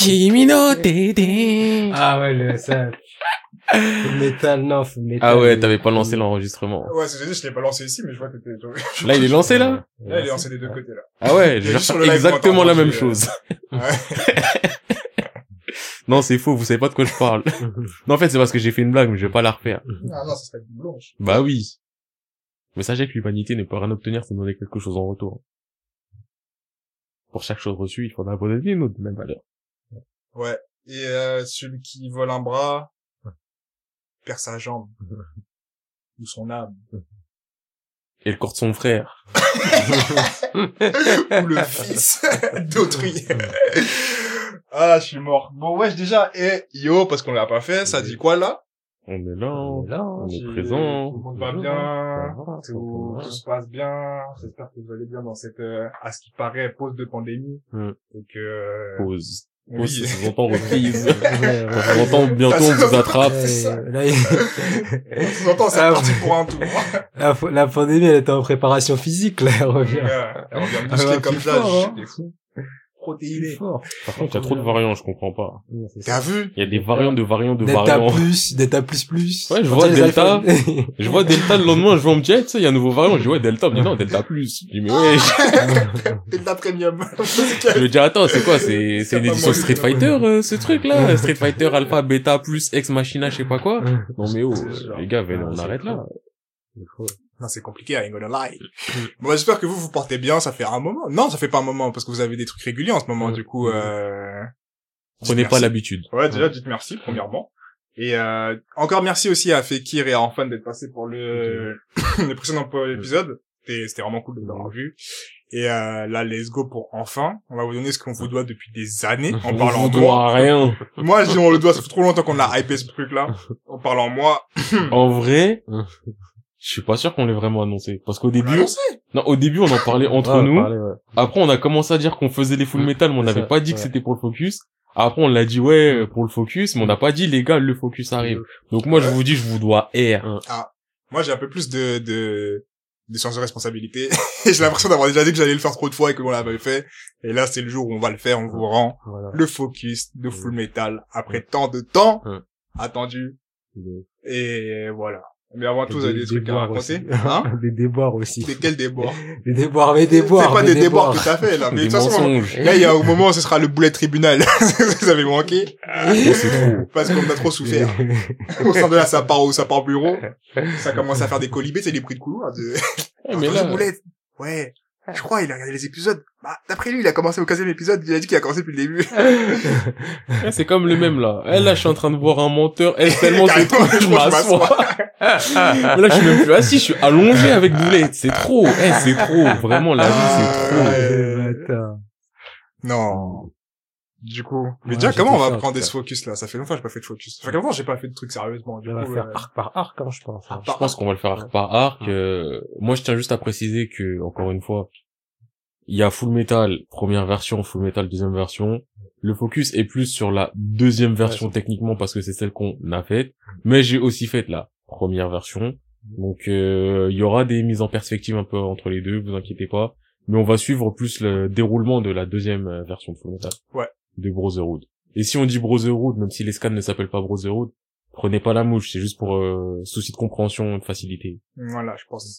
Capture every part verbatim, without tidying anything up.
Kimi no Tete. Ah ouais, le, ça. Full Metal, non, Full Metal. Ah ouais, t'avais pas lancé l'enregistrement. Ouais, c'est, je l'ai pas lancé ici, mais je vois que t'étais, Là, il est lancé, là? là, il est lancé des deux côtés, là. Ah ouais, je Il est vais sur faire le live exactement quand la t'as même entendu, chose. Ouais. Non, c'est faux, vous savez pas de quoi je parle. Non, en fait, c'est parce que j'ai fait une blague, mais je vais pas la refaire. Ah non, ça serait une blanche. Bah oui. Mais sachez que l'humanité ne peut rien obtenir sans donner quelque chose en retour. Pour chaque chose reçue, il faudra donner une autre de même valeur. Ouais. Et, euh, celui qui vole un bras, perd sa jambe. Ou son âme. Et le corps de son frère. Ou le fils d'autrui. Ah, je suis mort. Bon, ouais, déjà, et yo, parce qu'on l'a pas fait, ça dit quoi, là? On est là, On est là, on est Tout présent. le monde va Bonjour, bien. Voilà, Tout, tout se passe bien. J'espère que vous allez bien dans cette, euh, à ce qui paraît, pause de pandémie. Hmm. Et que, euh, Pause. oui. Pause, ça s'entend reprise. Ouais, On s'entend bientôt, on vous attrape. C'est ça. ouais, là, il- on s'entend, c'est Ah, parti pour un tour. la, la pandémie, elle était en préparation physique, là, elle revient. Ouais, on vient Ah, musclé ouais, comme plus ça, fort, je hein. suis Plus protéiné. fort. Par contre, il y a trop de variants, je comprends pas. Ouais, c'est T'as ça. vu? Il y a des variants de variants de Delta variants. plus, Delta plus plus. Ouais, je Quand vois il y a les Delta. iPhones. Je vois Delta le lendemain, je vois, on me dit, eh, tu sais, il y a un nouveau variant. Je dis, ouais, Delta. On me dit, non, Delta plus. Je dis, mais ouais. T'es de la premium. Je me dis, attends, c'est quoi? C'est, c'est une pas édition moi, Street c'est pas Fighter, euh, ce truc-là? Street Fighter Alpha, Beta plus, Ex Machina, je sais pas quoi. Non, mais oh, C'est sûr. les gars, venez, on c'est arrête là. Non, c'est compliqué, I ain't gonna lie. Bon, bah, j'espère que vous vous portez bien, ça fait un moment. Non, ça fait pas un moment, parce que vous avez des trucs réguliers en ce moment, Ouais. du coup, euh... Prenez dites pas merci. l'habitude. Ouais, déjà, dites merci, premièrement. Et, euh, encore merci aussi à Fekir et à Orphan d'être passés pour le, le précédent épisode. C'était, c'était vraiment cool de vous avoir vu. Et, euh, là, let's go pour enfin. On va vous donner ce qu'on vous doit depuis des années, en On parlant vous de moi. doit rien. Moi, je dis on le doit, ça fait trop longtemps qu'on a hypé ce truc-là. En parlant moi. En vrai, je suis pas sûr qu'on l'ait vraiment annoncé. Parce qu'au début, Annoncé. non, au début, on en parlait entre Ouais, nous. parler, ouais. Après, on a commencé à dire qu'on faisait les full metal, mais on C'est n'avait ça, pas dit que ouais. c'était pour le focus. Après, on l'a dit, ouais, pour le focus, mais on n'a pas dit, les gars, le focus arrive. Donc moi, je Ouais. vous dis, je vous dois R. Moi, j'ai un peu plus de, de, de sens de responsabilité. Et j'ai l'impression d'avoir déjà dit que j'allais le faire trop de fois et que on l'avait fait. Et là, c'est le jour où on va le faire, on vous rend Voilà. le focus de Full Metal après tant de temps Ouais. attendu. Des- Et voilà. Mais avant tout, vous avez des, des trucs à déboires raconter. aussi. Hein? Des déboires aussi. Des quels déboires? Des déboires, mais des déboires. C'est pas mais des déboires que t'as fait, là. Mais de Des toute façon, mensonges. là, il y a un moment, ce sera le boulet tribunal. Vous avez manqué. Oh, c'est trop. Parce qu'on a trop souffert. Au sein de là, ça part au, ça part au bureau. Ça commence à faire des colibés, c'est des bruits de couloir. De... Ouais, mais Roger là, Boulet, ouais. Je crois, il a regardé les épisodes. Bah, d'après lui, il a commencé au quinzième épisode, il a dit qu'il a commencé depuis le début. là, c'est comme le même, là. Eh, là, je suis en train de voir un menteur. Eh, tellement c'est trop, Carrément, je m'assois. Mais là, je suis même plus assis, je suis allongé avec Boulette. C'est trop. Eh, c'est trop. Vraiment, la vie, c'est trop. Ouais. Bâtard. Non. Du coup. Mais Ouais, déjà, j'ai comment on fait va ça, prendre en des tout focus, là? Ça fait longtemps que j'ai pas fait de focus. Ça fait longtemps que j'ai pas fait de trucs sérieusement. Du On va coup, faire euh, arc par arc, hein, je pense. Arc Je pense qu'on va le faire arc par arc. Euh, moi, je tiens juste à préciser que, encore une fois, il y a Full Metal, première version, Full Metal, deuxième version. Le focus est plus sur la deuxième version Ouais, techniquement parce que c'est celle qu'on a faite. Mais j'ai aussi fait la première version. Donc, euh, il y aura des mises en perspective un peu entre les deux, vous inquiétez pas. Mais on va suivre plus le déroulement de la deuxième euh, version de Full Metal. Ouais. De Brotherhood. Et si on dit Brotherhood, même si les scans ne s'appellent pas Brotherhood, prenez pas la mouche, c'est juste pour euh, souci de compréhension, de facilité. voilà, je pense.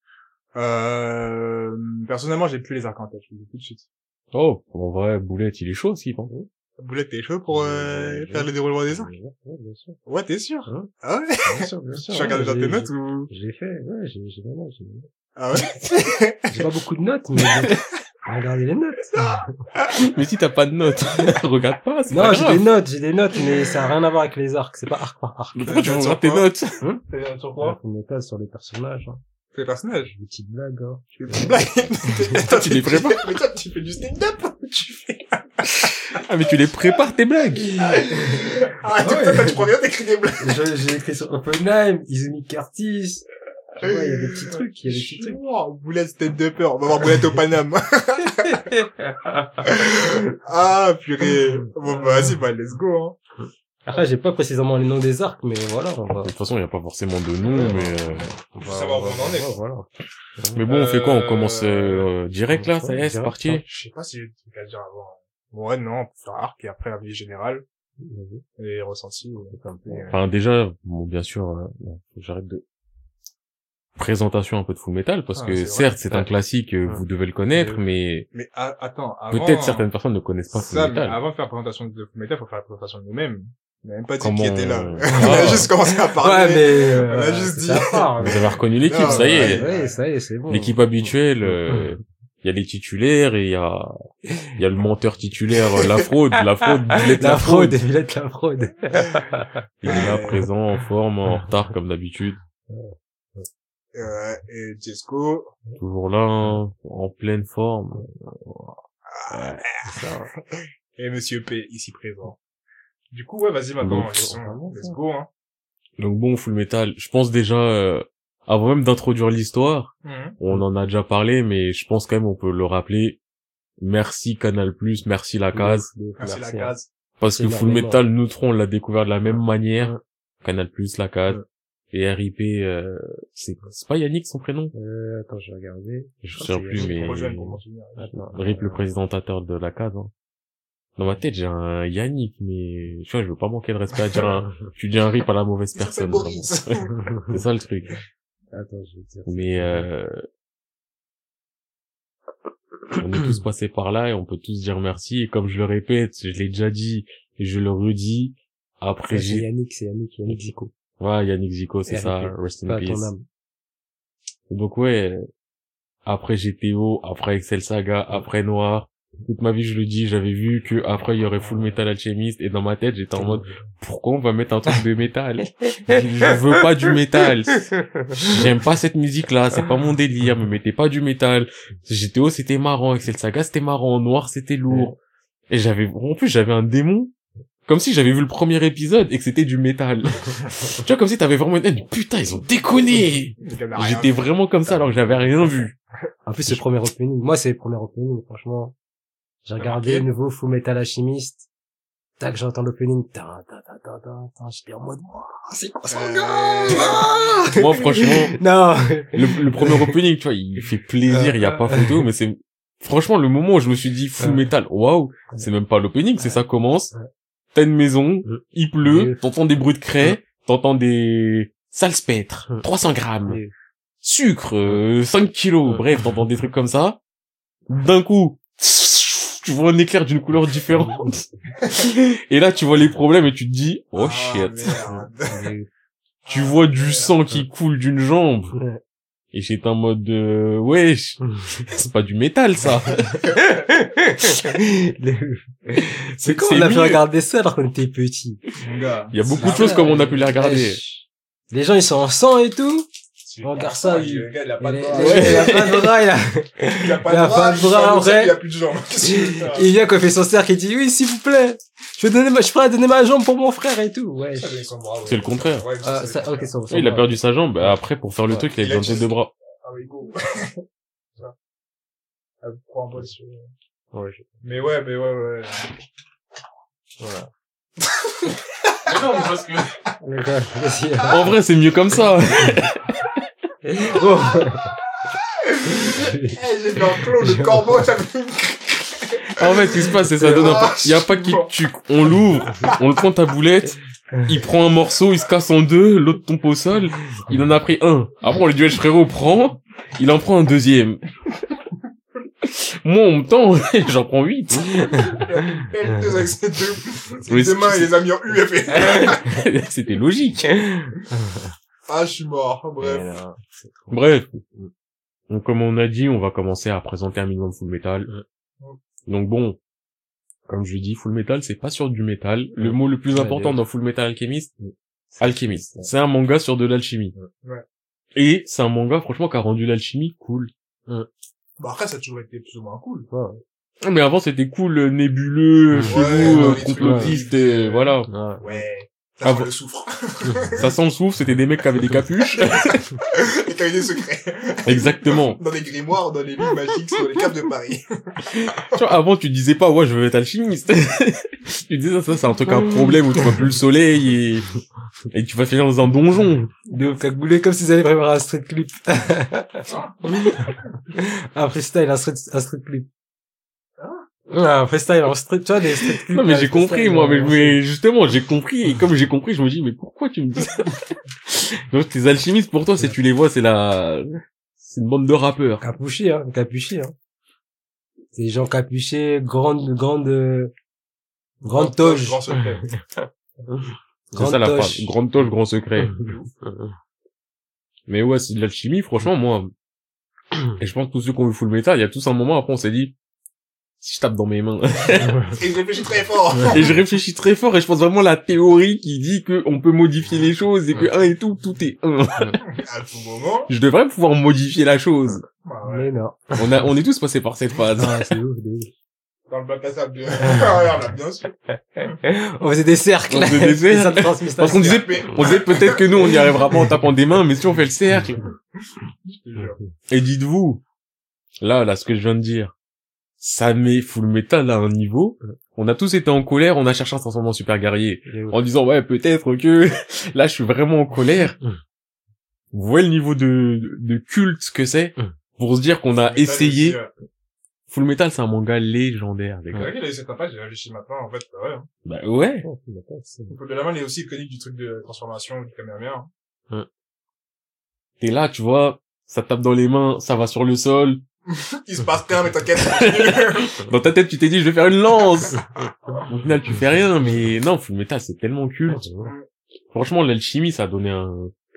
Euh, personnellement, j'ai plus les arcs en tête, je vous le dis tout de suite. Oh, en vrai, Boulette, il est chaud aussi, hein. Boulette, t'es chaud pour, euh, Ouais, faire le déroulement des arcs? Ouais, bien sûr. Ouais, t'es sûr? Hein Ah ouais? Bien sûr, bien sûr. Tu regardes ouais, déjà tes j'ai- notes ou? J'ai fait, ouais, j'ai, j'ai des notes, j'ai des notes. Ah ouais? J'ai pas beaucoup de notes, mais bon, regardez les notes. Mais si t'as pas de notes, regarde pas, c'est Non, pas j'ai grave. des notes, j'ai des notes, mais ça a rien à voir avec les arcs, c'est pas arc par arc. Mais pourquoi tu Sur regardes tes quoi notes? Hein? T'es sur Ouais, quoi? faut mettre ça sur les personnages, hein. C'est les personnages. Des petites blagues, hein. Tu fais des blagues. Toi, Tu les prépares? Mais toi, tu fais du stand-up ou tu fais... Ah, mais tu les prépares, tes blagues. Ah, toi, toi, tu prends rien, t'écris des blagues. J'ai, j'ai écrit sur Oppenheim, Izumi Curtis. Tu vois, il y a des petits trucs, il y a des petits trucs. Oh, Boulette stand-upper. On va voir Boulette au Paname. Ah, purée. Bon, bah, vas-y, bah, let's go, hein. Après, j'ai pas précisément les noms des arcs, mais voilà, on va... De toute façon, il n'y a pas forcément de nom, mais, euh... on Faut va- savoir où on en est. ouais, voilà. mais bon, on fait quoi? On Euh, commence, euh, direct, là? Ça y est, c'est direct, parti? hein. Je sais pas si j'ai des trucs à dire avant. Ouais, non, on peut faire arc et après avis général. Et ressenti. C'est un peu, Et, euh, Enfin, déjà, bon, bien sûr, euh, bon, faut que j'arrête de présentation un peu de Full Metal, parce Ah, que c'est vrai. certes, c'est un Ouais. classique, euh, Ouais. vous devez le connaître, Ouais. mais Mais a- attends, avant... peut-être certaines personnes ne connaissent pas Ça, Full mais Metal. avant de faire la présentation de Full Metal, faut faire la présentation de nous-mêmes. On n'a même pas dit Comment- qui était là. Ah. On a juste commencé à parler. Ouais, mais, euh, On a juste c'est dit. à part, Vous ouais. avez reconnu l'équipe, Non, ça y est. ouais. Ouais, ça y est, c'est bon. L'équipe habituelle, euh, il y a les titulaires et il y a, il y a le menteur titulaire, euh, la fraude, la fraude, Villette La la fraude, fraude. Villette la fraude. Il est là, présent, en forme, en retard, comme d'habitude. Euh, et Jesco. Toujours là, hein, en pleine forme. Ah, et Monsieur P, ici présent. Du coup, ouais, vas-y, maintenant, Donc, let's let's go, hein. Donc bon, Full Metal, je pense déjà, euh, avant même d'introduire l'histoire, Mhm. on en a déjà parlé, mais je pense quand même on peut le rappeler. Merci Canal+, merci La Case, Merci la hein. case. parce que C'est Full énormément. Metal, nous trois, on l'a découvert de la même manière. Ouais. Canal+, La Case, Ouais. et R I P, euh, c'est c'est pas Yannick son prénom? Euh, attends, je vais regarder. Je crois sais que plus, c'est mais Trop jeune pour m'en souvenir. Attends. Rip le présentateur de La Case. Hein. Dans ma tête, j'ai un Yannick, mais tu vois, je veux pas manquer de respect à dire un, tu dis un Rip à la mauvaise Il s'appelle personne. Boris. vraiment. C'est ça le truc. Attends, je vais te dire. Mais euh... on est tous passés par là et on peut tous dire merci. Et comme je le répète, je l'ai déjà dit et je le redis. Après, Ouais, c'est j'ai... Yannick, c'est Yannick, Yannick Zico. Ouais, Yannick Zico, c'est R I P. ça. Rest in Pas à peace. ton âme. Donc ouais, après G T O, après Excel Saga, après Noir. Toute ma vie, je le dis, j'avais vu que après il y aurait Full Metal Alchemist et dans ma tête, j'étais en mode, pourquoi on va mettre un truc de métal? Je veux pas du métal. J'aime pas cette musique-là, c'est pas mon délire, me mettez pas du métal. G T O, c'était marrant, Excel Saga, c'était marrant, Noir, c'était lourd. Et j'avais, en plus, j'avais un démon. Comme si j'avais vu le premier épisode et que c'était du métal. Tu vois, comme si t'avais vraiment une haine. Putain, ils ont déconné! Il y en a rien. J'étais vraiment comme ça alors que j'avais rien vu. En plus, c'est le premier opening. Moi, c'est le premier opening, franchement. J'ai regardé marqué le nouveau Full Metal Alchemist. Tac, j'entends l'opening. Ta, ta, ta, ta, ta, ta. J'étais en mode, Wouah, c'est quoi ça, Euh, gars? Moi, franchement, Non. le, le premier opening, tu vois, il fait plaisir, il y a pas photo, mais c'est, franchement, le moment où je me suis dit full metal, waouh, c'est même pas l'opening, c'est ça commence, t'as une maison, il pleut, t'entends des bruits de craie, t'entends des salpêtre, trois cents grammes, sucre, euh, cinq kilos, bref, t'entends des trucs comme ça. D'un coup, tu vois un éclair d'une couleur différente. Et là, tu vois les problèmes et tu te dis, oh Ah, shit. merde. Tu vois du sang qui coule d'une jambe. Ouais. Et j'étais en mode, euh, wesh, c'est pas du métal, ça. C'est quand c'est on a pu mieux. regarder ça alors qu'on était petits. Mon gars. Il y a beaucoup de choses comme on a pu les regarder. Les gens, ils sont en sang et tout. Regarde ça, il... il- Le gars, il a Il pas de est- bras. il a pas de bras, il a... Il a pas il a de bras. pas de bras, en vrai. Il a plus de jambes. Qu'est-ce que tu veux faire? Il vient quand il fait son cercle, il dit, oui, s'il vous plaît. Je vais donner ma, je suis prêt à donner ma jambe pour mon frère et tout. Ouais. Ça, son bras, ouais. C'est le contraire. Ouais, Ah, ça, ça, ok, ça, ça, Il a perdu sa jambe. Bah, après, pour faire le Ouais. truc, il a Il a besoin de juste- deux bras. Ah oui, go. Ça. Ah, prends un bol sur... Ouais. Mais ouais, mais ouais, ouais. Voilà. Non, parce que... Le gars, vas-y. En vrai, c'est mieux comme ça. Oh. Eh, j'ai fait un clone de corbeau, ça me... En fait, ce qui se passe, c'est ça donne un pas, il y a pas qui te tue. On l'ouvre, on le prend ta boulette, il prend un morceau, il se casse en deux, l'autre tombe au sol, il en a pris un. Après, on lui dit, wesh, frérot, prends, il en prend un deuxième. Moi, en même temps, j'en prends huit. Elle, deux avec ses deux, Oui, ses deux mains, il les a mis en U F. C'était logique. Ah, je suis mort. Bref. Bref. Donc, comme on a dit, on va commencer à présenter un minimum Full Metal. Donc bon, comme je dis, Full Metal, c'est pas sur du métal. Le mot le plus Ouais, important les- dans Full Metal Alchemist, Alchemist. C'est un manga sur de l'alchimie. Ouais. Et c'est un manga, franchement, qui a rendu l'alchimie cool. Bon, après, ça a toujours été plus ou moins cool. Ah, mais avant, c'était cool, euh, nébuleux, Ouais, chelou, dans euh, les complotiste, trucs, et euh, voilà. Ouais. Ah Ça bon. sent le soufre. Ça sent le souffle, c'était des mecs qui avaient des capuches. Et qui a eu des secrets. Exactement. Dans les grimoires, dans les livres magiques, sur les capes de Paris. Tu vois, avant, tu disais pas, ouais, je veux être alchimiste. Tu disais, ça, ça, c'est un truc, un problème où tu vois plus le soleil et, et tu vas finir dans un donjon. De cagoulé comme s'ils allaient préparer un street clip. un freestyle, un street, un street clip. Ah, freestyle en street, tu vois, des street clips. Non, mais là, j'ai freestyle, compris, moi, mais, euh, mais justement, j'ai compris, et comme j'ai compris, je me dis, mais pourquoi tu me dis ça? Donc, tes alchimistes, pour toi, c'est, tu les vois, c'est la, c'est une bande de rappeurs. Capuché, hein, capuché, hein. C'est des gens capuchés, grande, grande, euh, grande toge. Grand secret. C'est ça, la toche. phrase. Grande toche, grand secret. Mais ouais, c'est de l'alchimie, franchement, moi. Et je pense que tous ceux qui ont vu Full Metal, il y a tous un moment, après, on s'est dit, si je tape dans mes mains. Et je réfléchis très fort. Et je réfléchis très fort, et je pense vraiment à la théorie qui dit que on peut modifier les choses, et que un et tout, tout est un. À tout moment. Je devrais pouvoir modifier la chose. Bah ouais. Mais non. On a, on est tous passés par cette phase. Ah, c'est ouf, de ouf. Dans le bac à sable. Regarde, là, bien sûr. On faisait des cercles. On faisait des cercles. Ça transmet ça. Parce qu'on disait, on disait peut-être que nous, on n'y arrivera pas en tapant des mains, mais si on fait le cercle. Je te jure. Et dites-vous, là, là, ce que je viens de dire, ça met Full Metal à un niveau. On a tous été en colère, on a cherché un transformement super guerrier. En disant, ouais, peut-être que, là, je suis vraiment en colère. Vous voyez le niveau de, de culte que c'est? Pour se dire qu'on a Mais ça, essayé. aussi, euh, Full Metal, c'est un manga légendaire, les C'est gars. vrai qu'il a eu cette impact, j'ai réfléchi maintenant, en fait, bah ouais. hein. Bah ouais. Donc, de la main, il est aussi iconique du truc de transformation, du Kamehameha. hein. Et là, tu vois, ça tape dans les mains, ça va sur le sol. Il se passe rien, mais t'inquiète. Dans ta tête, tu t'es dit, je vais faire une lance. Au final, tu fais rien, mais non, Full Metal, c'est tellement culte. Franchement, l'alchimie, ça a donné un...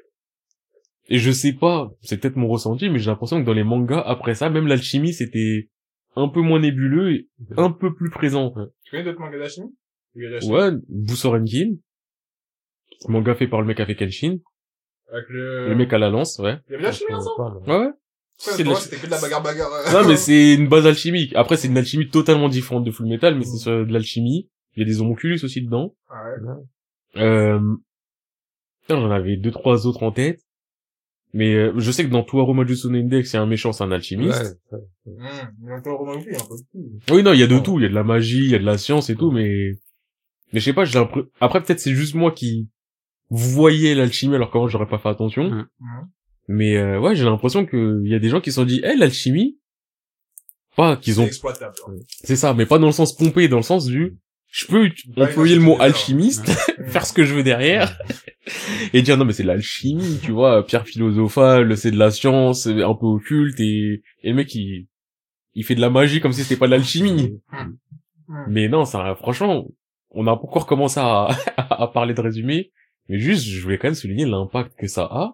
Et je sais pas, c'est peut-être mon ressenti, mais j'ai l'impression que dans les mangas, après ça, même l'alchimie, c'était un peu moins nébuleux et un peu plus présent. Tu connais d'autres mangas d'alchimie? Du gars d'alchimie Ouais, Busorenkin, manga fait par le mec qui a fait Kenshin, Avec le... le mec à la lance, ouais. Il y avait l'alchimie ensemble? Ouais, ouais. C'est C'est de de la- C'était que de la bagarre bagarre. euh. Non, mais c'est une base alchimique. Après, c'est une alchimie totalement différente de Full Metal, mais c'est sur de l'alchimie. Il y a des homunculus aussi dedans. Ah ouais. Euh... Putain, j'en avais deux, trois autres en tête. Mais euh, je sais que dans Toaru Majutsu no Index, il y a un méchant, c'est un alchimiste. Hum, mais on peut remonter un peu de tout. Oui, non, il y a de tout. Il y a de la magie, il y a de la science et tout, mais... Mais je sais pas, j'ai l'impression... Après, peut-être c'est juste moi qui voyais l'alchimie alors qu'avant, j'aurais pas fait attention. Mm. Hum. Mais euh, ouais, j'ai l'impression que il y a des gens qui se sont dit, eh, l'alchimie... Pas qu'ils C'est ont... exploitable. hein. C'est ça, mais pas dans le sens pompé, dans le sens du... Je peux ut- Ouais, employer le non, mot c'est alchimiste, Hum. faire ce que je veux derrière, et dire non mais c'est de l'alchimie, tu vois, pierre philosophale, c'est de la science, c'est un peu occulte, et, et le mec il, il fait de la magie comme si c'était pas de l'alchimie. Hum. Mais non, ça, franchement, on a encore commencé à, à parler de résumé, mais juste, je voulais quand même souligner l'impact que ça a.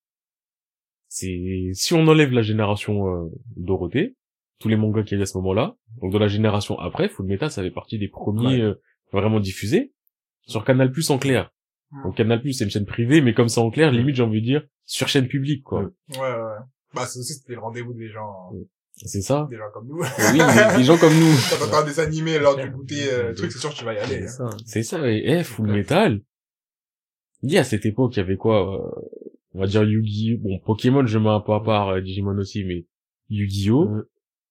C'est, si on enlève la génération euh, Dorothée, tous les mangas qu'il y a à ce moment-là, donc dans la génération après, Full Metal, ça fait partie des premiers euh, vraiment diffusés sur Canal Plus en clair. Donc Canal Plus, c'est une chaîne privée, mais comme ça en clair, limite j'ai envie de dire sur chaîne publique, quoi. Ouais, ouais, ouais. Bah, c'est aussi, c'était le rendez-vous des gens, euh, C'est ça. des gens comme nous. Oui, des, des gens comme nous. Quand t'entends des animés lors du goûter, euh, truc, c'est sûr que tu vas y aller. C'est hein. ça. C'est ça. Et eh, Full Metal. Il y a à cette époque, il y avait quoi euh, on va dire Yu-Gi-Oh. Bon, Pokémon, je mets un peu à part, euh, Digimon aussi, mais Yu-Gi-Oh, Mm.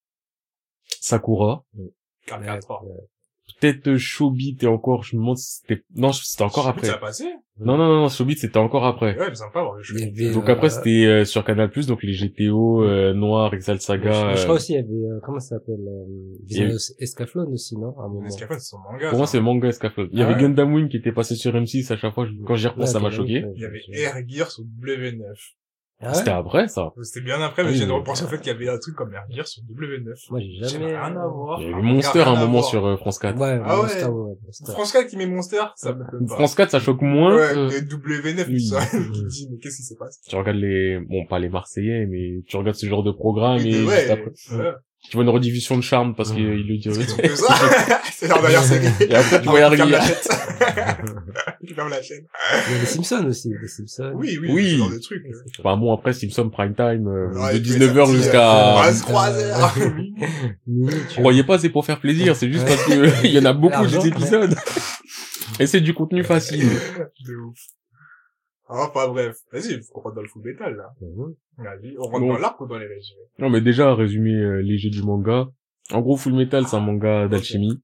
Sakura, quarante-quatre. peut-être Chobit et encore, je me demande si c'était... Non, c'était encore après. Ça a passé? Non, non, non, non, Chobit, c'était encore après. Ouais, mais ça me pas avoir le Il y jeu. avait, Donc euh, après, c'était euh, sur Canal+, donc les G T O, euh, Noir, Exalt Je, Saga... je euh, crois aussi, il y avait, euh, comment ça s'appelle, euh, Il y avait- Escaflowne aussi, non? À un moment. Escaflowne, c'est son manga. Pour moi, ça. c'est le manga Escaflowne. Il y Ah avait ouais Gundam Wing qui était passé sur M six à chaque fois, je- quand j'y repense, Ouais, ça m'a Gundam, choqué. ouais, Il y avait je- Air Gear sur W neuf. Ah C'était ouais? après, ça. C'était bien après, mais Oui, je viens de mais- repenser au fait qu'il y avait un truc comme Air Gear sur W neuf. Moi, j'ai J'ai jamais... rien à voir. Il y avait Ah, Monster à rien un à moment voir. sur euh, France quatre. Ouais, Ah ouais. Monster, ouais, Monster. France quatre qui met Monster, ça me donne pas. France quatre, ça choque moins. Ouais, Mm. et W neuf, Oui. ça. Tu te dis, mais qu'est-ce qui se passe? Tu regardes les, bon, pas les Marseillais, mais tu regardes ce genre de programme et Mais juste ouais, après, ouais. tu vois une rediffusion de Charme parce Mm. qu'il le dit. Ils ont que ça. C'est leur dernière série. Et après, tu vois Ah, tu fermes Harry. la chaîne. Tu fermes la chaîne. Il y a les Simpsons aussi, les Simpsons. Oui, oui, Oui. ce genre de trucs. Enfin bon, après, Simpson Prime Time, euh, Ouais, de tu dix-neuf mets heures ça petit, jusqu'à... euh, vingt-trois heures. Mini, tu Croyez pas, c'est pour faire plaisir, c'est juste Ouais. parce que il y en a beaucoup L'argent, des épisodes. Et c'est du contenu facile. De ouf. Ah, enfin bref. Vas-y, faut qu'on rentre dans le full metal, là. vois. Vas-y, on rentre Bon. dans l'arc ou dans les résumés? Non, mais déjà, résumé euh, léger du manga. En gros, Full Metal, c'est un manga d'alchimie.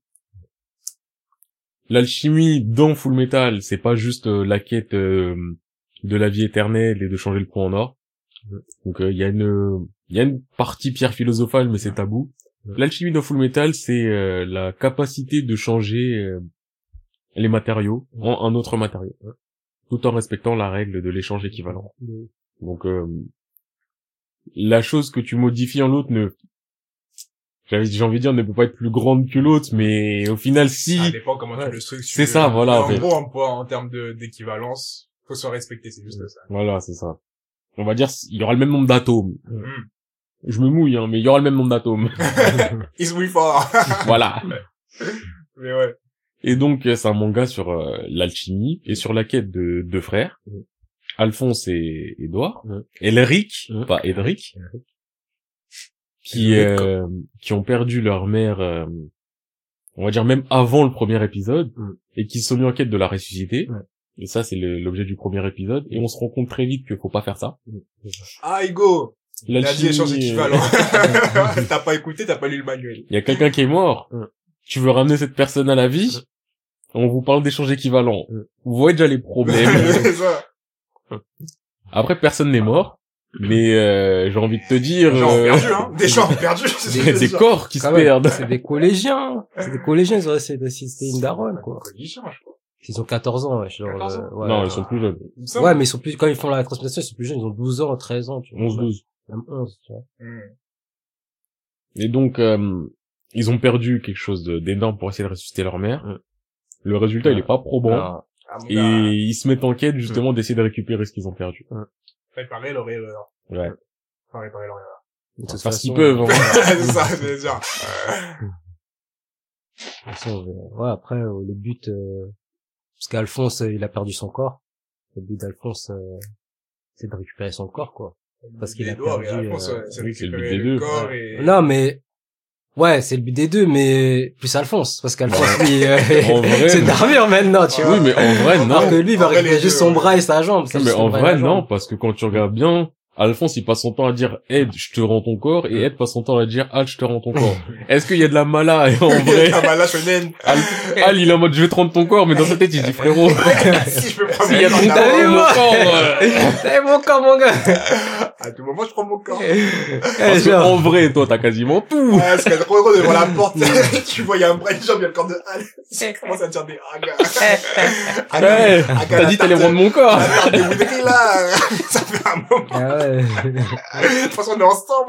L'alchimie dans Full Metal, c'est pas juste euh, la quête euh, de la vie éternelle et de changer le point en or. Donc, il y a une il y a une partie pierre philosophale, mais c'est tabou. L'alchimie dans Full Metal, c'est euh, la capacité de changer euh, les matériaux en un autre matériau, tout en respectant la règle de l'échange équivalent. Donc, euh, la chose que tu modifies en l'autre ne, j'avais, j'ai envie de dire, ne peut pas être plus grande que l'autre, mais au final, si. Ça dépend comment Ouais. tu le structures. C'est ça, voilà, en En fait. gros, en, en termes de, d'équivalence, faut se respecter, c'est juste ça. Voilà, c'est ça. On va dire, il y aura le même nombre d'atomes. Mm. Je me mouille, hein, mais il y aura le même nombre d'atomes. Ils se mouillent fort. Voilà. Mais ouais. Et donc, euh, c'est un manga sur euh, l'alchimie et sur la quête de deux frères, Alphonse et Édouard, Elric, Mm. pas Edric, qui Elric. euh, qui ont perdu leur mère, euh, on va dire même avant le premier épisode, Mm. et qui se sont mis en quête de la ressusciter. Ouais. Et ça, c'est le- l'objet du premier épisode. Et on se rend compte très vite qu'il faut pas faire ça. Ah, Igo. Il a dit L'alchimie, échange euh, équivalent. T'as pas écouté, t'as pas lu le manuel. il y a quelqu'un qui est mort. Mm. Tu veux ramener cette personne à la vie. On vous parle d'échange équivalent. Mm. Vous voyez déjà les problèmes. C'est ça. Après, personne n'est mort. Mais euh, j'ai envie de te dire... Des gens euh, perdus, hein. Des gens perdus. il y a des corps qui se Quand même, perdent. c'est des collégiens. C'est des collégiens, ils auraient essayé d'assister une daronne, quoi. Collision, je crois. Ils ont quatorze ans, ouais, genre, quatorze ans. euh, ouais. Non, ils sont plus jeunes. Il me semble. Ouais, mais ils sont plus, quand ils font la transmutation, ils sont plus jeunes, ils ont douze ans, treize ans, tu vois. onze douze. Même onze, tu vois. Mm. Et donc, euh, ils ont perdu quelque chose de- d'énorme pour essayer de ressusciter leur mère. Mm. Le résultat, il est pas probant. Non. Ah, mon Et gars. ils se mettent en quête, justement, d'essayer de récupérer ce qu'ils ont perdu. Réparer leur erreur. Ouais. Enfin, réparer leur erreur. De toute Parce qu'ils façon, peuvent, hein. C'est ça, je veux dire. De toute façon, euh, ouais, après, euh, le but, euh, parce qu'Alphonse, euh, il a perdu son corps. Le but d'Alphonse, euh, c'est de récupérer son corps, quoi. Parce qu'il a Edouard et perdu, Alphonse, euh, ouais, c'est oui, c'est le but récupérer des le deux. corps Ouais. et... Non, mais, ouais, c'est le but des deux, mais plus Alphonse, parce qu'Alphonse, lui, euh, En vrai, c'est une armure maintenant, tu Ouais. vois. Oui, mais en vrai, non. Alors que lui, il va En vrai, récupérer les juste deux, son ouais. bras et sa jambe. c'est Non, mais juste son en bras et vrai, la jambe. non, parce que quand tu regardes bien, Alphonse, il passe son temps à dire Ed, je te rends ton corps, et Ed passe son temps à dire Al, je te rends ton corps. Est-ce qu'il y a de la mala en vrai? Ah bah là, shonen. Al, Al, il est en mode je vais te rendre ton corps, mais dans sa tête, il se dit frérot, Si je peux prendre s'il y a mon ton corps T'as vu, corps, mon moi corps, euh, T'as mon corps, mon gars. à tout moment, je prends mon corps. Eh, parce que genre, en vrai, toi, t'as quasiment tout. Ouais, ce serait trop heureux devant la porte. Tu vois, il y a un bras, une jambe, il y a le corps de Al. Tu commences à dire des hagas. Ouais, t'as dit t'allais me rendre mon corps. La tarte des Woodry, là. Ça fait un moment. ah ouais. De toute façon, on est ensemble.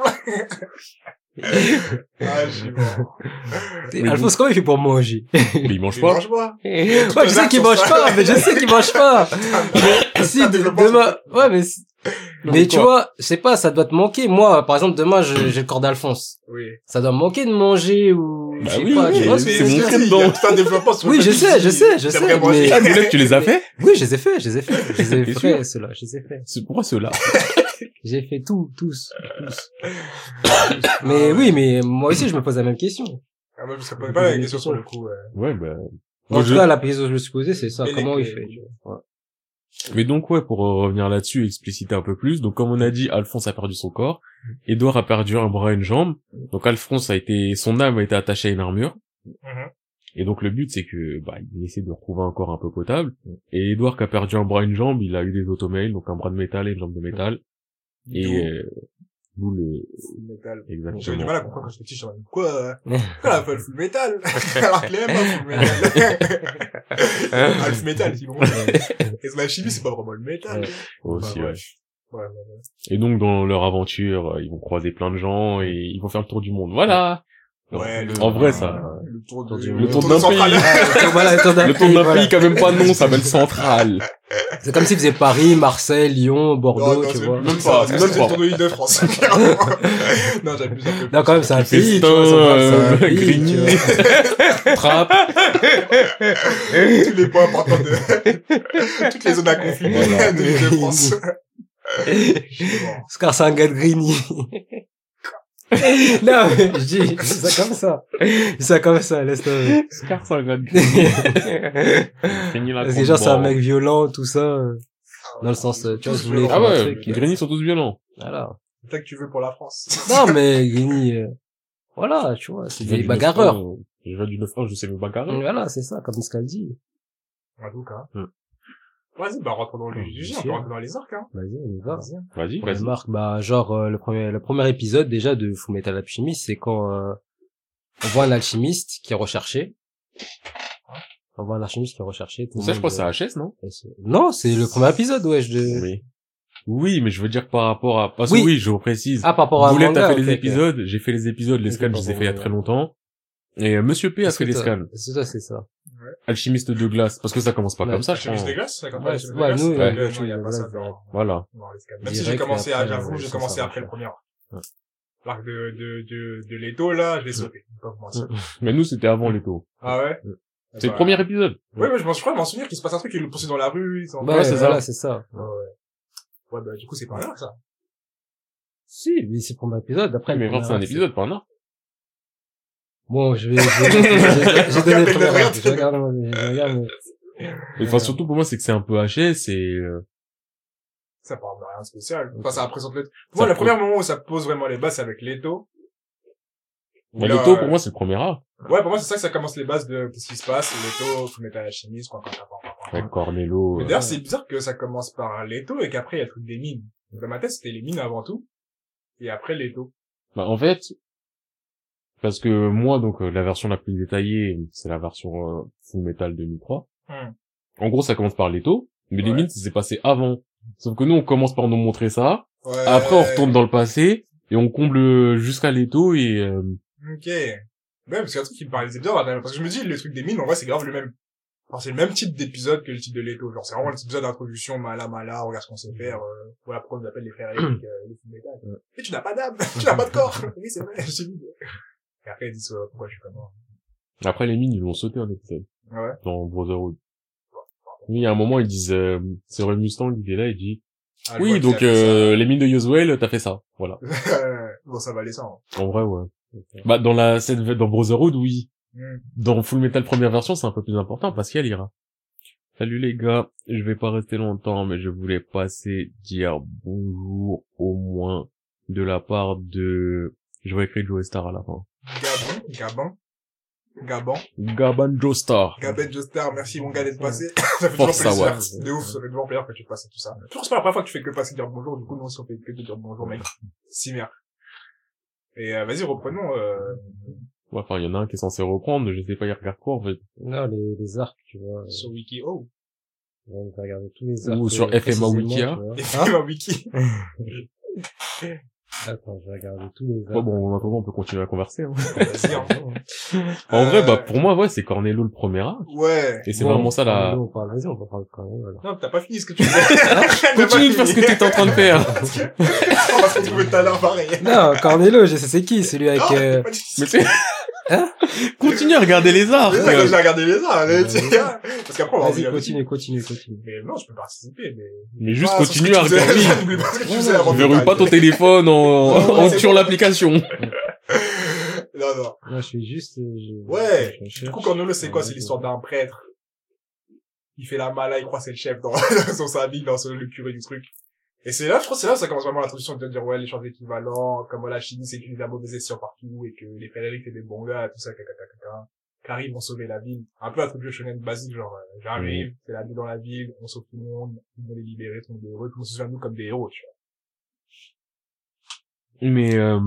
Ah, je suis mort. Mais Alphonse, comment il fait pour manger? Mais il mange Mais pas. mange-moi. Ouais, je sais qu'il mange pas, mais je sais qu'il mange pas. Mais si, Ça de- développe demain, ouais, mais, si- Non, mais mais tu quoi vois, je sais pas, ça doit te manquer. Moi, par exemple, demain, je- j'ai le corps d'Alphonse. Oui. Ça doit me manquer de manger ou, Bah je sais oui, pas, oui, tu vois mais ce que c'est je veux mon dire? truc. Il y a tout un développement sur Oui, le je fait sais, qu'il- je sais, je il sais, aimerait manger. mais- Ah, mais là, tu les as fait? Oui, je les ai fait, je les ai fait. Je les ai T'es fait, sûr ceux-là, je les ai fait. C'est pourquoi ceux-là? J'ai fait tout, tous, tous. Mais oui, mais moi aussi, je me pose la même question. Ah, moi, je serais pas la question sur le coup, ouais. Ouais, bah. En Moi, tout je- cas, la question que je me suis posée, c'est ça. Et les Comment il clés, fait? oui. tu vois. Ouais. Mais donc ouais, pour euh, revenir là-dessus et expliciter un peu plus, donc comme on a dit, Alphonse a perdu son corps, Édouard a perdu un bras et une jambe, donc Alphonse a été, son âme a été attachée à une armure, Mhm. et donc le but c'est que, bah, il essaie de retrouver un corps un peu potable, et Édouard qui a perdu un bras et une jambe, il a eu des automails, donc un bras de métal et une jambe de métal, et D'où- euh, d'où le, Full metal. exactement. J'avais du mal à comprendre quand j'étais petit, je me disais, quoi, euh, pourquoi elle a fait le full metal? Alors que les M A full metal. Ah, le full metal, sinon. Et la chimie, c'est pas vraiment le métal. Ouais. Aussi, Bah, ouais. ouais. Ouais, ouais, ouais. Et donc dans leur aventure, euh, ils vont croiser plein de gens, et ils vont faire le tour du monde, voilà! Ouais, le- En vrai, ça, Le tour Tour de, du- le tour de d'un Centrale. pays. Voilà, le tour d'un le tour pays, d'un voilà. pays qui a même pas de nom, ça s'appelle Centrale. C'est comme s'ils faisaient Paris, Marseille, Lyon, Non, Bordeaux, non, tu c'est vois. même pas, pas, c'est c'est même le pas. tour de l'île de France. Non, j'abuse un peu. Non, quand même, c'est un pays, tu Festin, vois, Centrale, c'est un euh, pays, tu Grigny, vois. Trappe. Tous les points importants de, toutes les zones à conflit Voilà. de l'île de France. Je suis mort. Oscar, c'est un gars de Grigny. Non, mais je dis, je dis ça comme ça. Je dis ça comme ça, laisse tomber. Scar, ça regarde. Fini la Parce que genre, c'est un mec violent, tout ça. euh, Dans le sens, euh, tu vois, je voulais Ah faire un ouais, truc. les euh, Grigny sont tous violents. Voilà. C'est ça que tu veux pour la France. Non, mais Grigny, euh, voilà, tu vois, c'est Je viens des du bagarreurs. neuf un, Je viens du neuf un, je sais me bagarrer. Voilà, c'est ça, comme ce qu'elle dit. En tout cas. Hmm. Vas-y, bah, rentre dans le vif du sujet, on peut rentrer dans les arcs, hein. Vas-y, on y va. Vas-y, Pour les vas-y. marques, bah, genre, euh, le premier, le premier épisode, déjà, de Fullmetal Alchemist, c'est quand, euh, on voit un alchimiste qui est recherché. On voit un alchimiste qui est recherché. Tout Ça, je crois que c'est euh, H S, non? Non, c'est le premier épisode, wesh, de... Oui. Oui, mais je veux dire par rapport à... Parce Oui. que oui, je vous précise. Ah, par rapport à un Boulette manga, a fait ok, les ok. épisodes, j'ai fait les épisodes, les Ok, scans, je bon, les ai bon, fait il y a bon. très longtemps. Et euh, Monsieur P a Est-ce fait que les t'as- scans. C'est ça, c'est ça. Alchimiste de glace. Parce que ça commence pas Ouais. comme ça, je Chemise crois. des glaces, ça, quand Ouais, même, c'est- chemise ouais, des glaces. nous, Ouais, ouais, non, chemise il y a des pas ça glaces, dans, Voilà. dans les scans. Même si j'ai Direct, commencé et à, après, j'avoue, euh, j'ai ça, commencé ça après va le premier arc. Ouais. L'arc de, de, de, de Leto, là, je l'ai sauté. Je vais pas vous mentir. Mais nous, c'était avant les taux. Ah ouais? Ouais. Ah C'est le bah, premier épisode. Ouais, mais je m'en je crois m'en souvenir qu'il se passe un truc, il le poursuit dans la rue, ils sont... Ouais, Ouais, c'est voilà, ça. c'est ça. Ouais, ouais. Ouais, bah, du coup, c'est pas grave, ça. Si, mais c'est le premier épisode. Après, Mais le voir, premier c'est un arc, épisode, pas un arc. Bon, je vais, je vais, je vais- j'ai donné le premier Regarde, arc. Je regarde, je regarde, mais... Mais enfin, surtout pour moi, c'est que c'est un peu H S et... euh, Ça parle de rien de spécial. Enfin, ça représente le... Ça Moi, le pose- premier moment où ça pose vraiment les bases, c'est avec Leto. Mais Là, les taux, euh, pour moi, c'est le premier arc. Ouais, pour moi, c'est ça que ça commence les bases de qu'est-ce qui se passe, Leto, faut mettre à la chimiste, quoi, quoi, quoi, quoi, quoi, quoi. Avec Cornello. Mais euh, d'ailleurs, c'est bizarre que ça commence par Leto et qu'après, il y a le truc des mines. Donc, dans ma tête, c'était les mines avant tout. Et après, Leto. Bah, en fait, parce que moi, donc, euh, la version la plus détaillée, c'est la version euh, Full Metal deux mille trois. Hmm. En gros, ça commence par Leto, mais les Ouais. mines, ça s'est passé avant. Sauf que nous, on commence par nous montrer ça. Ouais. Après, on retourne dans le passé et on comble jusqu'à Leto et... euh, Ok. Ouais, parce qu'il y a un truc qui me parle des épisodes, parce que je me dis, le truc des mines, en vrai, c'est grave le même. Enfin, c'est le même type d'épisode que le type de Leto. Genre, c'est vraiment l'épisode d'introduction, mala mala, regarde ce qu'on sait faire, euh, voilà pourquoi on nous appelle les frères Eric, euh, les Full Metal. Ouais. Mais tu n'as pas d'âme, tu n'as pas de corps. Oui, c'est vrai, je sais. Et après, ils disent, euh, pourquoi je suis comme moi. Après, les mines, ils l'ont sauté un épisode Ouais. dans Brotherhood. Oui, à un moment, ils disent... Euh, c'est Ray Mustang, il est là, il dit... Ah, je vois oui, qu'il donc a fait euh, les mines de Yoswell, t'as fait ça. Voilà. ça. Bon, ça valait ça, hein. En vrai, ouais. Bah, dans la cette, dans Brotherhood, oui. Hmm. Dans Full Metal première version, c'est un peu plus important parce qu'il y a l'Ira. Salut les gars, je vais pas rester longtemps, mais je voulais passer dire bonjour au moins de la part de... Je vais écrire Joe Star à la fin. Gabon, Gabon, Gabon, Gaban Joe Star. Gabet Joestar, merci mon gars d'être passé. Ça fait toujours Force à plaisir. voir. De ouf, ça fait toujours plaisir que tu passes et tout ça. Toujours, c'est pas la première fois que tu fais que passer dire bonjour, du coup, nous, on fait que de dire bonjour, mec. Si, merde. Et, euh, vas-y, reprenons, euh, Ouais, enfin, il y en a un qui est censé reprendre, je sais pas, il regarde quoi, en fait. Non, les, les arcs, tu vois. euh, sur Wiki. Oh. On va regarder tous les arcs. Ou sur euh, F M A Wikia. précisément, tu Et vois. fais ma Wiki. Attends, je vais regarder tous les Bon, arcs. bon, en attendant, on peut continuer à converser, hein. Vas-y, hein. En vrai, Euh, bah, pour moi, ouais, c'est Cornello le premier arc. Ouais. Et c'est Bon, vraiment ça la... Cornello, on parle, vas-y, on peut parler de Cornello, alors. Non, t'as pas fini ce que tu faisais. Continue de faire ce que t'étais en train de faire. On va se retrouver tout à l'heure, pareil. Non, Cornello, je sais c'est qui, celui avec, Non, euh... t'as pas dit ça. Mais c'est... Hein Continue à regarder les arcs. C'est ça que j'ai regardé les arts, mais tu sais, parce qu'après, on va Vas-y, revenir continue, dessus. continue, continue. Mais non, je peux participer, mais... Mais juste Ah, continue c'est à ce que tu faisais. regarder. N'oublie pas ce que tu Non, faisais non, avant de Verrouille pas ton parler. téléphone en, Non, en c'est tuant bon. l'application. Non, non. Moi, je suis juste, euh, je... Ouais. je Du cherche. coup, Cornello, c'est quoi? C'est l'histoire d'un prêtre. Il fait la mala, il croit que c'est le chef dans, dans sa ville, dans le curé du truc. Et c'est là, je crois, que c'est là où ça commence vraiment l'introduction de dire, ouais, les champs équivalents, comme la chimie, c'est une la mauvaise escient partout, et que les frères Eric, c'est des bons gars, tout ça, caca, caca, caca. Qu'arrive, on sauver la ville. Un peu un truc de shonen basique, genre, euh, j'arrive, c'est la vie dans la ville, on sauve tout le monde, tout le monde est libéré, tout le monde est heureux, tout le monde se souvient de nous comme des héros, tu vois. Mais euh,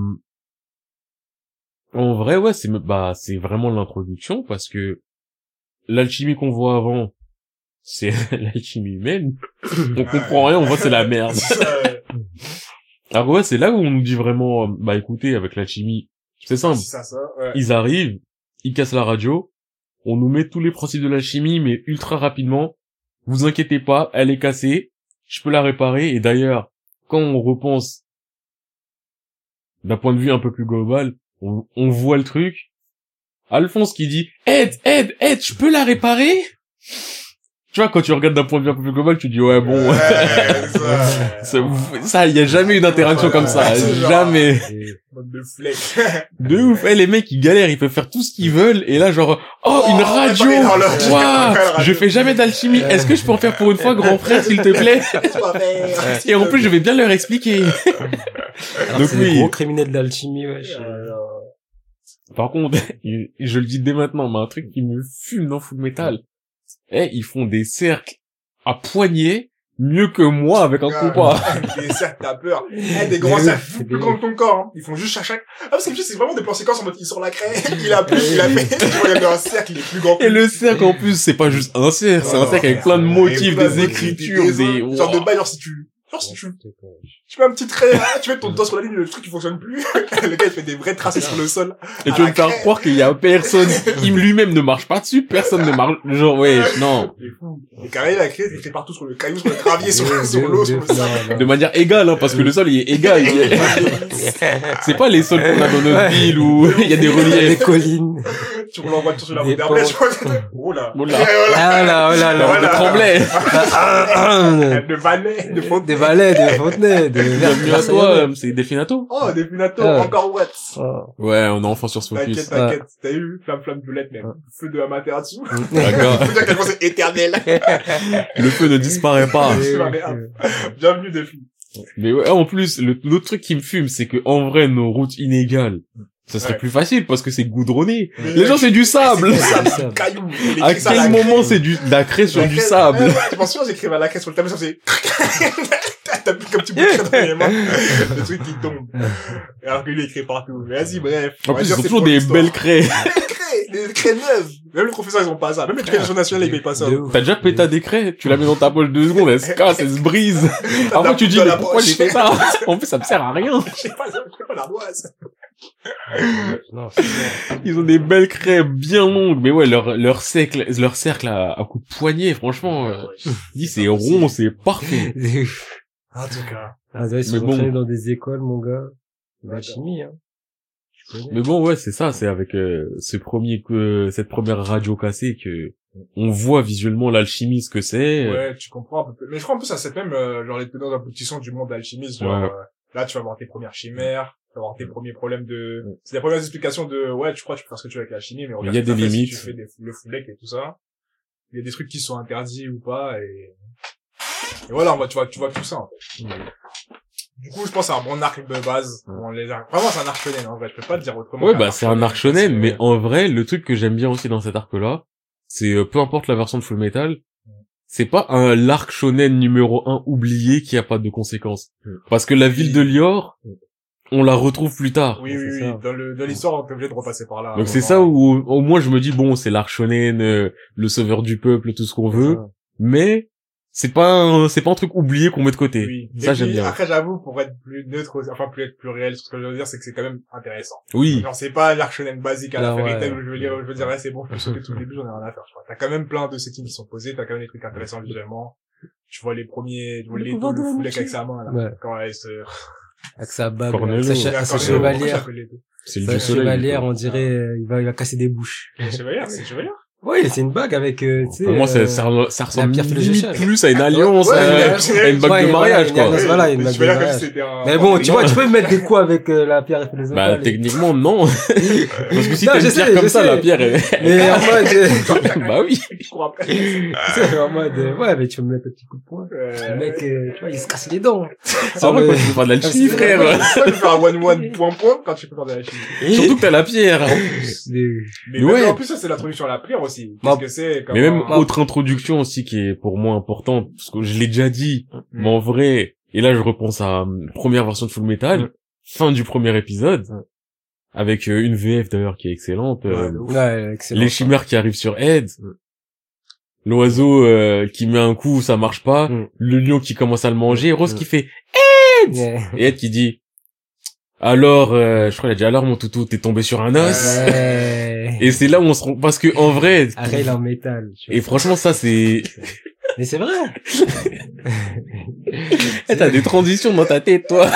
en vrai, ouais, c'est bah c'est vraiment l'introduction parce que l'alchimie qu'on voit avant, c'est l'alchimie humaine. On comprend rien, on voit c'est la merde. Ouais. Alors ouais, c'est là où on nous dit vraiment, euh, bah écoutez, avec l'alchimie, c'est simple. C'est ça, ça, ouais. Ils arrivent, ils cassent la radio, on nous met tous les principes de l'alchimie, mais ultra rapidement. Vous inquiétez pas, elle est cassée, je peux la réparer. Et d'ailleurs, quand on repense d'un point de vue un peu plus global, on, on voit le truc. Alphonse qui dit « Aide, aide, aide, je peux la réparer ?» Tu vois, quand tu regardes d'un point de vue un peu plus global, tu dis « Ouais, bon... Ouais, ça, Ça, ça, y a jamais eu d'interaction Ouais, comme ça, c'est genre- jamais. Et- mode de flex. De ouf, eh, les mecs, ils galèrent, ils peuvent faire tout ce qu'ils veulent, et là, genre, oh, Oh, une radio! réparer l'horloge. Waouh! Réparer la radio. Je fais jamais d'alchimie, est-ce que je peux en faire pour une fois, grand frère, s'il te plaît? Et en plus, je vais bien leur expliquer. Alors Donc c'est oui. des gros criminels d'alchimie, wesh. Par contre, je le dis dès maintenant, mais un truc qui me fume dans Full Metal, eh, ils font des cercles à poignées, mieux que moi avec un compas. Des cercles, t'as peur. Eh, des grands cercles plus grands que ton corps, hein. Ils font juste chaque, chaque... Ah, parce que c'est vraiment des plans séquences en mode, il sort la craie, il a plus, il a fait, tu vois, il y a un cercle, il est plus grand que Et le cercle, en plus, c'est pas juste un cercle, c'est un cercle avec plein de motifs, des écritures, des... des... Genre de bail, genre si tu... Genre si tu... Tu mets un petit trait, hein, tu mets ton doigt sur la ligne, le truc, il fonctionne plus. Le gars, il fait des vrais tracés sur le sol. Et tu veux me faire croire qu'il y a personne, il lui-même ne marche pas dessus, personne ne marche, genre, ouais, non. C'est fou. Et carré, la craie, c'est fait partout sur le caillou, sur le gravier, sur, sur l'eau, sur le sable. De manière égale, hein, parce que le sol, il est égal. Il est- C'est pas les sols qu'on a dans notre ville où il y a des Des reliefs. collines. Tu roules en voiture sur la Des route d'Herblay, tu vois. Oh là. Oh là. Et Ah là, oh là là. Alors, de Tremblay. voilà. De Valais, de Fontenay. Des valets, des Fontenay, de Bienvenue à toi, euh, c'est Delfinato. Oh, des Finato, Ah. encore what? Oh. Ouais, on est enfin sur ce T'inquiète, focus. t'inquiète. T'as eu flamme, flamme violette, même. Feu de Amaterasu. D'accord. Faut dire à quel point c'est éternel. Le feu ne disparaît pas. C'est vrai, hop. Bienvenue, Delphine. Mais ouais, en plus, le- l'autre truc qui me fume, c'est que, en vrai, nos routes inégales, ça serait Ouais. plus facile parce que c'est goudronné. Mais Les gens, c'est du sable. C'est sable. du sable, caillou. Il À écrit ça à la quel craie. moment c'est du, de la craie sur La du craie- sable? Ouais, Tu penses sûr, j'écrivais à la craie sur le tableau, ça faisait... T'as plus comme tu bouges dans les mains. Le truc qui tombe. Alors que lui, il écrit partout. Mais vas-y, bref. En On va plus, dire ils ont c'est toujours pour des l'histoire. belles craies. Des craies, des craies neuves. Même les professeurs, ils ont pas ça. Même l'éducation nationale, ils payent pas ça. De ouf. T'as déjà pété des craies, tu la mets dans ta poche deux secondes, elle se casse, elle se brise. Après, tu dis, dans mais la pourquoi poche. j'ai fait ça? En plus, ça me sert à rien. Je sais pas, je sais pas l'ardoise. Non, c'est bon. Ils ont des belles craies bien longues, mais ouais, leur, leur cercle, leur cercle à, à coup de poignet, franchement, euh, dis, c'est rond, c'est parfait. De ouf. En tout cas. Ah, ouais, ils sont Mais bon. entraînés dans des écoles, mon gars. La chimie, hein. Je connais. Mais bon, ouais, c'est ça, c'est avec euh, ce premier, que cette première radio cassée que on voit visuellement l'alchimie, ce que c'est. Ouais, tu comprends un peu. Mais je crois en plus, ça c'est même, euh, genre, les tenants aboutissants du monde d'alchimiste. Genre, Ouais. euh, là, tu vas avoir tes premières chimères. Tu vas avoir tes premiers problèmes de... C'est les premières explications de, ouais, tu crois que tu peux faire ce que tu veux avec la chimie, mais regarde Il y a ce que des t'as fait, si limites. tu fais des, le foulec et tout ça. Il y a des trucs qui sont interdits ou pas, et, et voilà, on va, tu vois, tu vois tout ça, en fait. Du coup, je pense que c'est un bon arc de base. On les a... Vraiment, c'est un arc shonen, en vrai. Je peux pas te dire autrement. Ouais, qu'un bah, c'est un arc shonen, c'est- mais en vrai, le truc que j'aime bien aussi dans cet arc-là, c'est, euh, peu importe la version de Full Metal, c'est pas un l'arc shonen numéro un oublié qui a pas de conséquences. Parce que la ville de Lior, on la retrouve plus tard. Oui, oui, C'est oui. ça. Dans le, dans l'histoire, on est obligé de repasser par là. Donc c'est ça où, au moins, je me dis, bon, c'est l'arc shonen, euh, le sauveur du peuple, tout ce qu'on veut, Ça. mais c'est pas un, c'est pas un truc oublié qu'on met de côté. Oui. Ça, Et j'aime puis, bien. Après, j'avoue, pour être plus neutre, enfin, plus être plus réel, ce que je veux dire, c'est que c'est quand même intéressant. Oui. Genre, c'est pas l'arc shonen basique à la Ah, fairy ouais. tale où je veux dire, je veux dire, ouais, c'est bon, je peux sauter tout le début, j'en ai rien à faire, je crois. T'as quand même plein de settings qui sont posés, t'as quand même des trucs intéressants visuellement. Tu vois les premiers, tu vois Le les pouvoir le de foulec l'amitié. avec sa main, là. Ouais. Quand elle se... Avec sa bague, Cornelio. avec sa, che- Il y a sa Cornelio, pourquoi chevalière. j'appelle les deux C'est le Sa dieu soleil. chevalière, on dirait, euh, il va, il va casser des bouches. C'est chevalière, c'est chevalière. Ouais, c'est une bague avec, euh, tu sais. Pour moi, ça, euh, ça, ça ressemble pierre limite philosophale. plus à une alliance, Ouais, à, ouais, à une bague ouais, de voilà, mariage, une quoi. alliance. Voilà, il y a une Mais bague chevalière de comme si mariage. c'était un... Mais bon, tu vois, tu peux mettre des coups avec euh, la pierre philosophale. Bah, techniquement, non. Parce que si Non, t'as je une sais, pierre comme je ça, sais. la pierre, elle... Mais en mode, euh, bah oui. Je cours après. tu sais, en mode, euh, ouais, mais tu peux me mettre un petit coup de poing. Euh, Le mec, euh, tu vois, il se casse les dents. C'est vrai, quand tu fais pas de l'alchimie, c'est- frère. Pourquoi tu fais un one-one point-point quand tu peux faire de la chimie? Surtout que t'as la pierre. Des- Mais Ouais. même, en plus, ça, c'est l'introduction à la prière aussi. Bah, Qu'est-ce que c'est, Mais même comment- autre introduction aussi qui est pour moi importante, parce que je l'ai déjà dit, Mm. mais en vrai, et là je repense à euh, la première version de Full Metal, Mm. fin du premier épisode, Mm. avec euh, une V F d'ailleurs qui est excellente, euh, Ouais, de ouf. Ouais, excellent. les chimères qui arrivent sur Ed, Mm. l'oiseau euh, qui met un coup, ça marche pas, Mm. le lion qui commence à le manger, Rose Mm. qui fait Ouais. et Ed qui dit alors, euh, je crois qu'il a dit alors mon toutou t'es tombé sur un os, Ouais. et c'est là où on se rend, parce que en vrai, Arrête en métal. tu vois. et franchement ça c'est, Mais c'est vrai. Eh, t'as des transitions dans ta tête toi.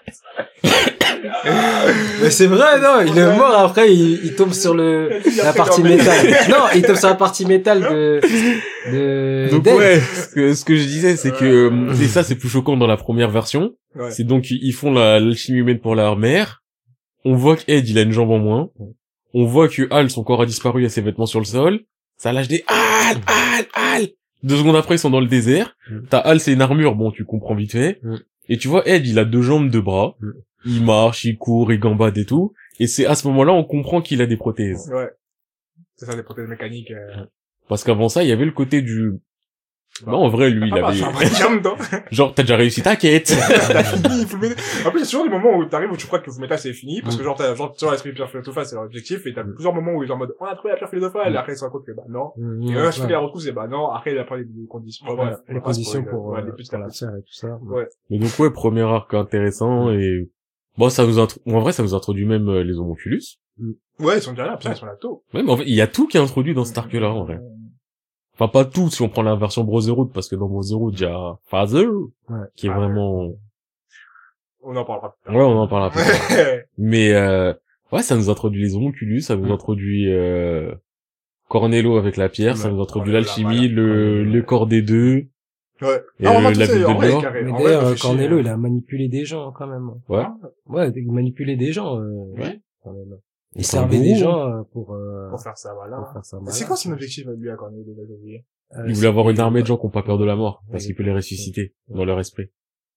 Mais c'est vrai, non, il est mort après, il, il tombe sur le, la partie métal. Non, il tombe sur la partie métal de, de, Donc d'Ed. ouais, ce que, ce que je disais, c'est que euh, et ça c'est plus choquant dans la première version. Ouais. C'est donc ils font la l'alchimie humaine pour leur mère. On voit qu'Ed il a une jambe en moins. On voit que Hal son corps a disparu, il y a ses vêtements sur le sol. Ça lâche des Hal, Hal, Hal. Deux secondes après ils sont dans le désert. Mm. T'as Hal c'est une armure, bon tu comprends vite fait. Mm. Et tu vois Ed il a deux jambes, deux bras. Mm. Il marche, il court, il gambade et tout. Et c'est à ce moment-là on comprend qu'il a des prothèses. Ouais. C'est ça, des prothèses mécaniques. euh. Parce qu'avant ça il y avait le côté du Non, en vrai, lui, il Ah bah, avait... c'est un vrai jam dedans. Genre, t'as déjà réussi ta quête. T'as fini, Fullmetal. En plus, il y a toujours des moments où t'arrives où tu crois que Fullmetal c'est fini, parce que genre, t'as, genre, tu vois, l'esprit pierre philosophale, c'est leur objectif, et t'as plusieurs moments où ils sont en mode, on a trouvé la pierre philosophale, et après ils se rendent compte que bah non. Et là, je fais les retrouve, c'est bah non, après il a pas les conditions. Bon, bref, les conditions pour, ouais, euh, les petites pour la faire et tout ça. Ouais. Mais donc, ouais, premier arc intéressant, et... Bon, ça nous a... En vrai, ça nous introduit même euh, les homonculus. Ouais, ils sont déjà là, putain, ils sont là tôt. Ouais, mais en fait, il y a tout qui est introduit dans cet arc-là, en vrai. Enfin, pas tout, si on prend la version Brotherhood, parce que dans Brotherhood, il y a Father, Ouais. qui est Ah, vraiment... On en parlera plus Ouais, on en parlera plus tard. Mais, euh, ouais, ça nous introduit les homonculus, ça nous Mm. introduit, euh, Cornello avec la pierre, ça Ouais, nous introduit Cornello, l'alchimie, la le, le corps des deux, Ouais. et Non, vraiment, euh, tout la ça, ville en de vrai, Léor. carré. Mais En vrai, d'ailleurs, réfléchis, Cornello, hein. il a manipulé des gens, quand même. Ouais. Ouais, il manipulait des gens, euh, Ouais. quand même. Il Il servait gourou. des gens euh, pour, euh, Pour faire ça, voilà. pour faire ça. Mais c'est quoi son objectif, lui, à Cornello, déjà, j'ai oublié? Euh, Il voulait avoir une c'était- armée de gens qui ont pas peur de la mort, parce Ouais. qu'il peut les ressusciter Ouais. dans leur esprit.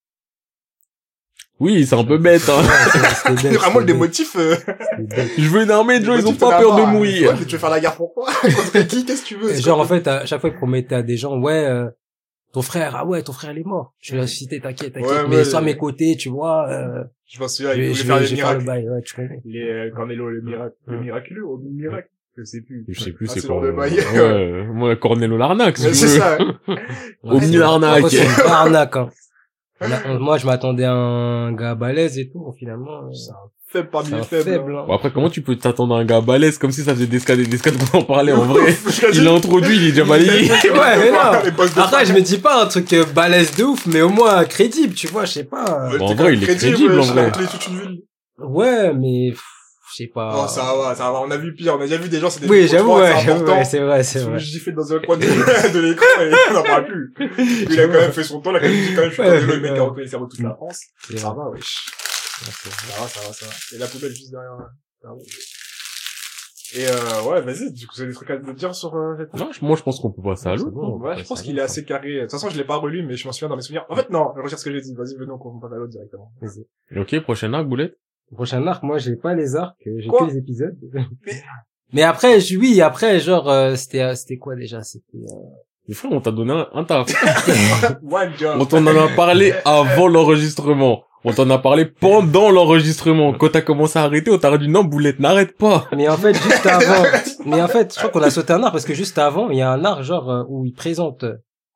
Oui, c'est un peu bête, hein. Ouais, c'était- c'était C'est bête, vraiment le c'était des motifs, euh... bête, c'était bête. Je veux une armée de gens, des ils ont motifs pas de peur de la mort, hein. mourir. Ouais, mais tu veux faire la guerre pour quoi? Contre qui? Qu'est-ce que tu veux? Et C'est genre, quoi en fait, à chaque fois, il promettait à des gens, ouais, euh, ton frère, ah ouais, ton frère, il est mort. Je vais le ressusciter, t'inquiète, t'inquiète. Ouais, mais ouais, sois à ouais. mes côtés, tu vois, euh, Je pense que là, je il vais, voulait je faire vais, le je vais faire le miracle. bail, ouais, tu connais. Les, euh, Cornello, le miracle, le Ouais. miraculeux, ou le miracle? Je sais plus. Je sais plus Ah, c'est c'est quoi. genre de bail. Ouais, moi, Cornello l'arnaque, si Mais tu c'est veux. ça. Omni Ouais, l'arnaque. c'est une vraie arnaque, hein. Là, moi, je m'attendais à un gars balèze et tout, finalement. euh, C'est un faible parmi C'est les un faibles. faible, hein. hein. Bon, après, comment tu peux t'attendre à un gars balèze comme si ça faisait des scades et des scades qu'on en parlait en vrai? Je Il l'a introduit, il est déjà balayé. Ouais, mais non. Les postes de Après, femme. je me dis pas un truc euh, balèze de ouf, mais au moins crédible, tu vois, je sais pas. Ouais, Bon, en t'es vrai, quand il même est crédible, ouais, en j'ai vrai. appelé toute une ville. Ouais, mais pff, je sais pas. Non, ça va, ça va. On a vu pire. On a déjà vu des gens, c'était Oui, des j'avoue, trois, ouais, c'est j'avoue, important. ouais, c'est vrai, c'est Ils sont vrai. giflés dans un coin de, de l'écran et on n'en parle plus. Il a quand même fait son temps, là, quand il dit quand même, je suis Ouais, comme le mec ouais. qui a reconnu les cerveaux de toute la France. C'est Ça vrai. va, wesh. Ça va, ça va, ça va. Et la poubelle juste derrière. là. Ça va. Et euh, ouais, vas-y, du coup, vous avez des trucs à me dire sur euh, cette... Non, je- moi, je pense qu'on peut passer à C'est l'autre. bon, Ouais, je ouais, pense ça qu'il va, est ça. assez carré. De toute façon, je l'ai pas relu, mais je m'en souviens dans mes souvenirs. En fait, non, je recherche ce que j'ai dit. Vas-y, venons qu'on passe à l'autre directement. Vas-y. Ok, prochain arc, Boulette. Prochain arc, moi, j'ai pas les arcs, euh, j'ai Quoi que les épisodes. Mais- Mais après, je- oui, après, genre, euh, c'était, euh, c'était quoi déjà? C'était, euh... Mais frère, on t'a donné un, un taf. One job. On t'en en a parlé avant l'enregistrement. On t'en a parlé pendant l'enregistrement. Quand t'as commencé à arrêter, on t'a dit non, Boulette, n'arrête pas. Mais en fait, juste avant, mais en fait, je crois qu'on a sauté un arc parce que juste avant, il y a un arc genre euh, où il présente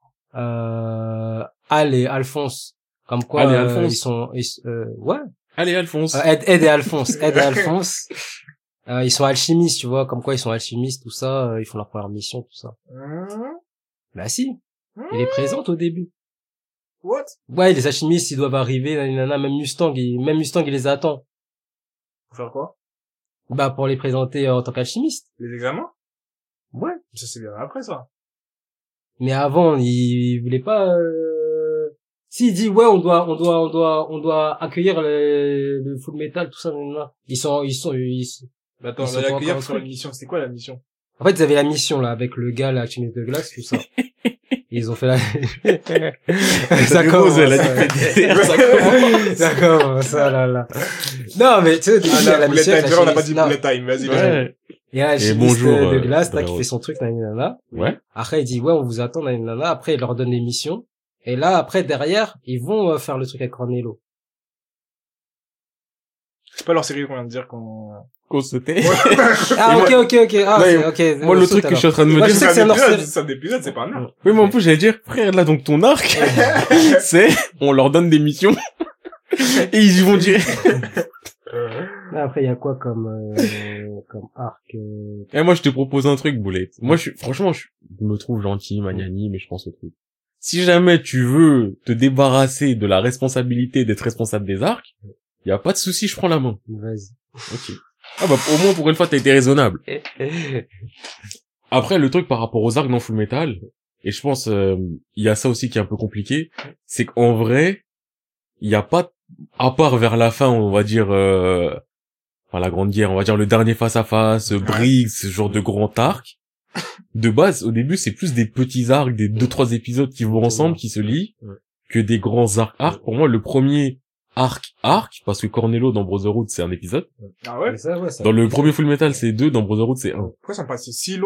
euh, Al et Alphonse, comme quoi Al et euh, Alphonse. ils sont, ils, euh, ouais, Allez, Alphonse. Euh, Ed, Ed et Alphonse, Ed et Alphonse, euh, ils sont alchimistes, tu vois, comme quoi ils sont alchimistes, tout ça, euh, ils font leur première mission, tout ça. Hein? Bah si, il les présente au début. What? Ouais, les alchimistes, ils doivent arriver, nanana, même Mustang, il, même Mustang, il les attend. Pour faire quoi? Bah pour les présenter en tant qu'alchimiste. Les examens? Ouais. Ça, c'est bien après, ça. Mais avant, il voulait pas. Euh... S'il dit ouais, on doit, on doit, on doit, on doit accueillir le, le Full Metal, tout ça, nanana. Ils sont, ils sont, ils... Mais attends, Ils on sont va pas l'accueillir encore sur une truc. mission. C'était quoi la mission? En fait, ils avaient la mission là avec le gars, l'alchimiste de glace, tout ça. Ils ont fait la. ça commence. elle a dit péter, ça commence. Ça commence, ça là là. Non, mais tu sais, au début, Ah, il y a là, la bullet mission. time. avec On n'a pas dit l'alchimiste. bullet time. Vas-y, vas-y. Ouais. Il y a Et l'alchimiste bonjour, de euh, glace là qui Dreyros. fait son truc, nanana. Ouais. Après, il dit, ouais, on vous attend, nanana. Après, il leur donne des missions. Et là, après, derrière, ils vont euh, faire le truc avec Cornello. C'est pas leur série qu'on vient de dire qu'on... Qu'on se tait. Ah, Et ok, moi- ok, ok. Ah, Non, c'est, et ok. Moi, on le saute, truc que je suis en alors. train de me Moi, dire, je sais que c'est un hors-série. C'est un épisode, c'est pas un arc. oui, mais en plus, j'allais dire, frère, là, donc ton arc, c'est, on leur donne des missions, et ils y vont dire. Là, après, il y a quoi comme, euh, comme arc, euh... Et moi, je te propose un truc, Boulette. Moi, je suis, franchement, je, je me trouve gentil, magnani, mais je pense au truc. Si jamais tu veux te débarrasser de la responsabilité d'être responsable des arcs, y a pas de souci, je prends la main. Vas-y. Ok. Ah bah, au moins, pour une fois, t'as été raisonnable. Après, le truc par rapport aux arcs dans Full Metal, et je pense, euh, il y a ça aussi qui est un peu compliqué, c'est qu'en vrai, il y a pas, à part vers la fin, on va dire, euh, enfin, la Grande Guerre, on va dire le dernier face-à-face, Briggs, ce genre de grand arc. De base, au début, c'est plus des petits arcs, des deux, trois épisodes qui vont ensemble, qui se lient, Ouais. que des grands arcs arcs. Pour moi, le premier arc arc, parce que Cornello dans Brotherhood, c'est un épisode. Ah ouais? Mais ça, ouais, ça. Dans le premier Full Metal, c'est deux, dans Brotherhood, c'est un. Pourquoi ça me paraissait si long?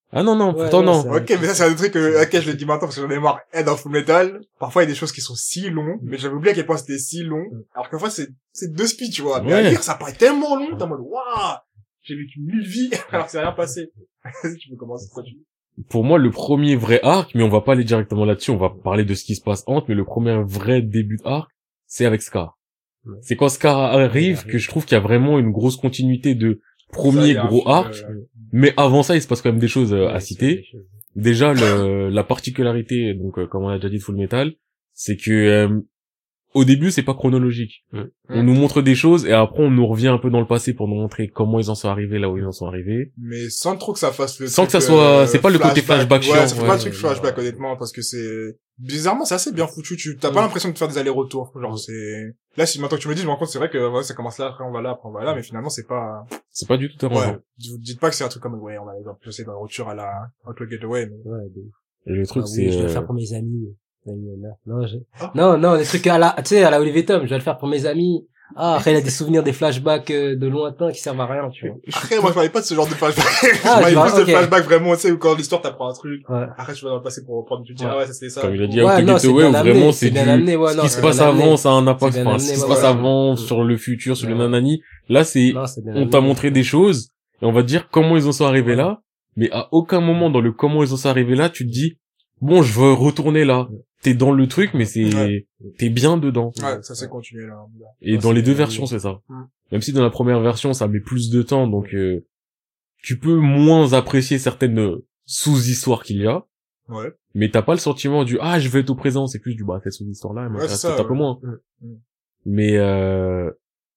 Ah non, non, Ouais, pourtant non, non. ça- Ok, mais ça, c'est un truc que, ok, je le dis maintenant parce que j'en ai marre. Eh, dans Full Metal, parfois, il y a des choses qui sont si longues, mais j'avais oublié à quel point c'était si long. Alors qu'en fait, c'est, c'est deux speeds, tu vois. Mais à Ouais. lire, ça paraît tellement long, t'es en mode, waouh! J'ai vécu mille vies, alors que c'est rien passé. Vas-y, tu peux commencer, quoi, tu Pour moi, le premier vrai arc, mais on va pas aller directement là-dessus, on va parler de ce qui se passe entre, mais le premier vrai début d'arc, c'est avec Scar. Ouais. C'est quand Scar arrive Ouais. que je trouve qu'il y a vraiment une grosse continuité de Ça, premier il y a un gros film, arc, euh, mais avant ça, il se passe quand même des choses euh, à Ouais, citer. c'est des choses. Déjà, le, la particularité, donc euh, comme on a déjà dit de Full Metal, c'est que euh, au début, c'est pas chronologique. Ouais. On nous montre des choses et après on nous revient un peu dans le passé pour nous montrer comment ils en sont arrivés là où ils en sont arrivés. Mais sans trop que ça fasse le Sans truc, que ça soit- euh, c'est pas le côté flashback Ouais, chiant, ça fait ouais. pas le truc Ouais, flashback, ouais. honnêtement, parce que c'est, bizarrement, c'est assez bien foutu. Tu, t'as Ouais. pas l'impression de faire des allers-retours. Genre, c'est, là, si maintenant que tu me dis, je me rends compte, c'est vrai que, ouais, ça commence là, après on va là, après on va là, mais finalement, c'est pas, C'est pas du tout arrangeant. ouais. Vous dites pas que c'est un truc comme, ouais, on va aller dans, je sais, dans la rupture à la, Outlaw Getaway, mais... Ouais, de ouf. Et le truc Ah c'est oui, je vais le euh, faire pour mes amis. Non, je... Ah. non, non, des trucs à la, tu sais, à la Olivier Tom, je vais le faire pour mes amis. Ah, après, il a des souvenirs, des flashbacks euh, de lointain qui servent à rien, tu vois. Après, moi, je parlais pas de ce genre de flashback. Ah, je parlais tu vois, plus ok. de flashback vraiment, tu sais, où quand l'histoire t'apprend un truc. Ouais. Après, tu vas dans le passé pour reprendre, tu te dis, Ouais. ah ouais, ça c'était ça. comme il a dit Ouais, Out to non, c'est Getaway, bien où amené, vraiment c'est c'est bien du amené, ouais, ce non, qui c'est se bien passe amené. avant, ça a un impact, C'est bien enfin ce qui amené, se ouais, passe ouais. avant sur le futur, sur le Ouais. nanani. Là c'est Non, c'est bien on amené. t'a montré des choses et on va te dire comment ils en sont arrivés là, mais à aucun moment dans le comment ils en sont arrivés là, tu te dis bon, je veux retourner là. T'es dans le truc, mais c'est Ouais. t'es bien dedans. Ouais, ça s'est continué, là. Et Ouais, dans c'est les deux bien versions, c'est ça. Mm. Même si dans la première version, ça met plus de temps, donc euh, tu peux moins apprécier certaines euh, sous-histoires qu'il y a, Ouais. mais t'as pas le sentiment du ah je vais être au présent, c'est plus du bah cette sous-histoire là, elle Ouais, m'intéresse c'est ça, peut-être un peu ouais. moins. Mm. Mm. Mais euh...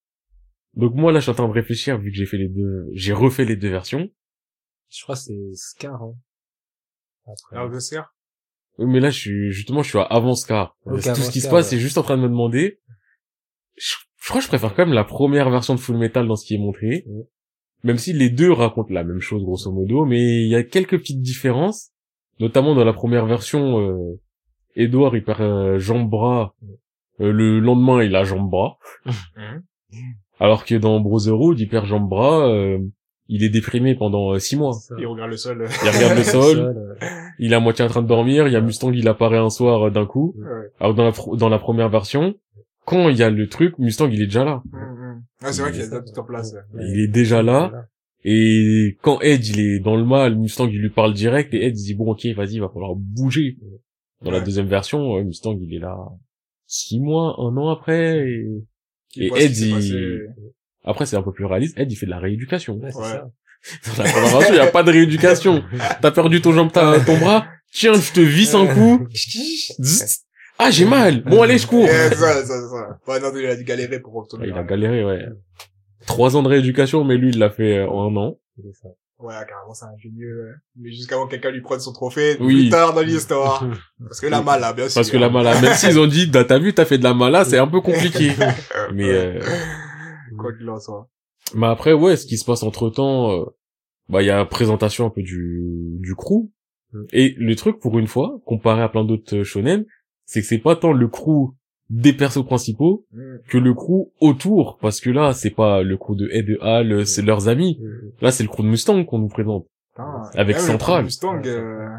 donc moi là, je suis en train de réfléchir vu que j'ai fait les deux, j'ai refait les deux versions. Je crois que c'est Scar, hein. Après. Alors, le Scar? Oui, mais là, je suis justement, je suis à avant Scar. Ok, Tout avant ce qui se Scar, passe, ouais. c'est juste en train de me demander. Je, je crois que je préfère quand même la première version de Full Metal dans ce qui est montré. Ouais. Même si les deux racontent la même chose, grosso modo, mais il y a quelques petites différences. Notamment dans la première version, euh, Edward, il perd euh, jambe-bras. Euh, le lendemain, il a jambe-bras. Mhm. Alors que dans Brotherhood, il perd jambe-bras. Euh, il est déprimé pendant euh, six mois. Ça. Il regarde le sol. Il regarde le sol. euh, Il est à moitié en train de dormir. Il y a Mustang, il apparaît un soir euh, d'un coup. Ouais. Alors dans la fr- dans la première version, quand il y a le truc, Mustang il est déjà là. Mhm. Ouais, c'est vrai qu'il y a déjà tout en place. ouais. Il est déjà là. Et quand Ed il est dans le mal, Mustang il lui parle direct et Ed il dit bon ok vas-y il va falloir bouger. Dans la Ouais. deuxième version, euh, Mustang il est là six mois, un an après. Et, Qu'il et voit ce Ed qui s'est il... passé. après c'est un peu plus réaliste. Ed il fait de la rééducation. Ouais, c'est Ouais. ça. Dans la première version il y a pas de rééducation. T'as perdu ton jambe, ta- ton bras. Tiens je te visse un coup. Zzz. Ah j'ai mal. Bon allez je cours. Ouais, c'est ça, c'est ça, c'est ça. Ouais, non, il a dû galérer pour retourner. Ouais, il a galéré, ouais. Trois ans de rééducation, mais lui, il l'a fait euh, en un an. C'est ça. Ouais, carrément, c'est ingénieux. ouais. Mais jusqu'avant que quelqu'un lui prenne son trophée, Oui. plus tard dans l'histoire. Parce que la mala, bien sûr. Parce que la mala, même s'ils ont dit, bah, t'as vu, t'as fait de la mala, c'est un peu compliqué. Mais, euh... Quoi qu'il en soit. mais après, ouais, ce qui se passe entre temps, euh, bah, il y a la présentation un peu du, du crew. Et le truc, pour une fois, comparé à plein d'autres euh, shonen, c'est que c'est pas tant le crew des persos principaux Mm. que le crew autour. Parce que là, c'est pas le crew de Ed et Hal, c'est leurs amis. Là, c'est le crew de Mustang qu'on nous présente. Putain, Avec même le Central. crew Mustang, Ouais, euh...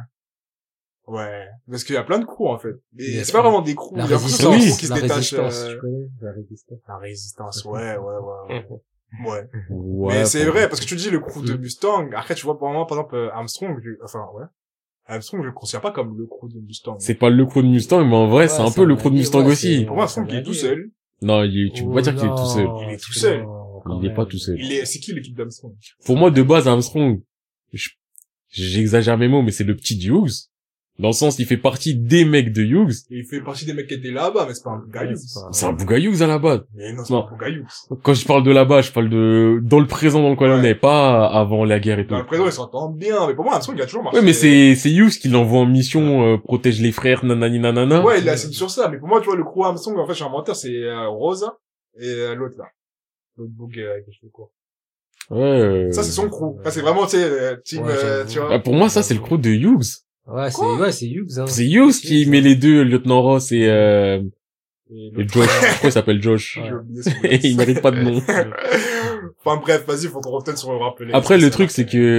ouais. Parce qu'il y a plein de crews, en fait. Et Il y a- c'est pas vraiment des crews. La J'ai l'impression que résistance, c'est un crew qui se la détache, résistance, euh, tu connais la résistance. La résistance, ouais, ouais, ouais, ouais. Ouais. Ouais, Mais c'est pour- vrai, parce que tu dis le crew de Mm. Mustang, après tu vois, pour moi, par exemple, euh, Armstrong, je- enfin, ouais. Armstrong, je le considère pas comme le crew de Mustang. C'est pas le crew de Mustang, mais en vrai, Ouais, c'est un c'est peu un le crew de allié, Mustang ouais, aussi. c'est- Pour moi, c'est Armstrong, il est un tout allié. seul. Non, il, tu peux pas dire qu'il est tout seul. Il est tout seul. Il est pas tout seul. Il est, c'est qui l'équipe d'Armstrong? Pour moi, de base, Armstrong, je- j'exagère mes mots, mais c'est le petit Hughes. Dans le sens, il fait partie des mecs de Hughes. Il fait partie des mecs qui étaient là-bas, mais c'est pas un Bougayoux. C'est un Bouga Hughes à la base. Mais non, c'est Non. pas un Bougayoux. Quand je parle de là-bas, je parle de dans le présent dans lequel on Ouais. est, pas avant la guerre et tout. Dans le présent, ils s'entendent bien, mais pour moi, Armstrong, il a toujours marché. Ouais, mais c'est c'est Hughes qui l'envoie en mission, euh, protège les frères, nanani nanana. Ouais, il est assis sur ça, mais pour moi, tu vois, le crew Armstrong, en fait, j'ai un menteur, c'est euh, Rosa et euh, l'autre, là. L'autre bouc euh, avec les cheveux courts. Ouais. euh, Ça, c'est son crew. Ça, c'est vraiment, tu sais, euh, team, Ouais, euh, j'avoue. tu vois. bah, pour moi, ça, c'est le crew de Hughes. Ouais, c'est, Quoi ouais, c'est Hughes, hein. C'est Hughes qui met les deux, le lieutenant Ross et, euh, Et et l'autre- Josh. Pourquoi il s'appelle Josh? J'ai oublié son nom. Et il mérite pas de nom. Enfin bref, vas-y, faut qu'on revienne sur le rappel. Après, le truc, c'est que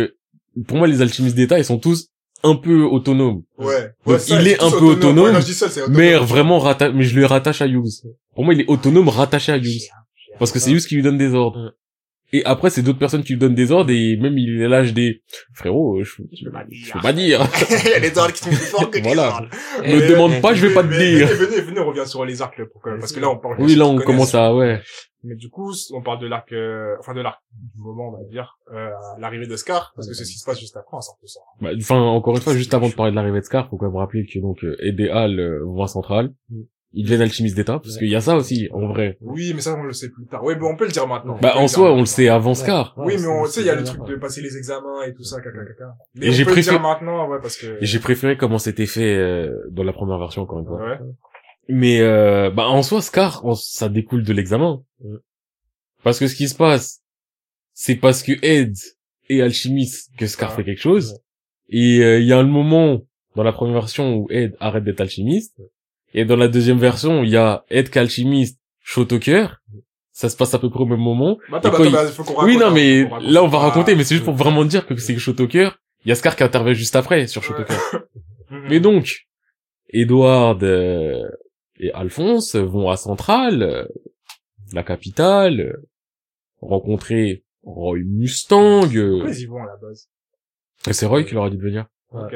pour moi, les alchimistes d'État, ils sont tous un peu autonomes. Ouais. Donc, ouais ça, il c'est est un tous peu autonome, Ouais, non, je dis seul, c'est autonome. mais vraiment rattaché, mais je le rattache à Hughes. Pour moi, il est autonome rattaché à Hughes. Parce que c'est Hughes qui lui donne des ordres. Et après, c'est d'autres personnes qui lui donnent des ordres et même il lâche des, frérot, je, je, peux pas dire. Je peux pas dire. Il y a les ordres qui sont plus forts que les Voilà. ordres. Me demande pas, je vais pas te Mais- dire. mais- Venez, venez, on revient sur les arcs, là, pour que- parce que là, on parle. Oui, là, on connais, commence à, ouais. Mais du coup, on parle de l'arc, euh, enfin de l'arc du moment, on va dire, euh, l'arrivée de Scar, parce que c'est ce qui se passe juste après, en cent pour cent. Bah, enfin, encore une fois, juste avant de parler de l'arrivée de Scar, faut quand même rappeler que donc euh, Ed et Hal euh, vont à Centrale. Ils deviennent alchimistes d'État, parce qu'il y a ça aussi, en vrai. Oui, mais ça, on le sait plus tard. Oui, mais on peut le dire maintenant. Bah, peut en le soi, dire on le maintenant. sait avant Scar. Oui, mais on, tu sais, il y a le truc de passer les examens et tout ça, caca, caca. Mais Et on j'ai peut le préféré- dire maintenant, ouais, parce que... Et j'ai préféré comment c'était fait euh, dans la première version, encore une fois. Ouais. Mais, euh, bah, en soi, Scar, on- ça découle de l'examen. Parce que ce qui se passe, c'est parce que Ed est alchimiste que Scar Ah. fait quelque chose. Et euh, il y a un moment dans la première version où Ed arrête d'être alchimiste. Et dans la deuxième version, il y a Ed qui est alchimiste, chaud au cœur. Ça se passe à peu près au même moment. Bah, attends, Et bah, quand attends, il- bah, faut qu'on raconte. Oui, non, hein, mais faut qu'on raconte. là, on va Ah. raconter, mais c'est juste pour vraiment dire que c'est chaud au cœur. Il y a Scar qui intervient juste après sur chaud au cœur. Mhm. Mais donc, Edward euh, et Alphonse vont à Centrale, euh, la capitale, euh, rencontrer Roy Mustang. euh, Pourquoi ils y vont, à la base? et c'est Roy qui leur a dit de venir. Ok.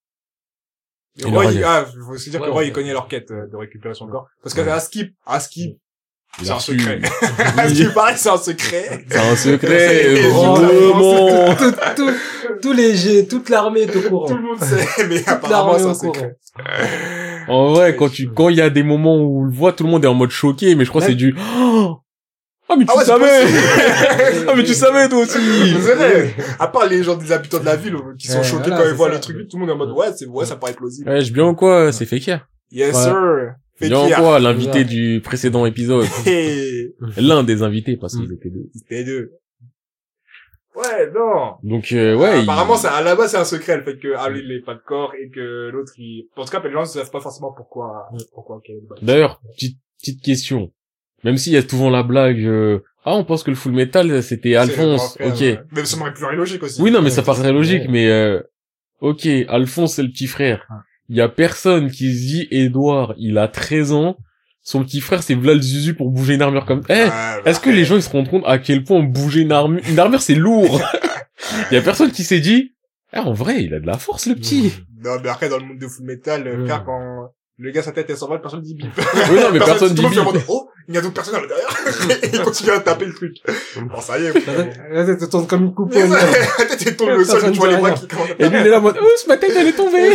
Et Il Roy, aura il, dit- ah, faut se dire que Ouais, Roy, ouais. il connaît leur quête euh, de récupérer son corps. Parce que Ouais. à Skip, à Skip, Il c'est a un reçu- secret. À ce qui paraît, c'est un secret. C'est un secret, C'est- vraiment. tout, tout, tous les jets, toute l'armée est au courant. Tout le monde sait, mais Toute apparemment, l'armée c'est est un au courant. secret. En vrai, quand tu, quand il y a des moments où on le voit, tout le monde est en mode choqué, mais je crois que c'est du, oh, ah, mais tu Ah ouais, c'est savais! possible. Ah, mais tu savais, toi aussi! C'est vrai. À part les gens des habitants de la ville euh, qui sont Ouais, choqués voilà, quand ils c'est voient ça. le truc, tout le monde est en mode, ouais, c'est, ouais, ça paraît plausible. Ouais, je bien ou quoi? C'est Fekir. Yes, Ouais. sir. Fait Bien ou qu'il y a- quoi? L'invité Voilà. du précédent épisode. Hey, L'un des invités, parce qu'ils étaient deux. c'était deux. Ouais, non. Donc, euh, ouais. il- Apparemment, ça, à la base, c'est un secret, le fait que, ah, lui, il n'ait pas de corps et que l'autre, il, en tout cas, les gens ne savent pas forcément pourquoi, pourquoi, ok. bah. D'ailleurs, petite, petite question. Même s'il y a souvent la blague, euh, ah, on pense que le Full Metal, c'était C'est le grand Alphonse. frère, Ok. ouais. Mais ça m'aurait pu faire logique aussi. Oui, non, mais ça Ouais, paraît logique, ouais. mais, euh, ok, Alphonse, c'est le petit frère. Il y a personne qui se dit, Edouard, il a treize ans, son petit frère, c'est Vlad Zuzu pour bouger une armure comme, eh, Ouais, bah, est-ce que les gens, ils se rendent compte à quel point bouger une armure, une armure, c'est lourd? Il y a personne qui s'est dit, ah, en vrai, il a de la force, le petit. Non, mais après, dans le monde de Full Metal, euh, Ouais. frère, quand le gars, sa tête, elle s'envole, personne dit bip. Oui, non, mais personne tout dit le monde se bip. demande, oh, il y a d'autres personnes à l'intérieur. Et il continue à taper le truc. Bon, ça y est. La tête te tourne comme une coupe. La tête, elle tombe le sol, Personne tu vois dit les bras rien. qui commencent à Et lui, il est là en mode, ouh, ma tête, elle est tombée.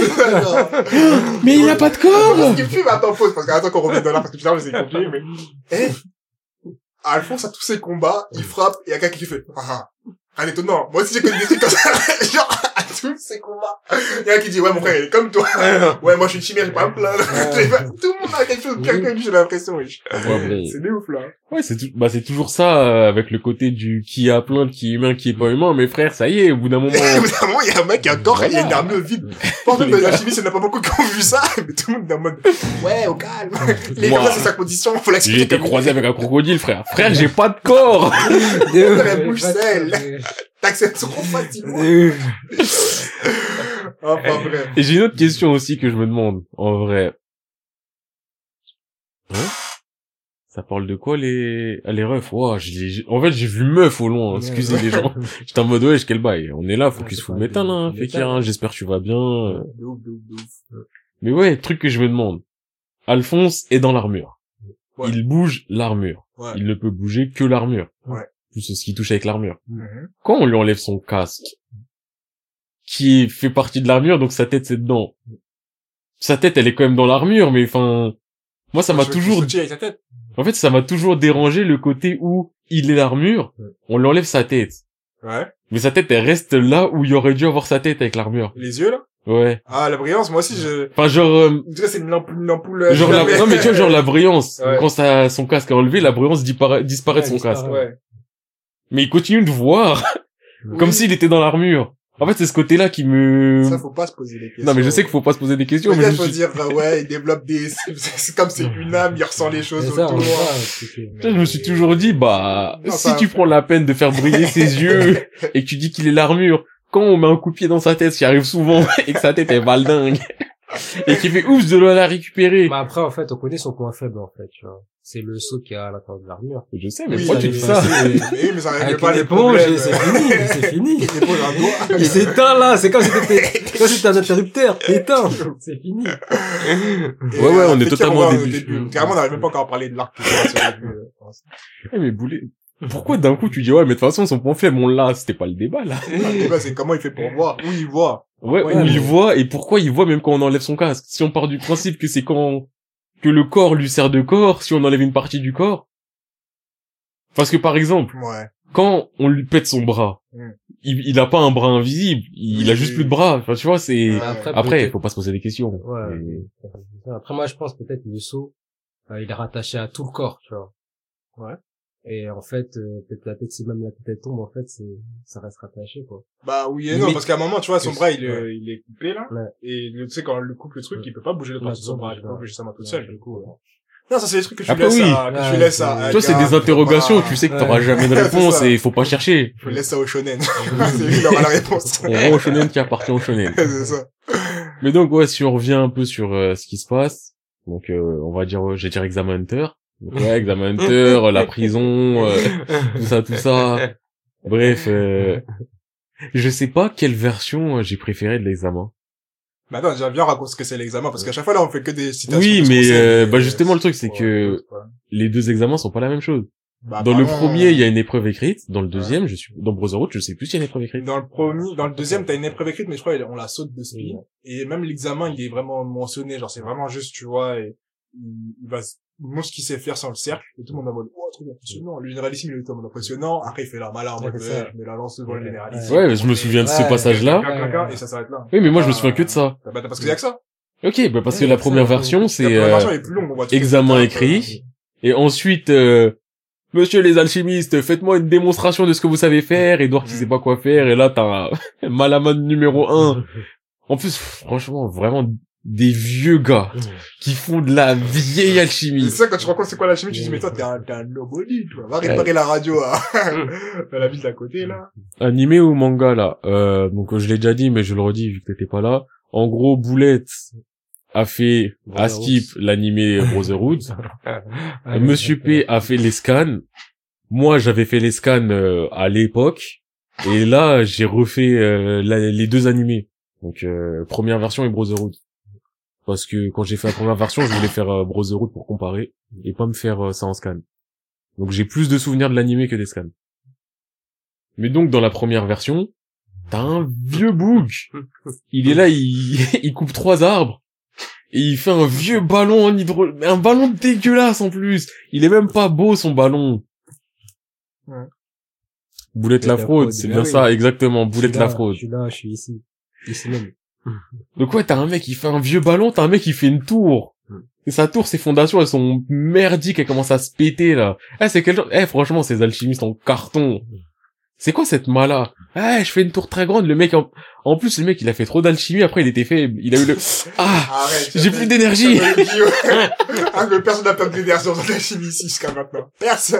Mais il a pas de corps. Ce qui me fume, attends, pause, parce que attends qu'on revienne dans là, parce que putain, c'est compliqué, mais, eh, Alphonse, à tous ses combats, il frappe, et il y a quelqu'un qui fait, ah, ah, rien d'étonnant. Moi aussi, j'ai connu des trucs comme ça. Genre, à tous ses combats. Il y a un qui dit, ouais, mon frère, il est comme toi. Ouais, moi, je suis une chimère, j'ai pas à me plaindre. J'ai pas- Tout le monde a quelque chose de pire que lui, j'ai l'impression, wesh. Ouais, bon. C'est des ouf, là. Ouais, c'est tout, bah, c'est toujours ça, euh, avec le côté du qui a plainte, qui est humain, qui est pas humain, mais frère, ça y est, au bout d'un moment. Et au bout d'un moment, il y a un mec qui a un corps, et il y a une Voilà. armure vide. En fait, Les dans la gars. chimie, il n'y en a pas beaucoup qui ont vu ça, mais tout le monde est en mode, ouais, au calme. Les Moi, gars, c'est sa condition, faut J'ai l'expliquer. été comme croisé avec un crocodile, frère. Frère, j'ai pas de corps. La bouche sale. T'acceptes trop facilement. Enfin, bref. Et j'ai une autre question aussi que je me demande, en vrai. Hein? Ça parle de quoi, les, ah, les refs? Ouah, j'ai, j'ai- en fait, j'ai vu meuf au loin, excusez les gens. J'étais en mode, ouais, quel bail. On est là, focus full metal, hein, Fekir, hein, j'espère que tu vas bien. De ouf, de ouf, de ouf. Mais ouais, truc que je me demande. Alphonse est dans l'armure. Ouais. Il bouge l'armure. Ouais. Il ne peut bouger que l'armure. Ouais. Plus ce qui touche avec l'armure. Mhm. Quand on lui enlève son casque, qui fait partie de l'armure, donc sa tête c'est dedans. Sa tête elle est quand même dans l'armure, mais enfin, moi ça m'a Tu veux toujours, qu'il se tire avec sa tête. en fait ça m'a toujours dérangé le côté où il est l'armure, on lui enlève sa tête. Ouais. Mais sa tête elle reste là où il aurait dû avoir sa tête avec l'armure. Les yeux, là. Ouais. Ah, la brillance, moi aussi, je, Enfin genre, euh, en tout cas, c'est une ampoule, une ampoule, euh, genre la, jamais- non mais tu vois genre la brillance. Ouais. Quand ça, son casque est enlevé, la brillance disparaît, disparaît de Ouais, son disparaît. casque. Ouais. Mais il continue de voir, comme Oui. s'il était dans l'armure. En fait c'est ce côté-là qui me... Ça, faut pas se poser des questions. Non mais je sais qu'il faut pas se poser des questions, mais Peut-être je me faut suis- dire, bah, ouais, il développe des, c'est c'est comme c'est une âme, il ressent les choses C'est ça, on autour. voit, c'est que- Tu sais, je me suis toujours dit, bah, Non, si ça- tu prends la peine de faire briller ses yeux et que tu dis qu'il est l'armure, quand on met un coup de pied dans sa tête, ce qui arrive souvent, et que sa tête est baldingue, et qui fait ouf de la récupérer. Bah après, en fait, on connaît son point faible, en fait, tu vois. C'est le saut qui a à l'intérieur de l'armure. Je sais, mais Oui, pourquoi ça tu dis dépend. ça? Mais, mais, mais ça règle Avec pas une les éponge, problèmes. c'est fini, c'est fini. Une éponge, un doigt. Il s'éteint, là, c'est comme si t'étais, comme si t'étais un interrupteur. T'éteins. C'est fini. Et, Ouais, ouais, euh, on est Fekir, totalement on au va début. Carrément, on n'arrive même pas encore à parler de l'arc. que tu vois, sur le début, euh. Eh, mais Boulet, pourquoi d'un coup tu dis ouais, mais de toute façon, son point faible, on l'a, c'était pas le débat, là. Le débat, c'est comment il fait pour voir, où il voit. Ouais, Ouais, où mais- il voit, et pourquoi il voit même quand on enlève son casque. Si on part du principe que c'est quand, que le corps lui sert de corps, si on enlève une partie du corps. Parce que par exemple, Ouais. quand on lui pète son bras, Mm. il, il a pas un bras invisible, il Oui, a juste oui. plus de bras. Enfin, tu vois, c'est, Ouais. Après, après, peut-être- faut pas se poser des questions. Ouais. Et- Après, moi, je pense peut-être le saut, euh, il est rattaché à tout le corps, tu vois. Ouais. Et en fait, euh, peut-être la tête, si même la tête elle tombe, en fait, c'est, ça reste rattaché, quoi. Bah oui et non, Mais- parce qu'à un moment, tu vois, son bras, il, Ouais. euh, il est coupé, là. Ouais. Et tu sais, quand on lui coupe le truc, Ouais. il peut pas bouger l'autre Ouais, partie de son bras. Il peut pas ouais. bouger sa main toute Ouais. seule, du coup. euh. Non, ça, c'est des trucs que tu Après, laisses oui. à, que tu Ouais, laisses à, c'est- à Tu vois, c'est Gab, des interrogations, pas- tu sais que Ouais. t'auras jamais de C'est réponse ça. et faut pas chercher. Je laisse ça au shonen. C'est lui, il aura la réponse. On rend au shonen qui appartient au shonen. C'est ça. Mais donc, ouais, si on revient un peu sur euh, ce qui se passe, donc, euh, on va dire, euh, j'ai dire Exam Hunter. Donc, ouais, Exam Hunter, euh, la prison, euh, tout ça, tout ça. Bref, euh, je sais pas quelle version euh, j'ai préférée de l'examen. Mais attends, déjà, viens raconter ce que c'est l'examen, parce qu'à chaque fois, là, on fait que des citations. Oui, de ce mais, qu'on sait, euh, mais, bah, justement, le truc, c'est ouais, que ouais. les deux examens sont pas la même chose. Bah, Dans le apparemment, premier, il y a une épreuve écrite. Dans le deuxième, je suis, dans Brotherhood, je sais plus s'il y a une épreuve écrite. Dans le premier, dans le deuxième, t'as une épreuve écrite, mais je crois, on la saute de speed. Et même l'examen, il est vraiment mentionné, genre, c'est vraiment juste, tu vois, et il, il va, il montre ce qu'il sait faire sans le cercle, et tout le monde en mode, oh, truc impressionnant. Le généralissime, il est tout impressionnant. Après, il fait la malade en mode, Ouais, c'est ouais, ça. je mets la lance devant le Ouais. généralissime. Ouais, je me souviens de ce Ouais. passage-là. Clac, clac, clac, et ça s'arrête là. Oui, mais moi, je me Ah, souviens que de ça. Bah, parce qu'il y a que ça. Ok, bah, parce que Ouais, la ça, première ça, version, La c'est, première euh, version est plus longue, on voit toutes les examen étapes, écrit. Et ensuite, euh, monsieur les alchimistes, faites-moi une démonstration de ce que vous savez faire. Edouard qui Mm. sait pas quoi faire. Et là, t'as un Malaman numéro un. En plus, franchement, vraiment des vieux gars qui font de la vieille euh, alchimie. C'est ça, quand tu te rends compte c'est quoi la chimie, tu te dis, mais toi, t'es un, t'es un nobody, tu vois. Va réparer la radio à, à la ville d'à côté, là. Animé ou manga, là? Euh, donc, je l'ai déjà dit, mais je le redis vu que t'étais pas là. En gros, Boulette a fait, à Brotherhood. skip, l'animé Brotherhood. Ah, Monsieur P a fait les scans. Moi, j'avais fait les scans euh, à l'époque. Et là, j'ai refait euh, la- les deux animés. Donc, euh, première version et Brotherhood. Parce que quand j'ai fait la première version, je voulais faire euh, Brotherhood pour comparer et pas me faire euh, ça en scan. Donc, j'ai plus de souvenirs de l'animé que des scans. Mais donc, dans la première version, t'as un vieux boug. Il est là, il, il coupe trois arbres. Et il fait un vieux ballon en hydro... Un ballon dégueulasse en plus. Il est même pas beau son ballon. Ouais. Boulette la fraude, c'est bien Ah oui. ça, exactement. Je suis Boulette là, la fraude. Je suis là, je suis ici. Ici même. Donc ouais, t'as un mec qui fait un vieux ballon, t'as un mec qui fait une tour. Et sa tour, ses fondations, elles sont merdiques, elles commencent à se péter, là. Eh, c'est quel genre... Eh, franchement, ces alchimistes en carton. C'est quoi cette mala? Eh, je fais une tour très grande, le mec, en, en plus, le mec, il a fait trop d'alchimie, après, il était faible. Il a eu le... Ah! Arrête. J'ai plus d'énergie. Ah, mais personne n'a perdu d'énergie dans la chimie ici jusqu'à maintenant. Personne.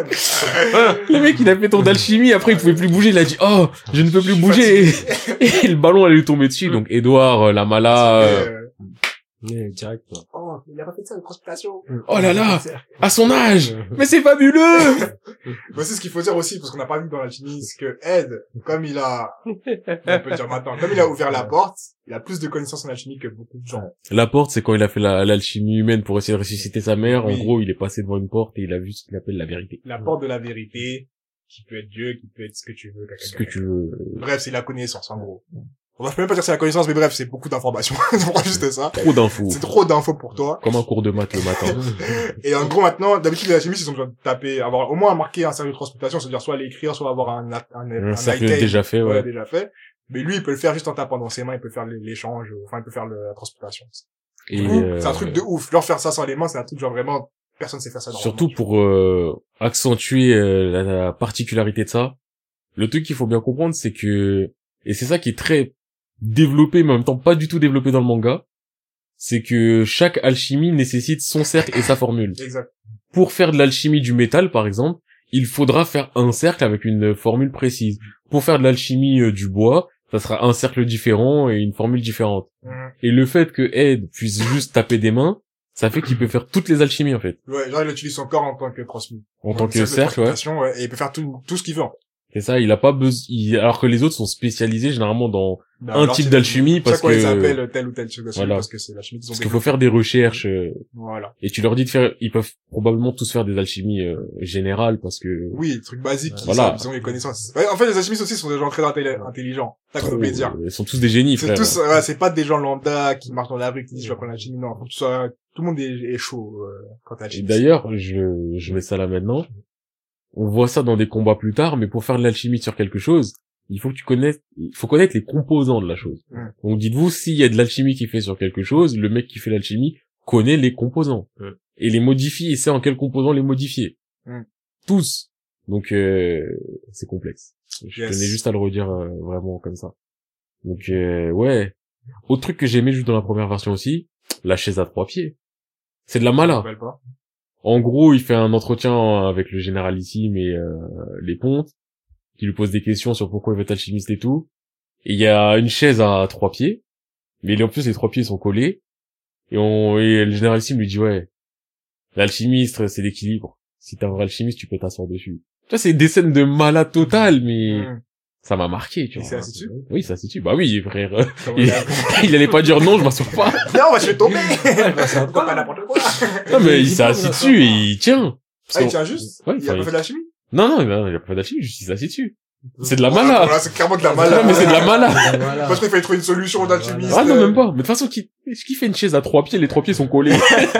Le mec, il a fait tour d'alchimie, après, il pouvait plus bouger, il a dit, oh, je ne peux plus bouger. Et le ballon allait lui tomber dessus, donc Edouard, euh, la mala, euh, Euh, Mais direct, quoi. Oh, il a pas fait ça, une conspiration. oh là là, à son âge, mais c'est fabuleux. Bah, c'est ce qu'il faut dire aussi, parce qu'on n'a pas vu dans la chimie, c'est que Ed, comme il a, on peut dire maintenant, comme il a ouvert la porte, il a plus de connaissances en alchimie que beaucoup de gens. La porte, c'est quand il a fait la- l'alchimie humaine pour essayer de ressusciter sa mère. En Oui. gros, il est passé devant une porte et il a vu ce qu'il appelle la vérité. La porte de la vérité, qui peut être Dieu, qui peut être ce que tu veux. caca, Ce que caca. tu veux. Bref, c'est la connaissance, en gros. On va même pas dire c'est la connaissance, mais bref, c'est beaucoup d'informations. C'est juste ça. Trop d'infos. C'est trop d'infos pour toi. Comme un cours de maths le matin. Et en gros, maintenant, d'habitude, les alchimistes, ils ont besoin de taper, avoir au moins marqué un cercle de transmutation, c'est-à-dire soit l'écrire, soit avoir un, un, un, Un cercle item, déjà fait, ouais, ouais. déjà fait. Mais lui, il peut le faire juste en tapant dans ses mains, il peut faire l'échange, enfin, il peut faire le- la transmutation. Et, Du coup, euh, c'est un truc de ouf. Leur faire ça sans les mains, c'est un truc genre vraiment, personne sait faire ça. surtout pour euh, accentuer euh, la, la particularité de ça. Le truc qu'il faut bien comprendre, c'est que, et c'est ça qui est très développé, mais en même temps pas du tout développé dans le manga, c'est que chaque alchimie nécessite son cercle et sa formule. Exact. Pour faire de l'alchimie du métal, par exemple, il faudra faire un cercle avec une formule précise. Pour faire de l'alchimie euh, du bois, ça sera un cercle différent et une formule différente. Mhm. Et le fait que Ed puisse juste taper des mains, ça fait qu'il peut faire toutes les alchimies, en fait. Ouais, genre, il utilise son corps en tant que transmis. En tant que cercle, ouais. ouais. Et il peut faire tout, tout ce qu'il veut, en fait. C'est ça, il a pas besoin, alors que les autres sont spécialisés généralement dans Bah, un alors, type c'est- d'alchimie parce C'est ça qu'on les que, appelle tel ou tel truc d'alchimie Voilà. parce que c'est l'alchimie qu'ils ont parce qu'il faut faire des recherches, euh, Voilà. et tu leur dis de faire, ils peuvent probablement tous faire des alchimies, euh, générales parce que, Oui, trucs basiques, qui Voilà. savent, ils ont les connaissances. Ouais, en fait, les alchimistes aussi sont des gens très intelli- intelligents. T'as qu'on oublie de dire. ils sont tous des génies, C'est frère. tous, ouais, c'est pas des gens lambda qui marchent dans la rue qui disent je vais apprendre l'alchimie. Non, faut que tu sois, tout le monde est, est chaud, euh, quand t'es Et alchimiste. d'ailleurs, je, je mets ça là maintenant. On voit ça dans des combats plus tard, mais pour faire de l'alchimie sur quelque chose, il faut que tu connaisses, il faut connaître les composants de la chose. Mm. Donc dites-vous, s'il y a de l'alchimie qui fait sur quelque chose, le mec qui fait l'alchimie connaît les composants. Mm. Et les modifie et sait en quels composants les modifier. Mm. Tous. Donc, euh, c'est complexe. Je Yes. tenais juste à le redire euh, vraiment comme ça. Donc, euh, ouais. Autre truc que j'aimais juste dans la première version aussi, la chaise à trois pieds. C'est de la Je me mala. rappelle pas. En gros, il fait un entretien avec le généralissime et euh, les pontes, qui lui posent des questions sur pourquoi il veut être alchimiste et tout. Et il y a une chaise à trois pieds, mais en plus les trois pieds sont collés. Et, on, et le généralissime lui dit ouais, l'alchimiste c'est l'équilibre. Si t'es un vrai alchimiste, tu peux t'asseoir dessus. Tu vois, c'est des scènes de malade total, mais Mm. ça m'a marqué, tu Il vois. s'est assis dessus? Oui, ça s'est dessus. Bah oui, frère. Comment Il, il a- il allait pas dire non, je m'assois pas. Non, bah, je vais tomber! c'est un Pourquoi pas n'importe quoi? Non, mais il Il s'est dit assis pas, dessus et il tient. Parce Ah, il qu'on- tient juste? Ouais, Il a enfin, pas fait de l'alchimie? Non, non, il a, il a pas fait d'alchimie, juste il s'est assis dessus. C'est de la Voilà, mala. voilà, c'est clairement de la Non, mala. mais c'est de la mala. Voilà. Parce qu'il fallait trouver une solution aux alchimistes. Ah non, même pas. Mais de toute façon, qui, qui fait une chaise à trois pieds, les trois pieds sont collés.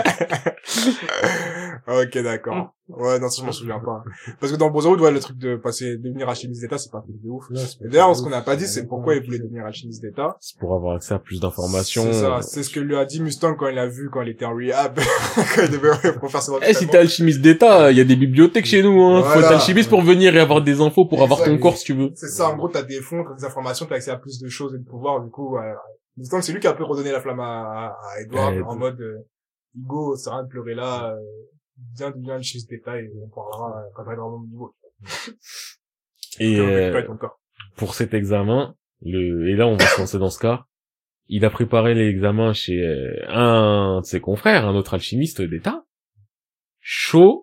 Ok, d'accord. Ouais, non, ça, je m'en souviens pas. Parce que dans Brotherhood, ouais, le truc de passer, devenir alchimiste d'État, c'est pas un truc de ouf. Non, c'est Et d'ailleurs, pas ce qu'on ouf. n'a pas dit, c'est pourquoi il voulait devenir alchimiste d'État. C'est pour avoir accès à plus d'informations. C'est ça, c'est ce que lui a dit Mustang quand il l'a vu, quand il était en rehab, quand il devait refaire ses Eh, si t'es alchimiste d'État, il y a des bibliothèques chez nous, hein. Faut Voilà. être alchimiste pour venir et avoir des infos pour avoir ton Exact. corps, si tu veux. C'est ça, en gros, t'as des fonds, t'as des informations, t'as accès à plus de choses et de pouvoir, du coup, euh, Mustang, c'est lui qui a un peu redonné la flamme à, à Edward, Ouais, en mode, euh, Hugo, c'est rien de pleurer là, euh, viens devenir alchimiste d'État et on parlera euh, quand t'arriveras au même niveau. Et, Tu peux euh, récupérer ton corps. pour cet examen, le, et là, on va se lancer dans ce cas. Il a préparé l'examen chez euh, un de ses confrères, un autre alchimiste d'État. Shaw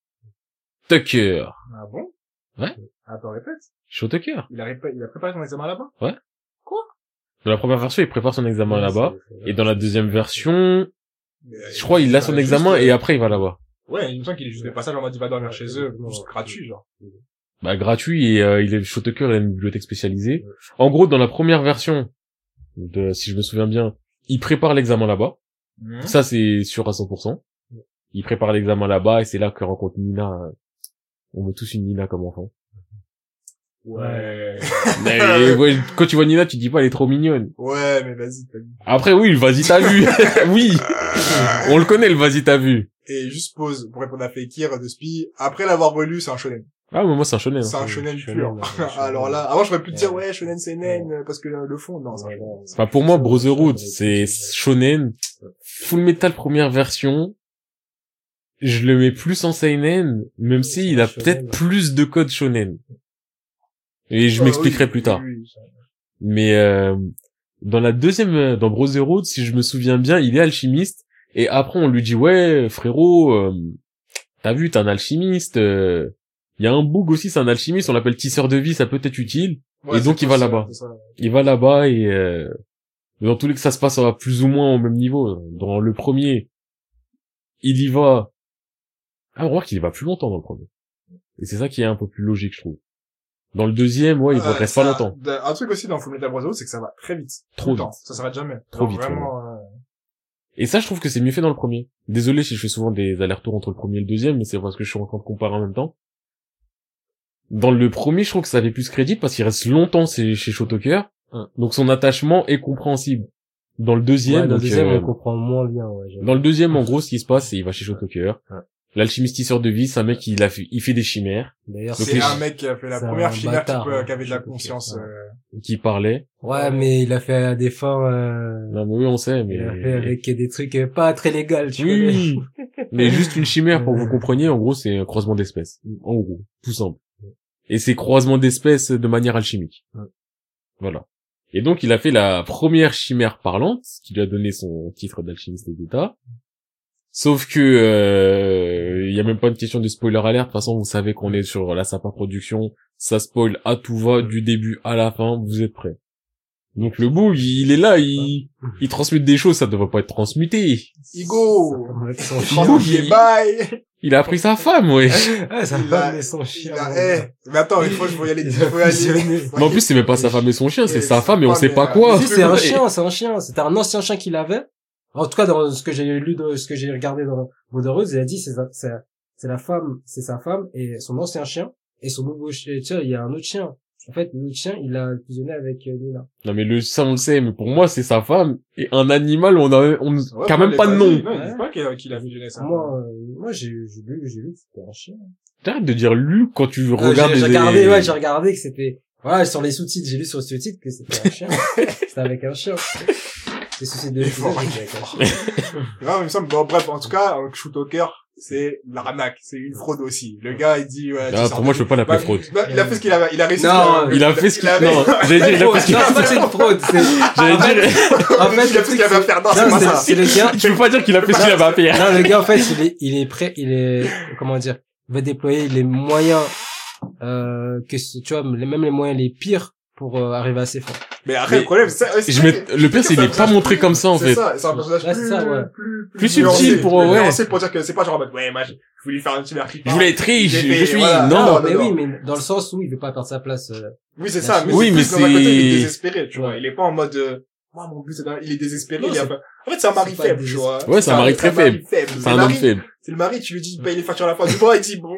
Tucker. Ah bon? Ouais. Attends, répète. Shaw Tucker. Il a, répé- il a préparé son examen là-bas? Dans la première version, il prépare son examen Ouais, là-bas. c'est- c'est- Et dans la deuxième version, Mais, euh, je crois, il a son juste, examen euh, et après, il va là-bas. Ouais, il me semble qu'il est juste de passage en mode il va dormir chez eux, juste gratuit, genre. Bah, gratuit et euh, il est Shaw Tucker, il a une bibliothèque spécialisée. En gros, dans la première version, de, si je me souviens bien, il prépare l'examen là-bas. Mhm. Ça, c'est sûr à cent pour cent. Il prépare l'examen là-bas et c'est là que rencontre Nina. On veut tous une Nina comme enfant. Ouais. Mais ouais, quand tu vois Nina, tu te dis pas elle est trop mignonne. Ouais, mais vas-y, t'as dit. Après oui, le vas-y t'as vu. Oui, on le connaît le vas-y t'as vu. Et juste pause, pour répondre à Fekir de Spi, après l'avoir relu, c'est un shonen. Ah mais moi c'est un shonen. C'est hein. un shonen shonen, pur. ouais, shonen. Alors là, avant j'aurais pu te dire, Ouais. ouais, shonen seinen, parce que le le fond, non, c'est un shonen. Enfin pour moi Brotherhood c'est shonen. Full Metal première version. Je le mets plus en seinen, même si il a Shonen, peut-être ouais. plus de codes shonen. Et je Ah, m'expliquerai oui, plus tard. oui, oui, ça- Mais euh, dans la deuxième, euh, dans Brotherhood, si je me souviens bien, il est alchimiste. Et après, on lui dit, ouais, frérot, euh, t'as vu, t'es un alchimiste. Il y a un bug aussi, c'est un alchimiste, on l'appelle tisseur de vie, ça peut être utile. Ouais, Et donc, c'est il va ça, là-bas. c'est ça. Il va là-bas et euh, dans tous les cas, ça se passe à plus ou moins au même niveau. Dans le premier, il y va. Ah, on voit qu'il y va plus longtemps dans le premier. Et c'est ça qui est un peu plus logique, je trouve. Dans le deuxième, ouais, il Euh, reste ça- pas longtemps. Un truc aussi dans Fullmetal Brotherhood, c'est que ça va très vite. Trop Tout le temps. vite. Ça s'arrête jamais. Trop Genre, vite, Vraiment, euh, Et ça, je trouve que c'est mieux fait dans le premier. Désolé si je fais souvent des allers-retours entre le premier et le deuxième, mais c'est parce que je suis en train de comparer en même temps. Dans le premier, je trouve que ça avait plus crédit parce qu'il reste longtemps chez chez Shotoker. Hum. Donc son attachement est compréhensible. Dans le deuxième, Ouais, dans le donc, deuxième, euh, on comprend moins bien, ouais. j'avoue. dans le deuxième, en gros, ce qui se passe, c'est il va chez Shotoker. Ouais. L'alchimiste tisseur de vie, c'est un mec qui il a fait, il fait des chimères, D'ailleurs, Donc c'est les- un mec qui a fait la c'est première un chimère qui, bâtard, peut- hein. qui avait de la Je sais conscience. pas. euh, qui parlait. ouais, mais il a fait à des fins, euh, Non, mais oui, on sait, mais... il a fait avec des trucs euh, pas très légaux, tu connais. Oui, mais juste une chimère, pour que vous compreniez, en gros, c'est un croisement d'espèces. En gros, tout simple. Et c'est croisement d'espèces de manière alchimique. Ouais. Voilà. Et donc, il a fait la première chimère parlante, qui lui a donné son titre d'alchimiste d'État. Sauf que, euh, il y a même pas une question de spoiler alert. De toute façon, vous savez qu'on est sur la Sapin Production. Ça spoil à tout va, du début à la fin. Vous êtes prêts. Donc, le bout, il est là, il, il transmute des choses, ça devrait pas être transmuté. Igo! Son Il est bye! Il a appris sa femme, ouais. Ah, ça Il va, a- mais son chien. Il a- eh, mais attends, il faut, il faut y aller, il faut y aller. Mais en plus, c'est même pas sa femme et son chien, c'est Ouais, sa c'est femme et on pas, sait mais, pas euh, quoi. Si, c'est un chien, c'est un chien. C'était un ancien chien qu'il avait. En tout cas, dans ce que j'ai lu, dans ce que j'ai regardé dans Bordereuse, il a dit, c'est, sa- c'est, c'est la femme, c'est sa femme et son ancien chien. Et son nouveau chien, tu vois, il y a un autre chien. En fait, l'autre chien, il a fusionné avec euh, Nina. Non, mais le, ça, on le sait, mais pour moi, c'est sa femme. Et un animal, on a, on, Ouais, qui a moi, même il pas de est nom. dit. Non, il dit pas qu'il a, qu'il a fusionné ça. Moi, euh, moi, j'ai, j'ai lu, j'ai lu que c'était un chien. T'arrêtes de dire lui quand tu Euh, regardes j'ai, j'ai les... regardé, ouais, j'ai regardé que c'était, voilà, sur les sous-titres, j'ai lu sur les sous-titres que c'était un chien. C'était avec un chien. Les sous-titres de l'épisode, c'était avec un chien. Non, il me semble, bon, bref, en tout cas, un shoot au cœur, c'est l'arnaque, c'est une fraude aussi. Le gars, il dit, ouais, tu Ah, sors pour moi, de- je peux pas l'appeler Bah, fraude. bah, il a fait ce qu'il a, il a réussi. Non, ce qu'il Il a fait ce qu'il... avait- Non, j'allais dire, il a fait ce qu'il... Non, c'est pas que c'est une fraude, c'est, J'allais en fait, dire... en fait, il a fait ce qu'il avait à faire. Non, c'est non, pas c'est, ça. c'est le gars, Tu peux pas dire qu'il a fait ce qu'il avait à faire. non, le gars, en fait, il est, il est prêt, il est, comment dire, il va déployer les moyens, euh, que, ce- tu vois, les- même les moyens les pires pour euh, arriver à ses fins. Mais après, Mais- le problème, c'est, ouais, c'est Je vrai mets- que- le pire, c'est qu'il est pas montré comme ça, en C'est fait. ça, c'est un personnage Ouais, plus, c'est ça, ouais. plus, Plus subtil nuancé, pour- plus ouais. nuancé pour dire que c'est pas genre en mode, ouais, moi, je je voulais faire un petit mercredi. Je voulais être riche, J'ai fait, je suis... voilà. Non. Non, mais non. oui, mais dans le sens où il veut pas perdre sa place, euh, Oui, c'est ça, mais Oui, c'est mais plus dans un côté, il est c'est- désespéré, tu vois. Ouais. Il est pas en mode, euh, moi, mon but, c'est d'un- il est désespéré, Non, il a c'est- pas... En fait, c'est un mari c'est pas faible, tu désespéré. vois. Ouais, c'est un mari très faible. C'est C'est le un homme mari, faible. c'est le mari, tu lui dis, paye les factures à la fin du mois, il dit, bon,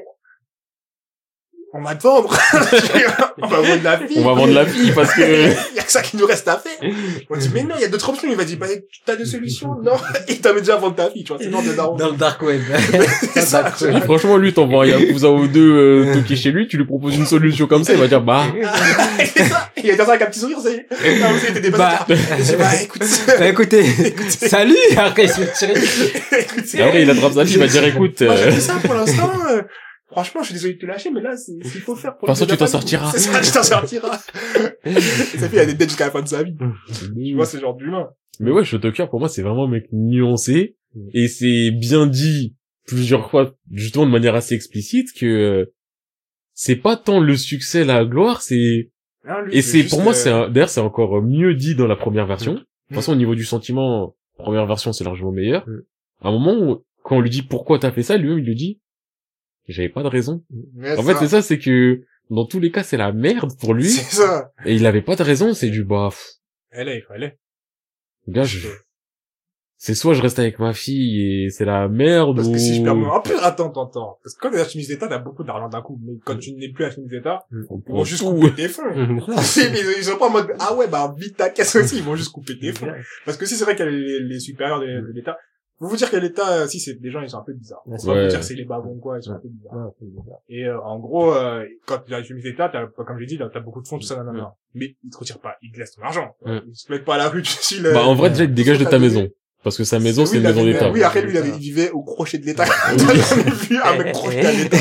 on va te vendre. On va vendre la fille. On va vendre la fille parce que... Il y a que ça qui nous reste à faire. On dit, mais non, il y a d'autres options. Il va dire, bah, t'as des solutions? Non. Il t'a mis déjà à vendre ta fille, tu vois. C'est genre de daron. dans le dark web. C'est ça, Dark tu web. Oui, franchement, lui, t'envoies un Yakuza ou deux euh, toquer chez lui, tu lui proposes une solution comme ça, il va dire, bah... C'est ça. Il va dire ça avec un petit sourire, c'est, non, vous avez été dépassé. Bah, Il dit, bah, écoute, bah, écoutez, salut, après il se fait tirer. écoute, Et après, il attrape sa fille, il va dire, écoute... moi, euh, j'ai fait ça pour l'instant, euh, franchement, je suis désolé de te lâcher, mais là, c'est ce qu'il faut faire pour De toute façon, le tu t'en Japon. sortiras. C'est ça, tu t'en sortiras. Et sa fille, elle est dead jusqu'à la fin de sa vie. Tu vois, c'est le genre d'humain. Mais ouais, Shotoker, pour moi, c'est vraiment un mec nuancé, et c'est bien dit plusieurs fois, justement de manière assez explicite, que euh, c'est pas tant le succès, la gloire, c'est... Hein, lui, Et c'est, juste, pour moi, euh, c'est un... d'ailleurs, c'est encore mieux dit dans la première version. Mm. De toute façon, au niveau du sentiment, première version, c'est largement meilleur. Mm. À un moment où, quand on lui dit pourquoi t'as fait ça, lui-même, il lui dit, j'avais pas de raison. ouais, En fait, c'est ça, c'est que, dans tous les cas, c'est la merde pour lui, C'est ça. et il avait pas de raison, c'est du, bah, pff, Elle est, elle est. gars, je... c'est soit je reste avec ma fille et c'est la merde, Parce ou... que si je perds mon... Un peu, attends, attends, attends. Parce que quand t'es archimiste d'État, t'as beaucoup d'argent d'un coup. Mais quand tu n'es plus archimiste d'État, on ils prend vont juste tout. couper tes fonds. C'est- mais ils sont pas en mode, ah ouais, bah, vite ta caisse aussi, ils vont juste couper tes fonds. Parce que si c'est vrai qu'il y a les, les supérieurs de, de l'État, vous vous dire que l'État, euh, si c'est des gens, ils sont un peu bizarres. Ouais. On va Ouais. vous dire que c'est les babons, quoi, ils sont un peu bizarres. Et, euh, en gros, euh, quand tu as archimiste d'État, t'as, comme j'ai dit, t'as beaucoup de fonds, tout ça, nanana. Mais ils te retirent pas, ils te laissent ton argent. Ouais. Ils se mettent pas à la rue, tu sais, le... Bah, en vrai, déjà, il te dégage de ta Oui, maison. Parce que sa maison, c'est oui, une il maison avait- d'État. Oui, après, lui, il, avait, il vivait au crochet de l'État. J'en ai vu un mec crochet à l'État.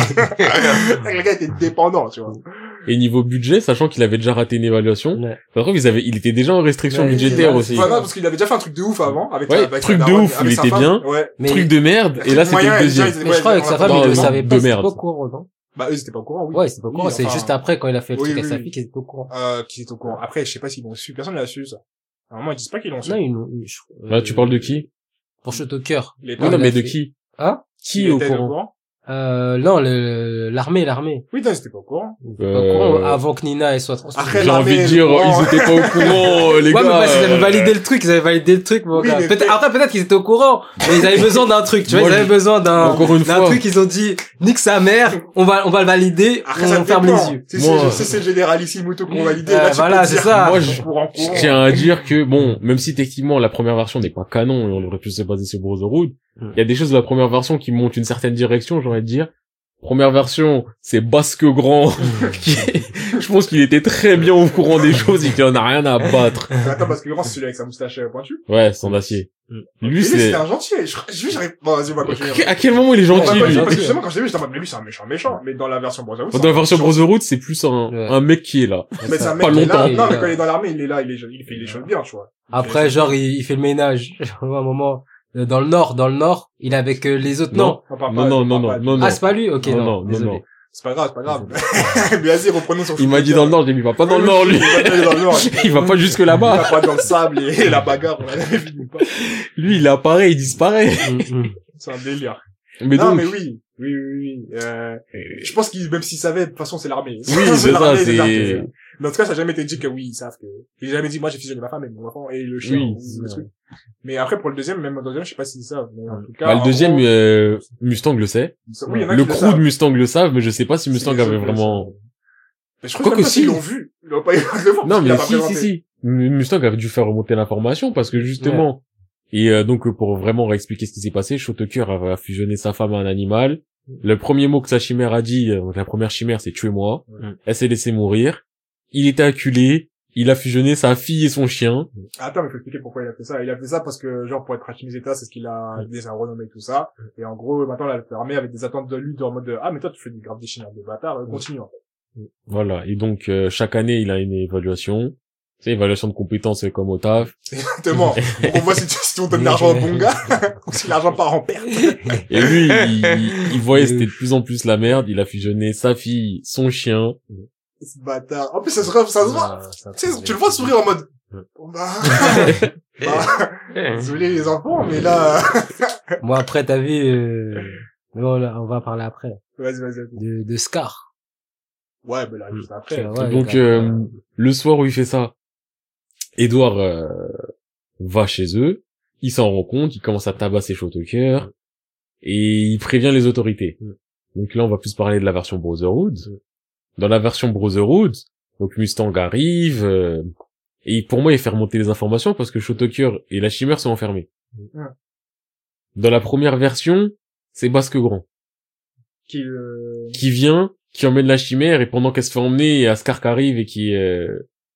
Le gars était dépendant, tu vois. Et niveau budget, sachant qu'il avait déjà raté une évaluation, Ouais. par contre, ils avaient, il était déjà en restriction Ouais, budgétaire c'est aussi. Enfin, non, parce qu'il avait déjà fait un truc de ouf avant, avec Ouais, la, avec truc sa de daronne, ouf, avec il sa était femme. bien. Ouais. Mais, Truc de merde, et Truc là, c'était moyen, le et deuxième. déjà, ils- mais je crois avec on sa a femme, pas il de- le non, savait de pas, c'était merde. pas au courant, non? Bah, eux, ils étaient pas au courant, oui. Ouais, c'était pas au courant, Oui, c'est enfin, juste après, quand il a fait le oui, truc avec oui, sa oui. fille, qu'il était au courant. Euh, qui étaient au courant. Après, je sais pas s'ils l'ont su. Personne l'a su, ça. À un moment, ils disent pas qu'ils l'ont su. Non, ils l'ont eu, je crois. Là, tu parles de qui? Pour Shotoker. L'État. Oui, non, il a mais de fait- qui? Hein? Qui est au était courant? Euh, non, le, l'armée, l'armée. Oui, non, ils étaient pas au courant. Ils étaient pas au courant Euh, avant que Nina, elle soit transférée. Après, J'ai envie de l'armée, dire, bon. ils étaient pas au courant, les Ouais, gars. mais parce qu'ils avaient euh, validé le truc, ils avaient validé le truc, mon Oui, gars. mais Peut-être, peut-être- après, peut-être qu'ils étaient au courant, mais ils avaient besoin d'un truc, tu vois, Moi, ils avaient je- besoin d'un, Encore une d'un fois. truc, ils ont dit, nique sa mère, on va, on va le valider, Après, ça on ferme les dépend. yeux. Si Moi- c'est, si c'est le généralissime tout qu'on validé, Euh, là, tu voilà, peux c'est dire, ça. moi, je- je cours en Je courant. tiens à dire que, bon, même si techniquement la première version n'est pas canon et on aurait pu se baser sur Brotherhood, Mm. il y a des choses de la première version qui montent une certaine direction, j'ai envie de dire. Première version, c'est Basque Grand qui, Je pense qu'il était très bien au courant des choses et qu'il en a rien à battre. Attends, parce que Grand, c'est celui avec sa moustache euh, pointue. Ouais, son acier. Et Lui, lui, c'est... c'était un gentil. Je, je, j'arrive, bon, vas-y, on va continuer. À quel moment il est gentil, Bah, lui? parce que justement, quand je l'ai vu, j'étais en mode, mais lui, c'est un méchant, méchant. Mais dans la version Brotherhood, Dans la version Brotherhood, c'est plus un, Ouais. un mec qui est là. mais c'est un mec pas qui est là. longtemps. Non, mais Il- quand il est dans l'armée, il est là, il est, il fait les choses bien, tu vois. Il fait Après, les choses genre, il, il fait le ménage. À un moment, euh, dans le nord, dans le nord, il est avec euh, les autres. Non. Non. bien. On parle Non, pas- non, on non, parle non, pas- non, non. Ah, c'est pas lui? Ok, Non, non. non, non, désolé. non. C'est pas grave, c'est pas grave. Mais vas-y, reprenons sur Il m'a dit dans le nord, j'ai dit, il va pas dans le nord, lui. Il va pas dans le nord. Il va pas jusque Il va là-bas. pas dans le sable et la bagarre, on l'avait vu pas. Lui, il apparaît, il disparaît. Mm, mm. C'est un délire. Mais non, donc, mais oui. Oui, oui, oui. Euh, je pense qu'il, même s'il savait, de toute façon, c'est l'armée. oui, c'est l'armée, ça, c'est l'armée. c'est... Mais en tout cas, ça a jamais été dit que oui, ils savent que, il a jamais dit, moi, j'ai fusionné ma femme et mon enfant et le chien, Oui, ou le truc. Mais après, pour le deuxième, même le deuxième, je sais pas s'ils savent. Mais en tout cas. Bah, le en deuxième, gros, euh, Mustang le sait. oui, il y en a Le qui le crew savent. de Mustang le savent, mais je sais pas si Mustang les avait autres le vraiment... savent. Mais je crois Quoique que même pas si. s'ils l'ont vu. Ils n'ont pas eu le voir. Non, parce qu'il mais a pas si, si, présenté. si. M- Mustang avait dû faire remonter l'information parce que justement, et euh, donc euh, pour vraiment réexpliquer ce qui s'est passé, Shotoker avait fusionné sa femme à un animal. Le premier mot que sa chimère a dit, euh, donc la première chimère, c'est tuez-moi. Ouais. Elle s'est laissée mourir. Il était acculé. Il a fusionné sa fille et son chien. Attends, mais faut expliquer pourquoi il a fait ça. Il a fait ça parce que, genre, pour être Hachimizeta, c'est ce qu'il a dit, sa renommée et tout ça. Et en gros, maintenant, l'armée avait des attentes de lui, en mode de, ah, mais toi, tu fais du grave déchirement de bâtard, euh, continue, en fait. Voilà. Et donc euh, chaque année, il a une évaluation. C'est évaluation de compétences euh, comme au taf. Exactement. Donc, on voit si tu, si on donne de l'argent au bon gars, ou si l'argent part en perte. Et lui, il, il voyait c'était de plus en plus la merde. Il a fusionné sa fille, son chien. Ce bâtard. En plus, ça se voit, ça se voit. Ah, ça, Tu sais, tu le vois sourire en mode, bon, bah, bah, désolé les enfants, mais là, Moi, après, t'as vu, euh... mais bon, là, on va parler après. vas-y, vas-y, vas-y. De, de Scar. Ouais, mais là, juste après. Ouais, donc après, euh, le soir où il fait ça, Edouard euh, va chez eux. Il s'en rend compte. Il commence à tabasser Shotoker. Et il prévient les autorités. Donc là, on va plus parler de la version Brotherhood. Dans la version Brotherhood, donc Mustang arrive, euh, et pour moi, il fait remonter les informations parce que Shotoker et la chimère sont enfermés. Ouais. Dans la première version, c'est Basque Grand Qui, euh, qui vient, qui emmène la chimère, et pendant qu'elle se fait emmener, il y a Scar qui arrive et qui, euh,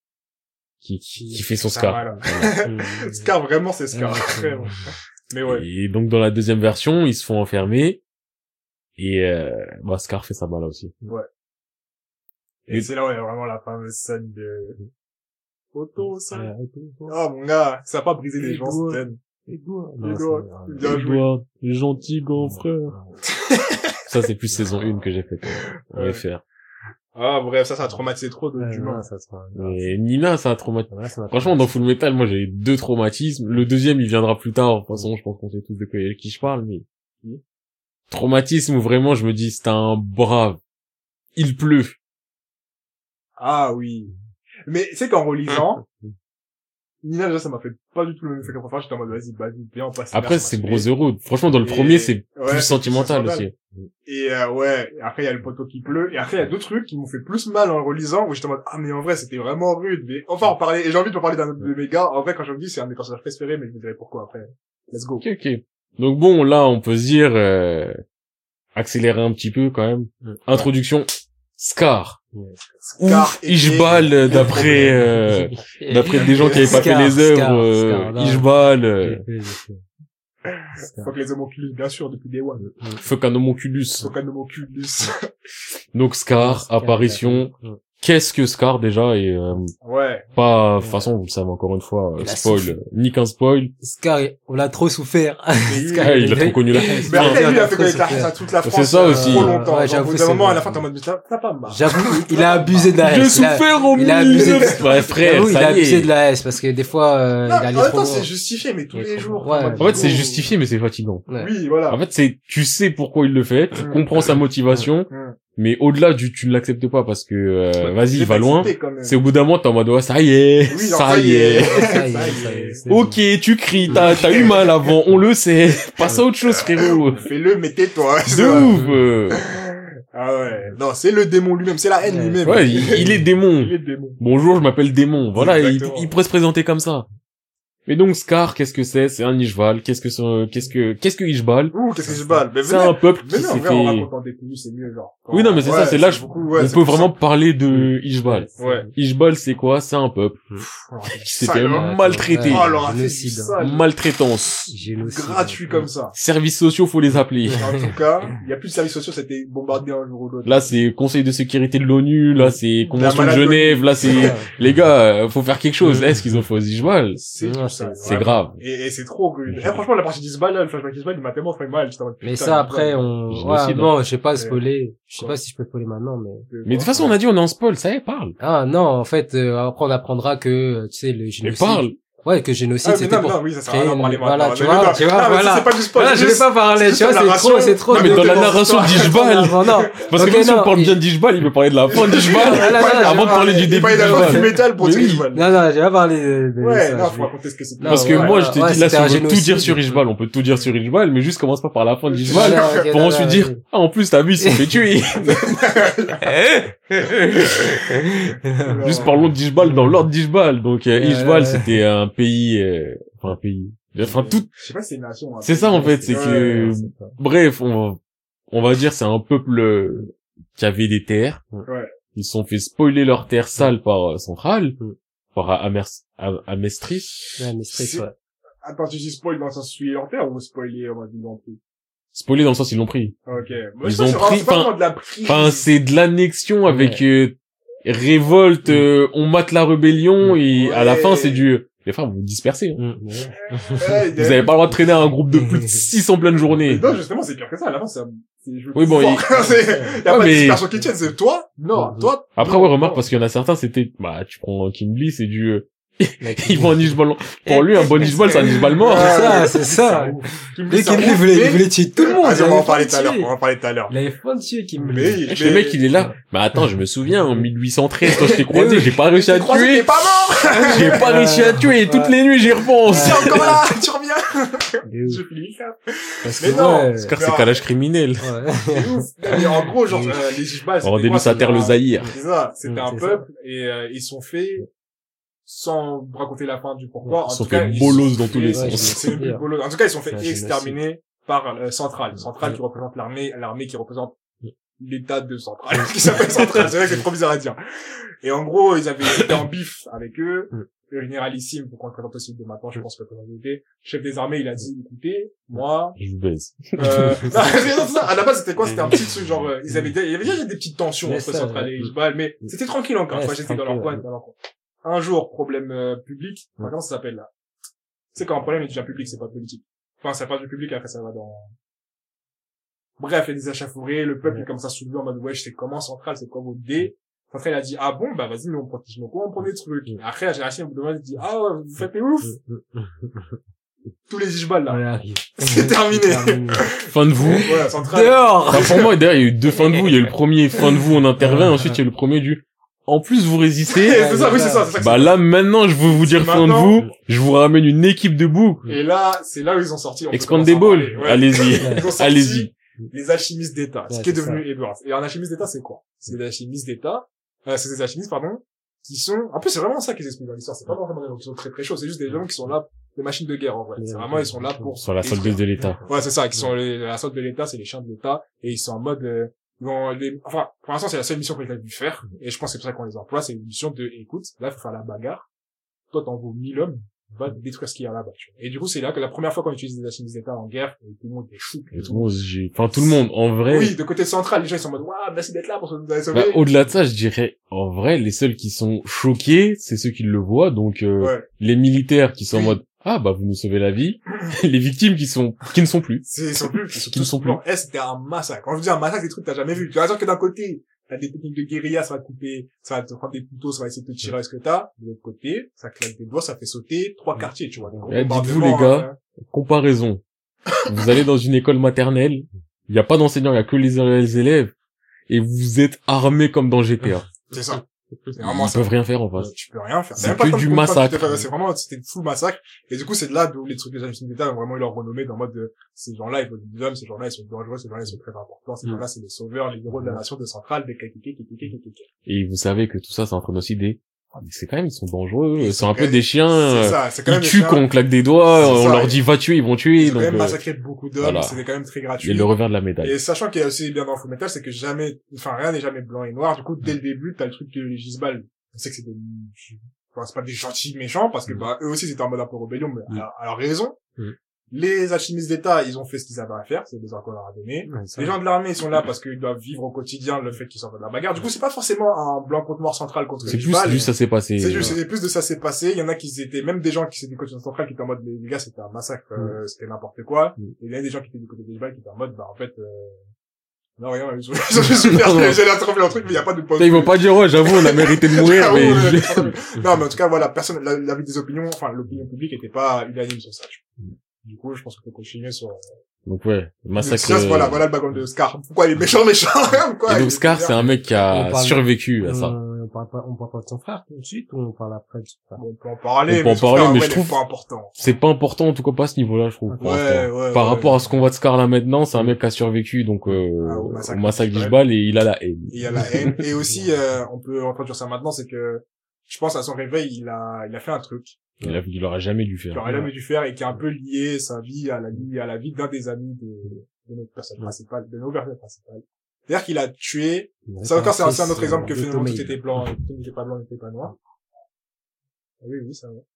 qui, qui, qui fait son ça Scar. va, là. Mm. Scar, vraiment, c'est Scar. Ouais. Vraiment. Mais ouais. Et donc dans la deuxième version, ils se font enfermer, et euh, bah, Scar fait sa balle aussi. Et Et- c'est là, ouais, vraiment la fameuse scène de, Otto, ça. Ouais, Oh, mon gars, ça a pas brisé les gens, Edouard. cette scène. Edouard. Edouard. Non, c'est- Bien joué. Edouard, gentil grand frère. Ça, c'est plus saison un que j'ai fait en Ouais. F R. Ah, bref, ça, ça a traumatisé trop de Ouais, d'humains. non, ça sera- Mais Nina, ça a traumatisé. Ouais, ça m'a- Franchement, dans Full Metal, moi, j'ai deux traumatismes. Le deuxième, il viendra plus tard. De toute façon, je pense qu'on sait tous de quoi- qui je parle, mais... Traumatisme où vraiment, je me dis, c'est un brave. Il pleut. Ah oui. Mais c'est qu'en relisant, Nina, déjà, ça m'a fait pas du tout le même effet que la première fois. J'étais en mode, vas-y, vas-y, viens, on passe. Après, c'est Brotherhood. Franchement, dans le Et- premier, c'est ouais, plus c'est sentimental plus aussi. Et euh, ouais, et après il y a le poteau qui pleut, et après il y a d'autres trucs qui m'ont fait plus mal en le relisant, où j'étais en mode, ah mais en vrai c'était vraiment rude, mais enfin en parler, et j'ai envie de parler d'un de mes gars, en vrai quand je me dis c'est un de mes personnages préférés, mais je vous dirai pourquoi après. Let's go. Ok, ok. Donc bon, là, on peut se dire, euh, accélérer un petit peu quand même. Introduction. Scar. Scar Ouf, Ishbal, euh, d'après, euh, d'après des gens qui avaient pas fait Scar, les œuvres, Scar, euh, Scar, non. Ishbal, euh, J'ai fait, j'ai fait. Faut que les homonculus, bien sûr, depuis Day One. fuck un homonculus. Faut qu'un homonculus. Donc Scar, Scar, apparition. ouais. Qu'est-ce que Scar déjà et euh, Ouais. pas, de toute façon, vous le savez encore une fois, euh, Il a spoil, souffert. euh, ni qu'un spoil. Scar, on l'a trop souffert. Mais Scar, Ouais, il a trop connu la Mais haine. après, lui, il a fait trop connaître la- souffert. ça, toute la C'est France. ça euh, aussi. Trop longtemps. Ouais, Genre, j'avoue, au bout c'est d'un moment, à vrai. la fin, t'es en mode, mais t'as t'as pas marre. J'avoue, il a abusé de la J'ai haine. Il a- souffert au il a milieu. abusé de- Ouais, frère, J'avoue, il a ça y abusé est. de la haine parce que des fois, euh, Non, il allait en même trop temps, loin. c'est justifié, mais tous Il est les trop jours. loin. en Ouais. mode, En fait, c'est oh. justifié, mais c'est fatigant. Ouais. Oui, voilà. En fait, c'est, tu sais pourquoi il le fait, tu Mm. comprends sa motivation, Mm. mais au-delà du, tu ne l'acceptes pas parce que, euh, Ouais, vas-y, il il est va pas loin. excité, quand même. C'est au bout d'un moment, t'es en mode, ouais, ça y est, Oui, genre, ça y est. Ça y est, Ça y ça y est. est, c'est Ok, tu cries, t'as, t'as eu mal avant, on le sait. Passe à autre chose, frérot. Fais-le, mais tais-toi. De ouf. euh. Ah ouais. Non, c'est le démon lui-même, c'est la haine Ouais. lui-même. Ouais, il, il est démon. Il est démon. Bonjour, je m'appelle démon. Voilà, il, Exactement. il pourrait se présenter comme ça. Mais donc Scar, qu'est-ce que c'est? C'est un Ishbal. Qu'est-ce que c'est, qu'est-ce que, qu'est-ce que Ishbal? Ouh, qu'est-ce que je balle? Mais C'est venez, un peuple qui venez, en s'est vrai, on fait... raconte en décousu, c'est mieux, genre. Oui, non, mais c'est Ouais, ça, c'est là, je- beaucoup, ouais, on c'est peut plus vraiment simple. parler de Ishbal. Ouais. Ishbal, c'est quoi? C'est un peuple qui s'est fait Sale, hein. maltraiter. Oh, alors, c'est Génocide. sale. Maltraitance. Génocide. Gratuit comme ça. Services sociaux, faut les appeler. En tout cas, il y a plus de services sociaux, c'était bombardé un jour ou l'autre. Là, c'est Conseil de sécurité de l'ONU, là, c'est Convention de malade Genève, là, c'est, les gars, euh, faut faire quelque chose. Est-ce qu'ils ont fait aux Ishbal? C'est Ouais, tout c'est- ça. C'est vraiment. grave. Et, et c'est trop cool. Et franchement, la partie d'Isbal, là, le flashback d'Isbal, il m'a tellement fait mal. J'étais en mode, Mais putain, ça, après, Isbal. on, Génocide, ouais, non, je sais pas spoiler. Je sais Quoi pas si je peux spoiler maintenant, mais. Mais de toute façon, on a dit, on est en spoil, ça y est, parle. Ah, non, en fait, euh, après, on apprendra que, euh, tu sais, le Mais génocide. parle. Ouais, que génocide, Ah, mais c'était non, pour non, oui, ça sert à créer rien d'en une- parler voilà, maintenant. tu Mais vois, non, tu vois, non, mais voilà. c'est pas du spoil. Voilà, c'est je vais juste- pas parler, c'est tu vois, juste la c'est narration. trop, c'est trop. Non, mais de- dans la dans narration l'histoire. d'Ishbal. Non, non. Parce Ok, que même si non, on parle il- bien d'Ishbal, il veut parler de la fin d'Ishbal. Voilà, voilà, je Avant de vais parler du Il début parlait d'abord du d'Ishbal. métal pour Mais dire oui. Isbal. Non, non, j'ai pas parlé de, de Ouais, ça, non, je faut vais- raconter ce que c'est. Non, Parce que ouais, moi, voilà. je te Ouais, dis, là, si c'était on un veut tout génocide. dire sur Ishbal, on peut tout dire sur Ishbal, mais juste commence pas par la fin d'Ishbal. Voilà, ok, Pour non, ensuite non, dire, vas-y. ah, en plus, t'as vu, il s'est fait tuer. Juste parlons d'Ishbal dans l'ordre d'Ishbal. Donc, euh, Ouais. Ishbal, c'était un pays, euh, enfin, un pays. Enfin, tout, Je sais pas si c'est une nation. hein. c'est ça, en fait, c'est Ouais, que, ouais, c'est ça. bref, on va, on va dire, c'est un peuple euh, qui avait des terres. Ouais. Ils se sont fait spoiler leurs terres sales par euh, Centrale, Mm. par Amers, Am- Amestris. Ouais, mais stress, C'est- ouais. Attends, tu dis spoil dans le sens suivi en terre ou spoiler en mode ils l'ont pris? Spoiler dans le sens ils l'ont pris. Ok. Moi, Ils je sais ont pas, pris- c'est pas enfin- vraiment de la prise. Enfin, c'est de l'annexion avec euh, révolte, euh, on mate la rébellion et à la Ouais. fin c'est du... Les frères, vous vous dispersez. Hein. Mm, ouais. Ouais, Vous avez pas le droit de traîner un groupe de plus de six cents pleines Mais journées. non, justement, c'est pire que ça. À la fin, c'est un... c'est- je veux Oui, bon, pouvoir. il- C'est- y a Ouais, pas de mais- dispersion qui tienne, c'est toi? Non, Mhm. toi? Après, non, ouais, remarque, non. parce qu'il y en a certains, c'était... Bah, tu prends Kimberly, c'est du... euh, Mec, Ils vont en Ishbal. Pour lui, un bon Ishbal, c'est un Ishbal mort. C'est ça, Ouais, c'est ça. Kimberly, Dès c'est un qu'il ouf, voulait, mais- il voulait tuer tout le monde. Ah, il on va avait en parler faim tout à l'heure, de tuer. on va en parler tout à l'heure. Il avait faim de tuer, Kim. Mais, Eh, Le mec, il est là. Mais attends, je me souviens, en mille huit cent treize, quand je t'ai croisé, oui. j'ai pas réussi à te Croisé, tuer. t'es pas mort! J'ai pas réussi à te tuer. Et toutes Ouais. les nuits, j'y repense. T'es encore là! Tu reviens! De Je ouf. finis ça. Parce Mais que, non, ouais, Car c'est calage criminel. ouais. C'est ouf. Mais en gros, genre, euh, les Ishbal, c'était Rendez-nous quoi? sa terre, C'était le un- Zaïre. C'est ça, c'était Mm, un c'est peuple, et euh, ils sont faits, sans raconter la fin du pourquoi. En Ils sont tout cas, fait ils bolos sont dans tous les faits- sens. C'est le plus bolos. En tout cas, ils sont fait C'est un génocide. exterminer par euh, Centrale. Centrale qui représente l'armée, l'armée qui représente l'état de Centrale, qui s'appelle Centrale. C'est vrai que c'est trop bizarre à dire. Et en gros, ils avaient été en bif avec eux. Mm. Le généralissime, pour qu'on le présente aussi dès maintenant, je pense que le président, chef des armées, il a dit, écoutez, moi, Je vous baise. euh, non, c'est non, c'est ça. À la base, c'était quoi? C'était un petit truc, genre, euh, ils avaient, il y avait déjà des petites tensions Mais entre ça, Centrale ouais. et Ishbal, mais c'était tranquille encore. Ouais, Tu vois, c'est j'étais dans leur coin, tranquille, dans leur coin. Un jour, problème euh, public. Enfin, Ouais. comment ça s'appelle, là? Tu sais, quand un problème est déjà public, c'est pas politique. Enfin, ça passe du public, après ça va dans... Bref, il y a des échauffourées, le peuple Ouais. est comme ça soulevé en mode, ouais, je sais comment Centrale, c'est quoi votre dé? Centrale, il a dit, ah bon, bah, vas-y, nous, on protège nos coins, on prend des trucs. Ouais. Après, la génération, au bout de moment, il dit, ah, ouais, vous faites les ouf! Tous les Ishbal, là. On arrive. C'est terminé. Fin de vous. Voilà, Centrale. Dehors! Enfin, pour moi, d'ailleurs, il y a eu deux fins de vous. Il y a eu le premier fin de vous, on intervient. Ensuite, il y a eu le premier du... En plus, vous résistez. c'est ça, oui, c'est ça, c'est ça. que Bah c'est. là, maintenant, je veux vous dire fin de Maintenant- vous. Je vous ramène une équipe de boucles. Et là, c'est là où ils ont sorti. on peut Expandable. commencer à parler. Ouais. Allez-y. Ils ont sorti Allez-y. Les alchimistes d'État. Ce Ouais, qui est c'est devenu Edwards. Et un alchimiste d'État, c'est quoi? C'est des alchimistes d'État. Euh, c'est des alchimistes, pardon, qui sont, en plus, c'est vraiment ça qu'ils expliquent dans l'histoire. C'est pas vraiment des gens qui sont très très chauds. C'est juste des gens qui sont là, des machines de guerre, en vrai. C'est vraiment, ils sont là pour... Sur la solde de l'État. Ouais, c'est ça, qui sont les, la solde de l'État, c'est les chiens de l'État, et ils sont en mode, euh, ils vont les, enfin, pour l'instant, c'est la seule mission qu'on a dû faire, et je pense que c'est pour ça qu'on les emploie, c'est une mission de, écoute, là, il faut faire la bagarre, toi, t'en vaux mille hommes, va détruire ce qu'il y a là-bas, tu vois. Et du coup, c'est là que la première fois qu'on utilise des alchimistes d'État en guerre, et tout le monde est chou. Et tout le monde, j'ai- Enfin, tout le monde, en vrai. Oui, de côté central, les gens, ils sont en mode, waouh, merci d'être là pour nous sauver. Bah, au-delà de ça, je dirais, en vrai, les seuls qui sont choqués, c'est ceux qui le voient. Donc, euh, Ouais. les militaires qui sont en Oui. mode, ah, bah, vous nous sauvez la vie. Les victimes qui sont, qui ne sont plus. C'est, ils sont plus, ils sont Qui ne tous sont plus. blancs. Eh, c'était un massacre. Quand je dis un massacre, des trucs que t'as jamais vu. Tu vas dire que d'un côté, t'as des techniques de guérilla, ça va te couper, ça va te prendre des couteaux, ça va essayer de te tirer à ce que t'as. De l'autre côté, ça claque des doigts, ça fait sauter trois quartiers, tu vois. Donc, Eh, dites-vous, bombardement, les gars, hein. Comparaison. Vous allez dans une école maternelle. Il n'y a pas d'enseignants, il y a que les, les élèves. Et vous êtes armés comme dans G T A. C'est ça. C'est Ils vraiment ça. peuvent rien faire en face. Tu peux rien faire. C'est même pas que tant de du comprendre massacre. ce que t'as fait. C'est vraiment, c'était full massacre. Et du coup, c'est de là où les trucs des alchimistes d'État ont vraiment eu leur renommée dans le mode de, ces gens-là, ils veulent des hommes, ces gens-là, ils sont dangereux, ces gens-là, ils sont très importants, ces Mm. gens-là, c'est les sauveurs, les héros de la nation de Centrale, des kékéké, kékéké, kékéké. Et vous savez que tout ça, ça entraîne aussi des mais c'est quand même, ils sont dangereux, Ils c'est sont un quand peu même- des chiens, C'est euh, ça, c'est quand ils même des tuent chiens. quand on claque des doigts, C'est on ça, leur et- dit va tuer, ils vont tuer, Ils ont donc, quand même euh, massacré beaucoup d'hommes, voilà. c'était quand même très il y gratuit. a le revers de la médaille. Et sachant qu'il y a aussi bien dans Fullmetal, c'est que jamais, enfin, rien n'est jamais blanc et noir. Du coup, dès le début, t'as le truc que les Gisbal, on sait que c'est des, enfin, c'est pas des gentils méchants, parce que, Mm. bah, eux aussi, c'était en mode un peu rébellion, mais Mm. à, à leur raison. Mm. Les alchimistes d'État, ils ont fait ce qu'ils avaient à faire, c'est des ordres qu'on leur a donné. Ouais, ça. Les gens de l'armée, ils sont là parce qu'ils doivent vivre au quotidien le fait qu'ils sortent de la bagarre. Du coup, c'est pas forcément un blanc contre noir central contre C'est les plus, Gisbal. juste ça s'est passé. C'est juste, voilà. c'est plus de ça s'est passé. Il y en a qui étaient, même des gens qui étaient du côté central qui étaient en mode, les gars, c'était un massacre, euh, c'était n'importe quoi. Mm. Et il y a des gens qui étaient du côté des Gisbal qui étaient en mode, bah, en fait, euh, non, rien, ils ont ils ont juste super, Non, non. j'ai l'air trop un truc, mais il y a pas de Putain, ils vont pas dire, ouais, j'avoue, on a mérité de mourir, Ah mais... ouais, ouais, non, mais en tout cas, voilà, personne, la- l'avis des opinions, enfin, l'opinion publique était pas unanime sur ça, tu vois. Du coup, je pense qu'on peut continuer sur, Donc ouais, massacre... Ça, c'est- voilà, voilà le background de Scar. Pourquoi il est méchant, méchant? Pourquoi Et il donc est Scar, c'est un mec qui On a parle- survécu à ça. On, on parle pas, on parle pas de son frère tout de suite ou on parle après de son frère? Bon, on peut en parler, On peut en son parler, frère, mais ouais, je il est trouve- pas important. C'est pas important, en tout cas pas à ce niveau-là, je trouve. pour Ouais, l'instant. ouais, Par ouais. rapport à ce qu'on voit de Scar là maintenant, c'est un mec qui a survécu, donc, euh, Ah, au au massacre massacre d'Ishbal. d'Ishbal, et il a la haine. Il y a la haine. Et aussi, euh, on peut introduire ça maintenant, c'est que, je pense à son réveil, il a, il a fait un truc Il, a, il aurait jamais dû qu'il faire. aurait jamais dû faire et qui a un peu lié sa vie à la vie, à la vie d'un des amis de, de notre personne principale, de nos personnes principales. C'est-à-dire qu'il a tué, ça encore, c'est un, c'est un autre exemple que finalement tout était blanc, tout n'était pas blanc, n'était pas noir. Ah oui, oui, ça va.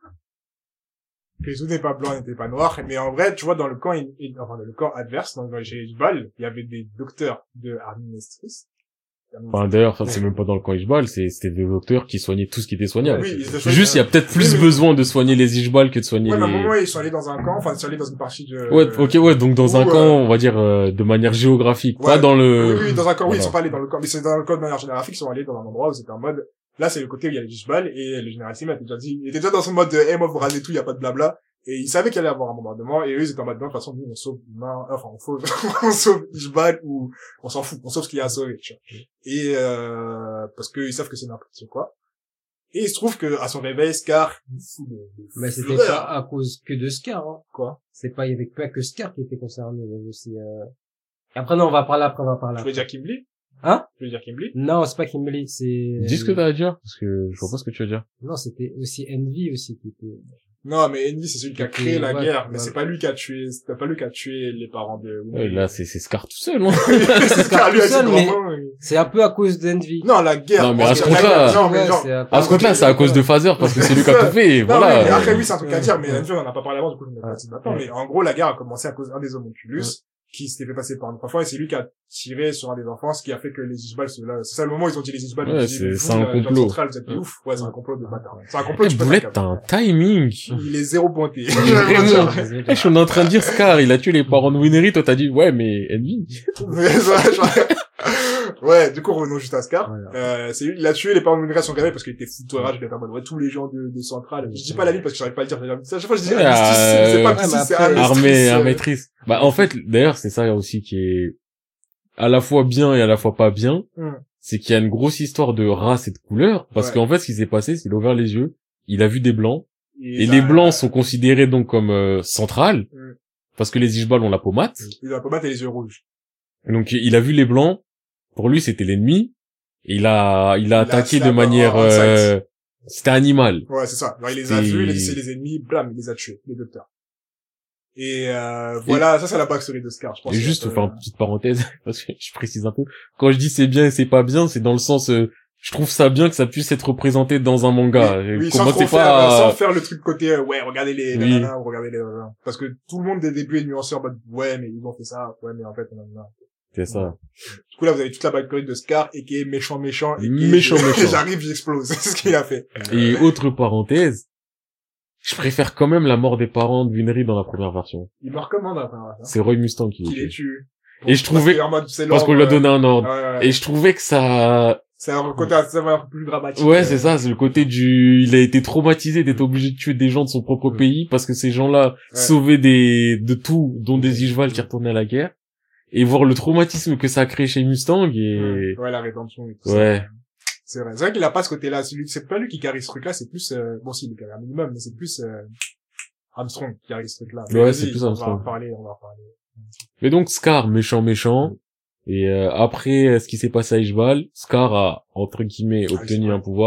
Que tout n'est pas blanc, n'était pas noir, mais en vrai, tu vois, dans le camp, il- il- enfin, dans le camp adverse, dans le chez Ishbal, il y avait des docteurs de Arministris. Enfin, d'ailleurs, ça, c'est même pas dans le camp Ishbal, c'est, c'était des docteurs qui soignaient tout ce qui était soignable. Oui, ils étaient C'est juste, il y a peut-être plus Oui, mais- besoin de soigner les Ishbal que de soigner Ouais, mais à un les... moment, ils sont allés dans un camp, enfin, ils sont allés dans une partie de... Ouais, ok, ouais, donc dans Ou, un euh, camp, on va dire, euh, de manière géographique, Ouais. pas dans le... Oui, oui, dans un camp, oui, Voilà. ils sont pas allés dans le camp, mais c'est dans le camp de manière géographique, ils sont allés dans un endroit où c'était en mode, là, c'est le côté où il y a les Ishbal, et le général Sima était déjà dit, il était déjà dans son mode de, hey, moi, vous ramenez tout, il y a pas de blabla, et ils savaient qu'il allait y avoir un bombardement, et eux, ils étaient en mode, non, de toute façon, nous, on sauve l'humain, enfin, on sauve, on sauve Ishbal, ou, on s'en fout, on sauve ce qu'il y a à sauver, tu vois. Et, euh, parce qu'ils savent que c'est n'importe quoi. Et il se trouve que, à son réveil, Scar, fou de, de Mais c'était fureur. pas à cause que de Scar, hein. Quoi? C'est pas, il y avait pas que Scar qui était concerné, il y avait aussi, euh... Après, non, on va parler après, on va parler Je après. veux dire Kimberly? Hein? Je veux dire Kimberly? Non, c'est pas Kimberly, c'est... Dis ce que t'as à dire, parce que je vois pas ce que tu vas dire. Non, c'était aussi Envy aussi qui était... Non, mais Envy, c'est celui qui a Qui- créé la ouais, guerre, mais ouais. c'est pas lui qui a tué, c'est pas lui qui a tué les parents de... Ouais, là, c'est, c'est Scar tout seul, hein. c'est Scar, lui, a dit seul, mais- vraiment, oui. C'est un peu à cause d'Envy. Non, la guerre. Non, mais parce à que ce la compte-là- guerre- non, mais Ouais, genre, c'est à- À ce compte-là, c'est à cause de Phaser, parce que c'est lui qui a tout fait, non, voilà. mais après, oui, c'est un truc à dire, mais Ouais. Envy, on en a pas parlé avant, du coup, je ne l'ai pas Ouais. dit maintenant, Ouais. mais en gros, la guerre a commencé à cause d'un des homunculus, qui s'était fait passer par un enfant, et c'est lui qui a tiré sur un des enfants, ce qui a fait que les Ishbal, c'est là, c'est ça le moment où ils ont dit les Ishbal, Ouais, ils ont dit, c'est- mais vous, c'est un la- la complot. centrale, vous êtes des ouf. Ouais, c'est un complot de bâtard. C'est un complot, Eh, tu peux Boulette, t'as un timing. Il est zéro pointé. Il est vraiment... Eh, je suis en train de dire Scar, il a tué les parents de Winry, toi t'as dit, ouais, mais Envy. Mais ça, genre- ouais, du coup, revenons juste à Scar. Voilà. Euh, c'est lui, il a tué les parents de Munra à son réveil parce qu'il était fou de rage, il était en mode, ouais, tous les gens de, de Centrale. Je dis pas la ville parce que j'arrive pas à le dire, à chaque fois je dis Ouais, Armistice, euh, c'est pas ouais, Armistice, mais c'est après, Armistice. Armée, euh, maîtrise. Bah, en fait, d'ailleurs, c'est ça aussi qui est à la fois bien et à la fois pas bien. Hmm. C'est qu'il y a une grosse histoire de race et de couleur. Parce Ouais. qu'en fait, ce qui s'est passé, c'est qu'il a ouvert les yeux, il a vu des blancs, et il les a- blancs sont considérés donc comme euh, centrales, Hmm. parce que les Ishbal ont la pommade. Il a la pommade et les yeux rouges. Donc, il a vu les blancs, pour lui, c'était l'ennemi, et il a, il a Il a attaqué de slap manière, en- en euh, c'était animal. Ouais, c'est ça. Alors, il les a C'est- vus, il a dit c'est les ennemis, blam, il les a tués, les docteurs. Et, euh, voilà, ça c'est la backstory de Scar, je pense. Et que juste, ça pour peut- faire une petite parenthèse, parce que je précise un peu, quand je dis c'est bien et c'est pas bien, c'est dans le sens, euh, je trouve ça bien que ça puisse être représenté dans un manga. Oui, Et oui, comment sans trop c'est faire, pas, sans faire le truc côté, euh, ouais, regardez les, Oui. nanana, ou regardez les, nanana. Parce que tout le monde dès le début est nuancé en mode, ouais, mais ils ont fait ça, ouais, mais en fait, nanana. c'est ça. Du coup, là, vous avez toute la backstory de Scar, et qui est méchant, méchant, et qui est, Méchant, méchant. j'arrive, j'explose. C'est ce qu'il a fait. Et autre parenthèse, je préfère quand même la mort des parents de Winry dans la première version. Il me recommande après, hein, C'est Roy Mustang qui qu'il les les tue. tue. Et je trouvais, Parce, qu'en mode, c'est parce qu'on lui a l'ordre, donné un ordre. ouais, ouais, ouais. Et je trouvais que ça, C'est un côté assez un peu plus dramatique. ouais, euh, c'est ça, c'est le côté du, il a été traumatisé d'être obligé de tuer des gens de son propre Mm. pays parce que ces gens-là Ouais. sauvaient des, de tout, dont des Ishval qui retournaient à la guerre. Et voir le traumatisme que ça a créé chez Mustang et, Ouais, la rédemption et tout ça. ouais. C'est vrai. C'est vrai qu'il a pas ce côté-là. C'est lui- c'est pas lui qui carry ce truc-là, c'est plus, euh, bon, si, il carry un minimum, mais c'est plus, euh, Armstrong qui carry ce truc-là. Mais Ouais, vas-y, c'est plus On va Armstrong. en parler, on va en parler. Mais donc Scar, méchant, méchant. Et euh, après euh, ce qui s'est passé à Ishbal, Scar a, entre guillemets, Ah, obtenu Ishbal. un pouvoir.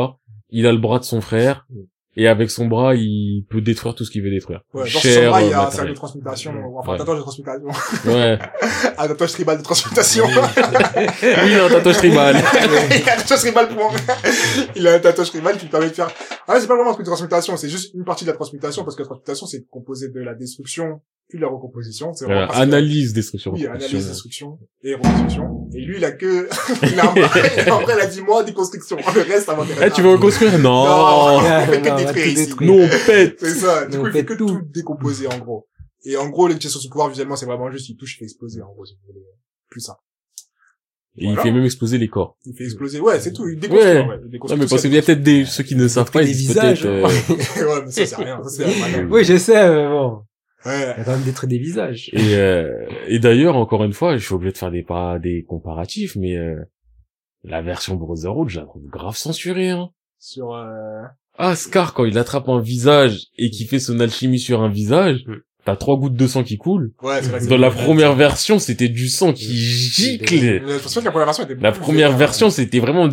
il a le bras de son frère, et avec son bras, il peut détruire tout ce qu'il veut détruire. Ouais, genre, sur son Cher, bras, il y a euh, un cercle de matériel. transmutation, enfin, Ouais. un tatouage de transmutation. Ouais. Un tatouage tribal de transmutation. Oui, il a un tatouage tribal. Il a un tatouage tribal pour, il a un tatouage tribal qui lui permet de faire, ah ouais, c'est pas vraiment un truc de transmutation, c'est juste une partie de la transmutation, parce que la transmutation, c'est composé de la destruction, puis de la recomposition. C'est vraiment Voilà, parce que- analyse, destruction, Oui, reconstruction. analyse, destruction et reconstruction. Et lui, il a que, il a un bras, en vrai, il a dit moi, déconstruction. Le reste, avant de Eh, tu veux reconstruire? Non. Non. Ah, fait que non, on va détruire tout ici. détruire. Nous, on pète. C'est ça. Du Mais coup, on il fait fait que tout. tout décomposer, en gros. Et en gros, l'utilisation de son pouvoir, visuellement, c'est vraiment juste, il touche, il fait exploser, en gros, si vous voulez. Plus ça. Et Voilà. il fait même exploser les corps. Il fait exploser. Ouais, c'est tout. Il déconstruit, Ouais. en vrai. Il déconstruit Non, mais tout parce ça. qu'il y a peut-être des, ceux qui ne savent pas, des ils disent visages, peut-être, euh, Ouais, mais ça, c'est rien. Ça, c'est rien. Oui, je sais, mais bon. Ouais. Il a quand même détruit des visages. et, euh, et d'ailleurs, encore une fois, je suis obligé de faire des pas, des comparatifs, mais, euh, la version Brotherhood, je la trouve grave censurée, hein. Sur, euh, Ah, Scar, quand il attrape un visage et qu'il fait son alchimie sur un visage, Mm. t'as trois gouttes de sang qui coulent. ouais, c'est vrai. que Dans c'est- la première version, c'était du sang qui gicle. Je pense pas que la première version était La beaucoup première plus- version, c'était vraiment...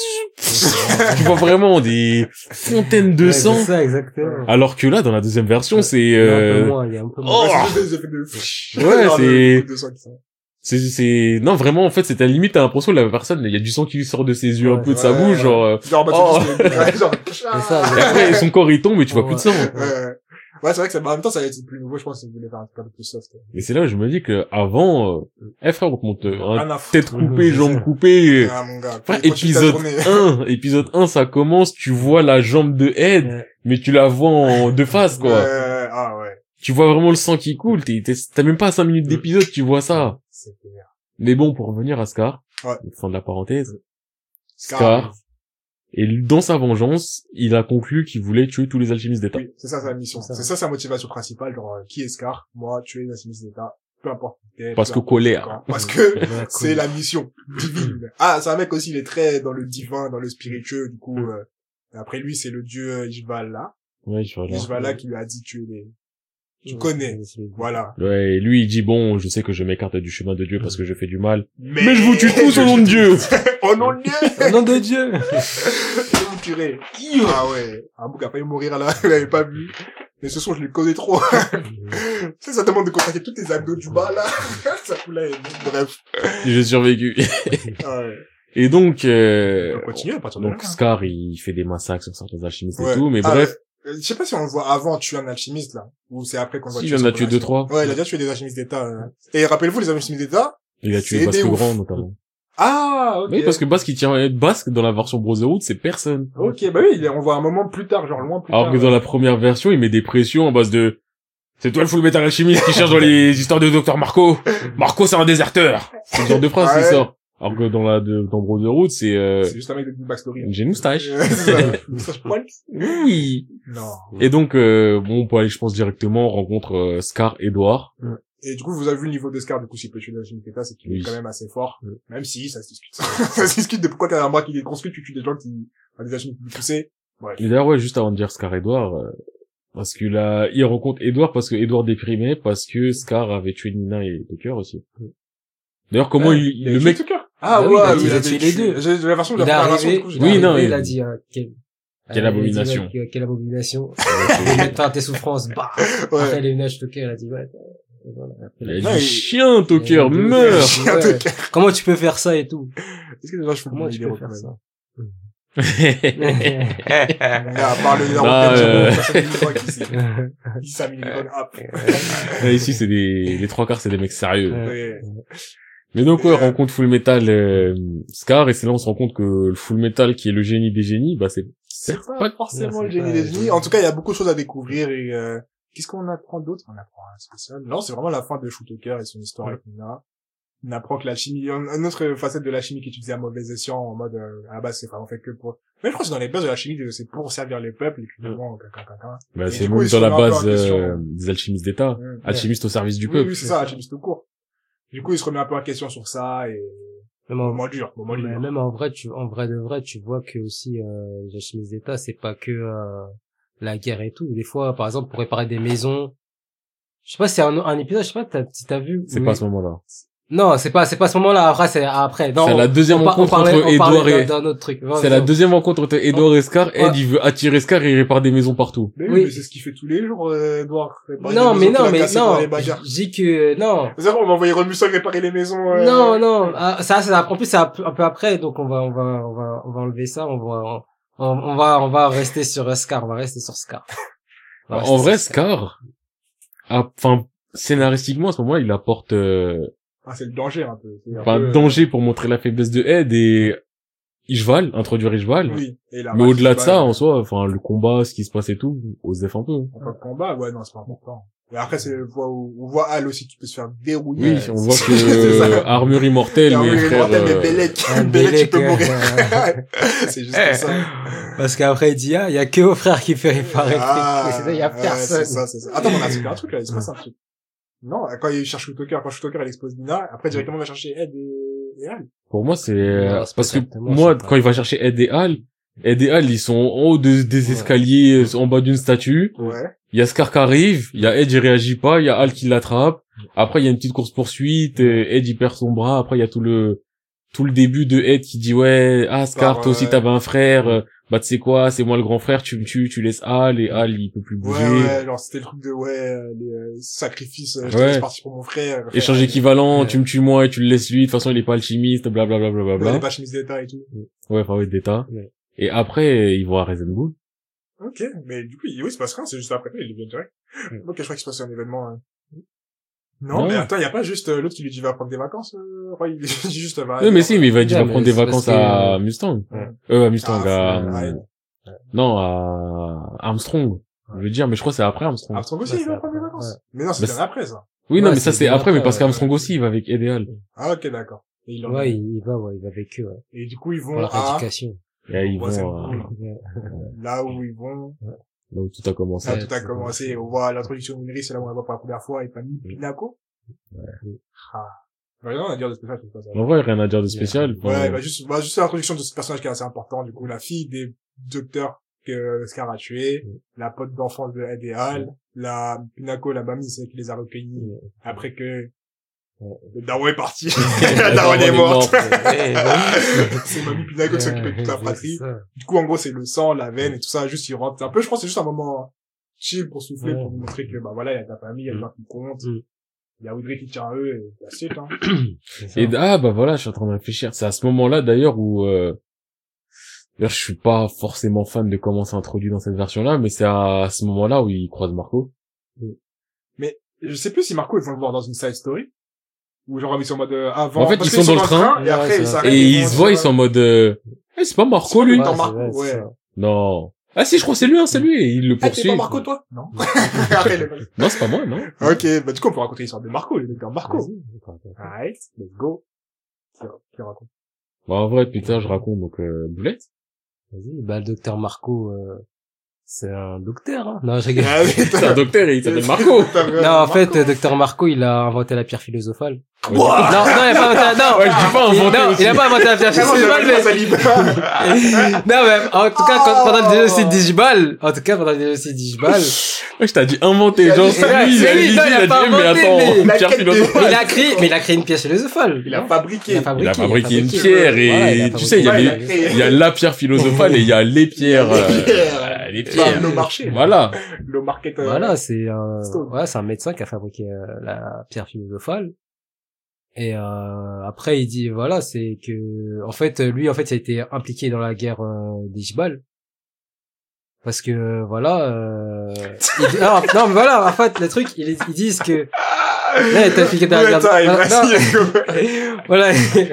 tu vois vraiment des fontaines de Ouais, sang. c'est ça, exactement. Alors que là, dans la deuxième version, c'est... Il y a un peu Euh... moins, il y a un peu Oh. moins. Ouais, c'est juste des effets de- Ouais, Genre, c'est- le coup de sang qui sort. C'est, c'est, non, vraiment, en fait, c'est à la limite, t'as l'impression que la personne, il y a du sang qui lui sort de ses yeux, un Ouais. peu de sa Ouais, bouche, ouais. genre, euh, Genre, bah, Oh. c'est juste, ouais, genre, C'est ça, et après, son corps, il tombe et tu vois Ouais. plus de sang. Ouais. Ouais, c'est vrai que ça, bah, en même temps, ça a été plus nouveau, je pense, qu'ils voulaient faire un truc un peu plus soft. Et c'est là où je me dis que, avant, euh, eh, frère, on te montre Rien un à foutre. tête coupée, c'est jambes ça. coupées. Ah, mon gars. Frère, Continue ta épisode journée. un, épisode un, ça commence, tu vois la jambe de Ed, Ouais. mais tu la vois en deux faces, quoi. Ouais, ah ouais. Tu vois vraiment le sang qui coule, t'es, t'es- t'as même pas cinq minutes d'épisode, tu vois ça. C'est clair. Mais bon, pour revenir à Scar, Ouais. fin de la parenthèse, Scar. Scar, et dans sa vengeance, il a conclu qu'il voulait tuer tous les alchimistes d'État. Oui, c'est ça sa mission. C'est ça. C'est ça sa motivation principale, genre, euh, qui est Scar? Moi, tuer les alchimistes d'État. Peu importe. Et Parce peu que importe colère. quand. Parce que Ouais, c'est cool. la mission divine. Ah, c'est un mec aussi, il est très dans le divin, dans le spiritueux, du coup, euh, après lui, c'est le dieu Ishvala. Ouais, je vois là. Ishvala qui lui a dit tuer les, tu Ouais, connais. c'est- c'est- Voilà. Ouais, et lui, il dit, bon, je sais que je m'écarte du chemin de Dieu parce que je fais du mal. Mais, Mais je vous tue tous au nom de Dieu! Au nom de Dieu! Au nom de Dieu! Je vais vous tuerai. Ah ouais. Un bouc a failli mourir là, il l'avait pas vu. Mais ce soir, je le connais trop. Tu sais, ça demande de contacter tous tes abdos du bas, là. Ça fout là, bref. J'ai survécu. Ah ouais. Et donc, euh, On continue à partir de là. donc Scar, il fait des massacres sur certains alchimistes Ouais. et tout, mais Ah, bref, euh, Je sais pas si on le voit avant tuer un alchimiste, là. Ou c'est après qu'on voit si, tuer il en a son tué deux, alchimiste. trois. Ouais, il a déjà tué des alchimistes d'État. euh. Et rappelez-vous, les alchimistes d'État. Il a c'est tué des Basque ouf. Grand, notamment. Ah, ok. Oui, parce que Basque, il tient à être Basque dans la version Brotherhood, c'est personne. Ok, bah oui, il est- on voit un moment plus tard, genre loin plus Alors tard. que dans la première version, il met des pressions en base de, c'est toi le full metal alchimiste qui cherche dans les histoires de Docteur Marco. Marco, c'est un déserteur. C'est le genre de phrase Ouais. qui sort. Alors que dans la, de, dans Brotherhood, c'est, euh, C'est juste un mec de backstory. j'ai une moustache. Euh, c'est ça. Moustache poil. Oui. Non. Et donc, euh, bon, on peut aller, je pense, directement, on rencontre euh, Scar Edward. Et du coup, vous avez vu le niveau de Scar, du coup, s'il peut tuer l'alchimiste d'État, c'est qu'il Oui. est quand même assez fort. Mm. Même si, ça se discute. Ça se discute de pourquoi t'as un bras qui est construit, tu tues des gens qui ont des alchimistes plus poussés. Bref. Et d'ailleurs, ouais, juste avant de dire Scar Edward, euh, parce que là, il rencontre Edward parce que Edward déprimait, parce que Scar avait tué Nina et Tucker aussi. D'ailleurs, comment Ouais, il, a le tué mec, Tucker. Ah, Bah oui, ouais, il a oui, dit, il a avait tué les deux. J'ai j'ai la version de Il la est première version, arrivé, du coup, j'ai il est Oui, pas- non, arrivé, il- il a dit, euh, quel- Quelle euh, abomination. il a dit, ouais, quelle abomination. Je vais mettre fin à tes souffrances, bah. Après, Ouais. il est venu à Stoker, il a dit, ouais, euh, voilà. Après, il a il dit, Non, il- chien, Tucker, il a dit, meurs! Chien, ouais. Tucker. Comment tu peux faire ça et tout? Est-ce que déjà je fais Comment le tu héros, peux faire quand ça? même. À part le héros, Bah, peut-être, euh, personne ne voit qui c'est. Il s'amène les bonnes apps. Là, ici, c'est des, les trois quarts, c'est des mecs sérieux. Ouais. Mais donc, ouais, Euh, rencontre Full Metal, euh, Scar, et c'est là, on se rend compte que le Full Metal, qui est le génie des génies, bah, c'est, C'est c'est pas pas, forcément c'est le génie pas- des génies. En tout cas, il y a beaucoup de choses à découvrir et euh, qu'est-ce qu'on apprend d'autre? On apprend un spécial. Non, c'est vraiment la fin de Shootaker et son histoire avec Nina. On apprend que la chimie, une autre facette de la chimie qui est utilisée à mauvais escient en mode, euh, à la base, c'est vraiment fait que pour, mais je crois que c'est dans les bases de la chimie, c'est pour servir les peuples et puis vraiment, caca, caca. bah, Et c'est du coup, même ils dans se la remettent un peu base, en question. euh, des alchimistes d'État. Mmh. Alchimistes au service du Oui, peuple. oui, c'est ça, alchimiste tout court. Du coup, il se remet un peu en question sur ça et, Même en, moment dur, moment mais dur. même en vrai, tu, en vrai de vrai, tu vois que aussi, euh, les alchimistes d'État, c'est pas que, euh, la guerre et tout. Des fois, par exemple, pour réparer des maisons, je sais pas, c'est un, un épisode, je sais pas, t'as, si t'as vu. C'est où pas à il- ce moment-là. Non, c'est pas, c'est pas ce moment-là. Après, c'est après. Non, C'est la deuxième on par- rencontre on parlait- entre on parlait Edouard et- d'un- d'un autre truc. Ouais, C'est la deuxième rencontre entre Edouard et Scar. Ed, Ouais. il veut attirer Scar et il répare des maisons partout. Mais Oui. oui, mais c'est ce qu'il fait tous les jours, euh, Edouard. Réparer Non, les mais maisons qu'il non, a mais cassées pendant non. les bagarres. Je dis que non. C'est vrai, on va envoyer Remusol réparer les maisons, euh... Non, non. Ah, ça, c'est en plus c'est un peu, un peu après, donc on va, on va, on va, on va enlever ça. On va, on, on va, on va rester sur Scar. On va rester sur Scar. On va En rester vrai, sur Scar, a- enfin, scénaristiquement, à ce moment-là, il apporte, euh, Ah, c'est le danger, un peu. C'est un enfin, peu, euh, danger pour montrer la faiblesse de Ed et Ishval, introduire Ishval. Oui. Et la Mais vache, au-delà de c'est ça, pas- en soi, enfin, le combat, ce qui se passe et tout, on se défend un peu. En tant que combat, ouais, non, c'est pas important. Mais après, c'est, on voit, on voit Al aussi qui peut se faire dérouiller. Oui, on voit C'est que ça. euh, armure immortelle, Armure mais frère, immortelle, mais euh, Bellec, Un Bellec, tu Bellec, peux mourir. euh, C'est juste ça. Parce qu'après, il dit, ah, il y a que vos frères qui fait réparer le Ah, truc. Et c'est ça, il y a ouais, personne. c'est ça, c'est ça. Attends, on a super un truc, là, il se passe un truc. Non, quand il cherche Shootoker, quand Shootoker, il expose Nina, après, directement, il va chercher Ed et, et Al. pour moi, c'est, euh, Non, c'est parce pas que exactement, moi, c'est pas- quand il va chercher Ed et Al, Ed et Al, ils sont en haut de- des Ouais. escaliers, euh, en bas d'une statue. Ouais. Il y a Scar qui arrive, il y a Ed, il réagit pas, il y a Al qui l'attrape. Après, il y a une petite course-poursuite, euh, Ed, il perd son bras. Après, il y a tout le, tout le début de Ed qui dit, ouais, ah, Scar, Bah, toi aussi, ouais. t'avais un frère, euh, bah, tu sais quoi, c'est moi le grand frère, tu me tues, tu laisses Al, et Al, il peut plus bouger. Ouais, ouais, genre, c'était le truc de, ouais, euh, les euh, sacrifices, euh, je te Ouais. laisse partir pour mon frère. Échange équivalent, Ouais. tu me tues moi et tu le laisses lui, de toute façon, il est pas alchimiste, blablabla, Ouais, blablabla. les pas chemises d'état et tout. Ouais, enfin, ouais, d'état. Ouais. Et après, ils vont à Rezenbull. Ok, mais du coup, il- oui, il se passe rien, c'est juste après, il devient direct. Mm. Ok, je crois qu'il se passait un événement, hein. Non, Non. mais attends, il y a pas juste euh, l'autre qui lui dit va prendre des vacances, euh, ouais, il dit juste va. Oui, mais si, mais il va dire, Ouais, il va mais prendre des c'est vacances parce que- à Mustang. Ouais. Euh, à Mustang, Ah, à, ouais. non, à Armstrong. Je veux dire, mais je crois que c'est après Armstrong. Armstrong aussi, Ouais, il va c'est prendre des après, vacances. ouais. Mais non, c'est Mais bien c'est- après, ça. Oui, non, Ouais, mais ça c'est c'est bien après, mais après, parce ouais. qu'Armstrong aussi, il va avec Ed et Al. Ah, ok, d'accord. Et, il en- Ouais, il va, ouais, il va avec eux, ouais. et du coup, ils Pour vont leur à, éducation. Et ils Ouais, c'est vont, euh, cool. Ouais. là où ils vont, là où tout a commencé. là, Ouais, tout a c'est commencé, on voit l'introduction de Minri, c'est là où on la voit pour la première fois, et pas mis Pinako. Ah. Bah, rien à dire de spécial, c'est pas ça. En vrai, rien à dire de spécial. Ouais, Enfin, bah juste, bah juste l'introduction de ce personnage qui est assez important, du coup, la fille des docteurs que Scar a tué, la pote d'enfance de Ed et Al, la Pinako, la mamie, c'est elle qui les a recueillis après que le daron est parti. La daronne est morte. C'est mamie Pinako qui s'occupe de toute la fratrie. Du coup, en gros, c'est le sang, la veine et tout ça, juste il rentre. Un peu, je pense, que c'est juste un moment chill pour souffler, Ouais. pour vous montrer que, bah voilà, il y a ta famille, il y a des gens qui comptent. Mm. Il y a Audrey qui tient à eux, et that's it, hein. et, ah, bah voilà, je suis en train de réfléchir. C'est à ce moment-là, d'ailleurs, où, euh, d'ailleurs, je suis pas forcément fan de comment c'est introduit dans cette version-là, mais c'est à ce moment-là où il croise Marco. Je sais plus si Marco, ils vont le voir dans une side story. Ou genre, ils sont en mode, euh, avant. En fait, parce ils sont qu'ils dans le train, et ouais, après, c'est ils vrai. s'arrêtent. Et ils ils vont se voient, ils sur- sont en mode, euh, eh, c'est pas Marco, C'est lui. pas Dans Ouais, Marco, c'est vrai, ouais. c'est ça. Non. Ah si, je crois que c'est lui, hein, c'est lui. Et il le Ah, t'es poursuit. pas Marco, toi? Non. Après, les- Non, c'est pas moi, non. Ok, bah, du coup, on peut raconter l'histoire de Marco, le docteur Marco. Vas-y, raconte. Alright, let's go. Qui, qui raconte? Bah, en vrai, putain, je raconte, donc, euh, Boulette. Vas-y, bah, le docteur Marco, euh, c'est un docteur, hein. Non, je rigole. Ah, oui, C'est un docteur et il s'appelle Marco. Non, en fait, euh, docteur Marco, il a inventé la pierre philosophale. Ouais. Non, non, il a pas inventé, non. Ouais, je dis pas Il- inventé non, aussi. il a pas inventé la pierre Vraiment, philosophale, j'avais mais... pas salive. Non, mais, en tout cas, quand- pendant le Oh. génocide d'Igibal, en tout cas, pendant le génocide d'Igibal, Ouais, je t'ai dit inventer. Il a Genre, dit- c'est Ouais, lui, il c'est a lui, dit, il non, il a a dit, pas eh, mais inventé, attends, mais- une La pierre quête de- philosophale. mais il a créé, mais il a créé une pierre philosophale. Il a fabriqué. Il a fabriqué. Il a fabriqué une fabriqué. pierre et Voilà, il a tu sais, il y a fabriqué. les, Ouais, il a créé. il y a la pierre philosophale et il y a les pierres, euh, euh, les Bah, pierres. le marché. Voilà. Le market. euh, Voilà, c'est un, Stone. ouais, c'est un médecin qui a fabriqué euh, la pierre philosophale. Et euh, après, il dit, voilà, c'est que, en fait, lui, en fait, il a été impliqué dans la guerre euh, d'Ishbal. Parce que, voilà, euh, il- non, non, mais voilà, en fait, le truc, ils, ils disent que, là, il est impliqué dans la guerre Bullet time, voilà, non, merci. voilà,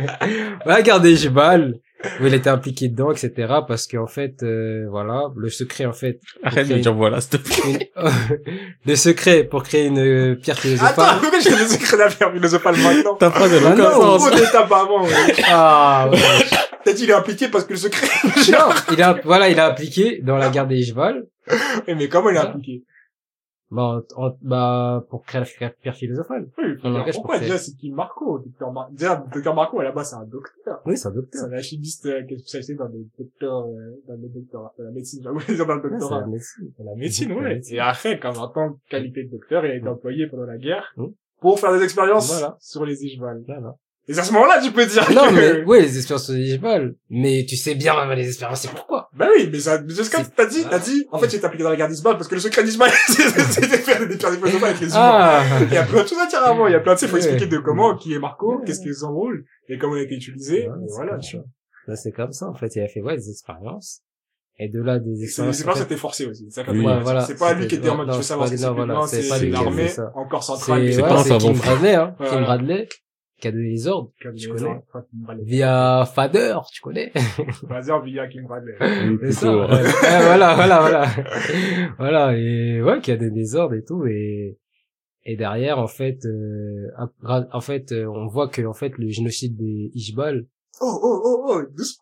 la guerre d'Ishbal, où il était impliqué dedans, et cetera. Parce qu'en fait, euh, voilà, le secret, en fait, Arrête de dire voilà, s'il te plaît. une- le secret pour créer une euh, pierre philosophale. Attends, pourquoi je te laisse écrire la pierre philosophale maintenant? Ta phrase, elle a Ah aucun non, sens. Pourquoi t'étais pas avant, ouais. Ah, ouais. T'as dit il est impliqué parce que le secret. Non, il a, voilà, il a appliqué dans la guerre des Ishbal. Eh, mais comment il est Voilà. impliqué? Bah, en- en- bah, pour créer la pierre philosophale. Oui, On l'engage pourquoi pour déjà faire. c'est qui Marco? Docteur Mar... Déjà, docteur Marco, à la base, c'est un docteur. Oui, c'est un C'est docteur. un alchimiste euh, qui est spécialisé dans le docteur, euh, dans le docteur, dans la médecine, j'avoue, dire dans le Ouais, c'est doctorat. la médecine. Dans la médecine, La ouais. médecine. Et après, comme en tant que qualité de docteur, il a été employé pendant la guerre Mm. pour faire des expériences Voilà. sur les Ishbal. Voilà. Et à ce moment-là, tu peux dire Non, que... mais, oui, les expériences sur les Ishbal. Mais tu sais bien, même les expériences, c'est pourquoi. Bah oui, mais ça, mais c'est ce que C'est- t'as dit, t'as dit, en fait, j'étais impliqué dans la guerre d'Ishbal parce que le secret d'Ishbal, c'était de faire des pierres philosophales avec les humains. Ah! Il y a plein de choses à dire avant, il y a plein de, il faut Ouais. expliquer de comment, qui est Marco, Ouais. qu'est-ce qu'il s'enroule, et comment il a été utilisé, Ouais, et c'est voilà, comme tu vois. Là, c'est comme ça, en fait. Il a fait, ouais, des expériences. Et de là, des C'est expériences. c'est en pas fait, ça, t'es forcé aussi. C'est ça, Oui. quand Ouais, même. voilà. C'est pas lui qui était en Non, mode, tu non, veux c'est savoir pas- ce que c'est non, plus voilà, loin, c'est c'est pas lui qui a l'armée, fait ça. encore C'est, centrale. ouais, c'est c'est pas un Kim savant fou. Bradley, hein. Voilà. Kim Bradley, qui a donné les ordres. Comme Tu les connais. autres, Kim Bradley. Via Fader, tu connais. Vas-y, via Kim Bradley. Oui, C'est ça. plutôt, Ouais, Ouais, voilà, voilà, voilà. Voilà, et ouais, qui a donné des ordres et tout, et, et derrière, en fait, euh, gra- en fait, euh, on voit que, en fait, le génocide des Ishbal. Oh, oh, oh, oh, doucement.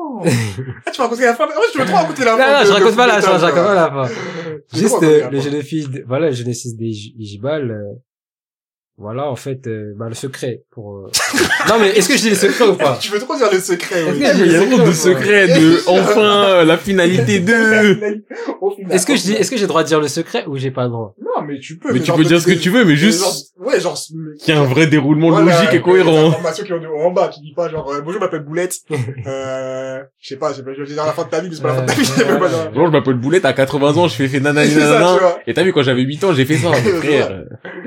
Ah, tu vas raconter la fin. Oh, je veux trop raconter la Non, fin. non, de- je de raconte pas la Fullmetal, fin, je raconte quoi. pas la fin. Je veux Juste, trop raconter euh, la le fin. génocide, voilà, le génocide des Ij- Ishbal, euh, voilà, en fait, euh, bah, le secret pour, euh... non, mais est-ce que je dis le secret ou pas? Tu veux trop dire le secret, Est-ce oui. que Mais il y a trop de secrets de, enfin, euh, la finalité de... Au final, Est-ce que au je dis, final. est-ce que j'ai le droit de dire le secret ou j'ai pas le droit? Non, mais tu peux. Mais tu genre, peux dire ce que des- tu veux, mais des- juste genre- ouais, genre, qu'il y a un vrai déroulement voilà, logique et Des cohérent. informations qui ont de haut en bas, tu dis pas genre, euh, bonjour, je m'appelle Boulette, euh, je sais pas, je sais pas, je vais dire la fin de ta vie, mais c'est pas la fin de ta vie, je sais Euh, pas genre. Genre, je m'appelle Boulette, à quatre-vingts ans, je fais fait nanani C'est ça, tu nanana. vois. Et t'as vu, quand j'avais huit ans, j'ai fait ça, C'est ça. frère.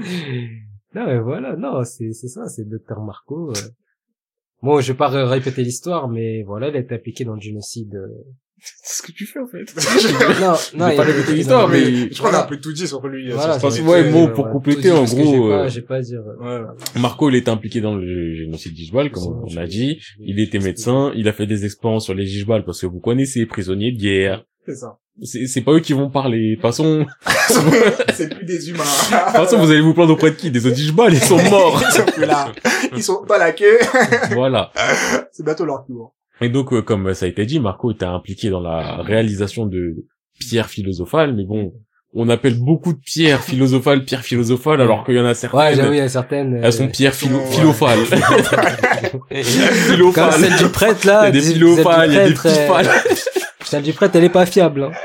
Non, mais voilà, non, c'est, c'est ça, c'est docteur Marco. euh. Bon, je vais pas ré- répéter l'histoire, mais voilà, il a été impliqué dans le génocide. euh. C'est ce que tu fais, en fait. Non, non, J'ai il pas a- répété il a- l'histoire, mais- Je crois qu'on a Voilà. un peu tout dit sur lui. Voilà, sur Parce son que, ouais, été, moi, euh, pour ouais, compléter, tout dit, en parce que gros, j'ai euh, pas, j'ai pas à dire. euh, Ouais. Marco, il était impliqué dans le génocide d'Ishbal, comme on a dit. Il était médecin, il a fait des expériences sur les Ishbal, parce que vous connaissez, prisonniers de guerre. C'est ça. C'est, c'est pas eux qui vont parler. De toute façon, C'est plus des humains. de toute façon, vous allez vous plaindre auprès de qui? Des autres Ishbal, ils sont morts. Ils sont plus là. Ils sont dans la queue. Voilà. C'est bientôt leur tour. Et donc, euh, comme ça a été dit, Marco était impliqué dans la réalisation de pierres philosophales, mais bon, on appelle beaucoup de pierres philosophales pierres philosophales, alors qu'il y en a certaines, Ouais, j'avoue, il y a certaines. euh, elles sont pierres philo- Ouais. philophales. Comme Philophales. celle du prêtre, Il y là. a des celle du philophales, il y a des prêtre, euh, philophales. Celle du prêtre, elle est pas fiable, hein.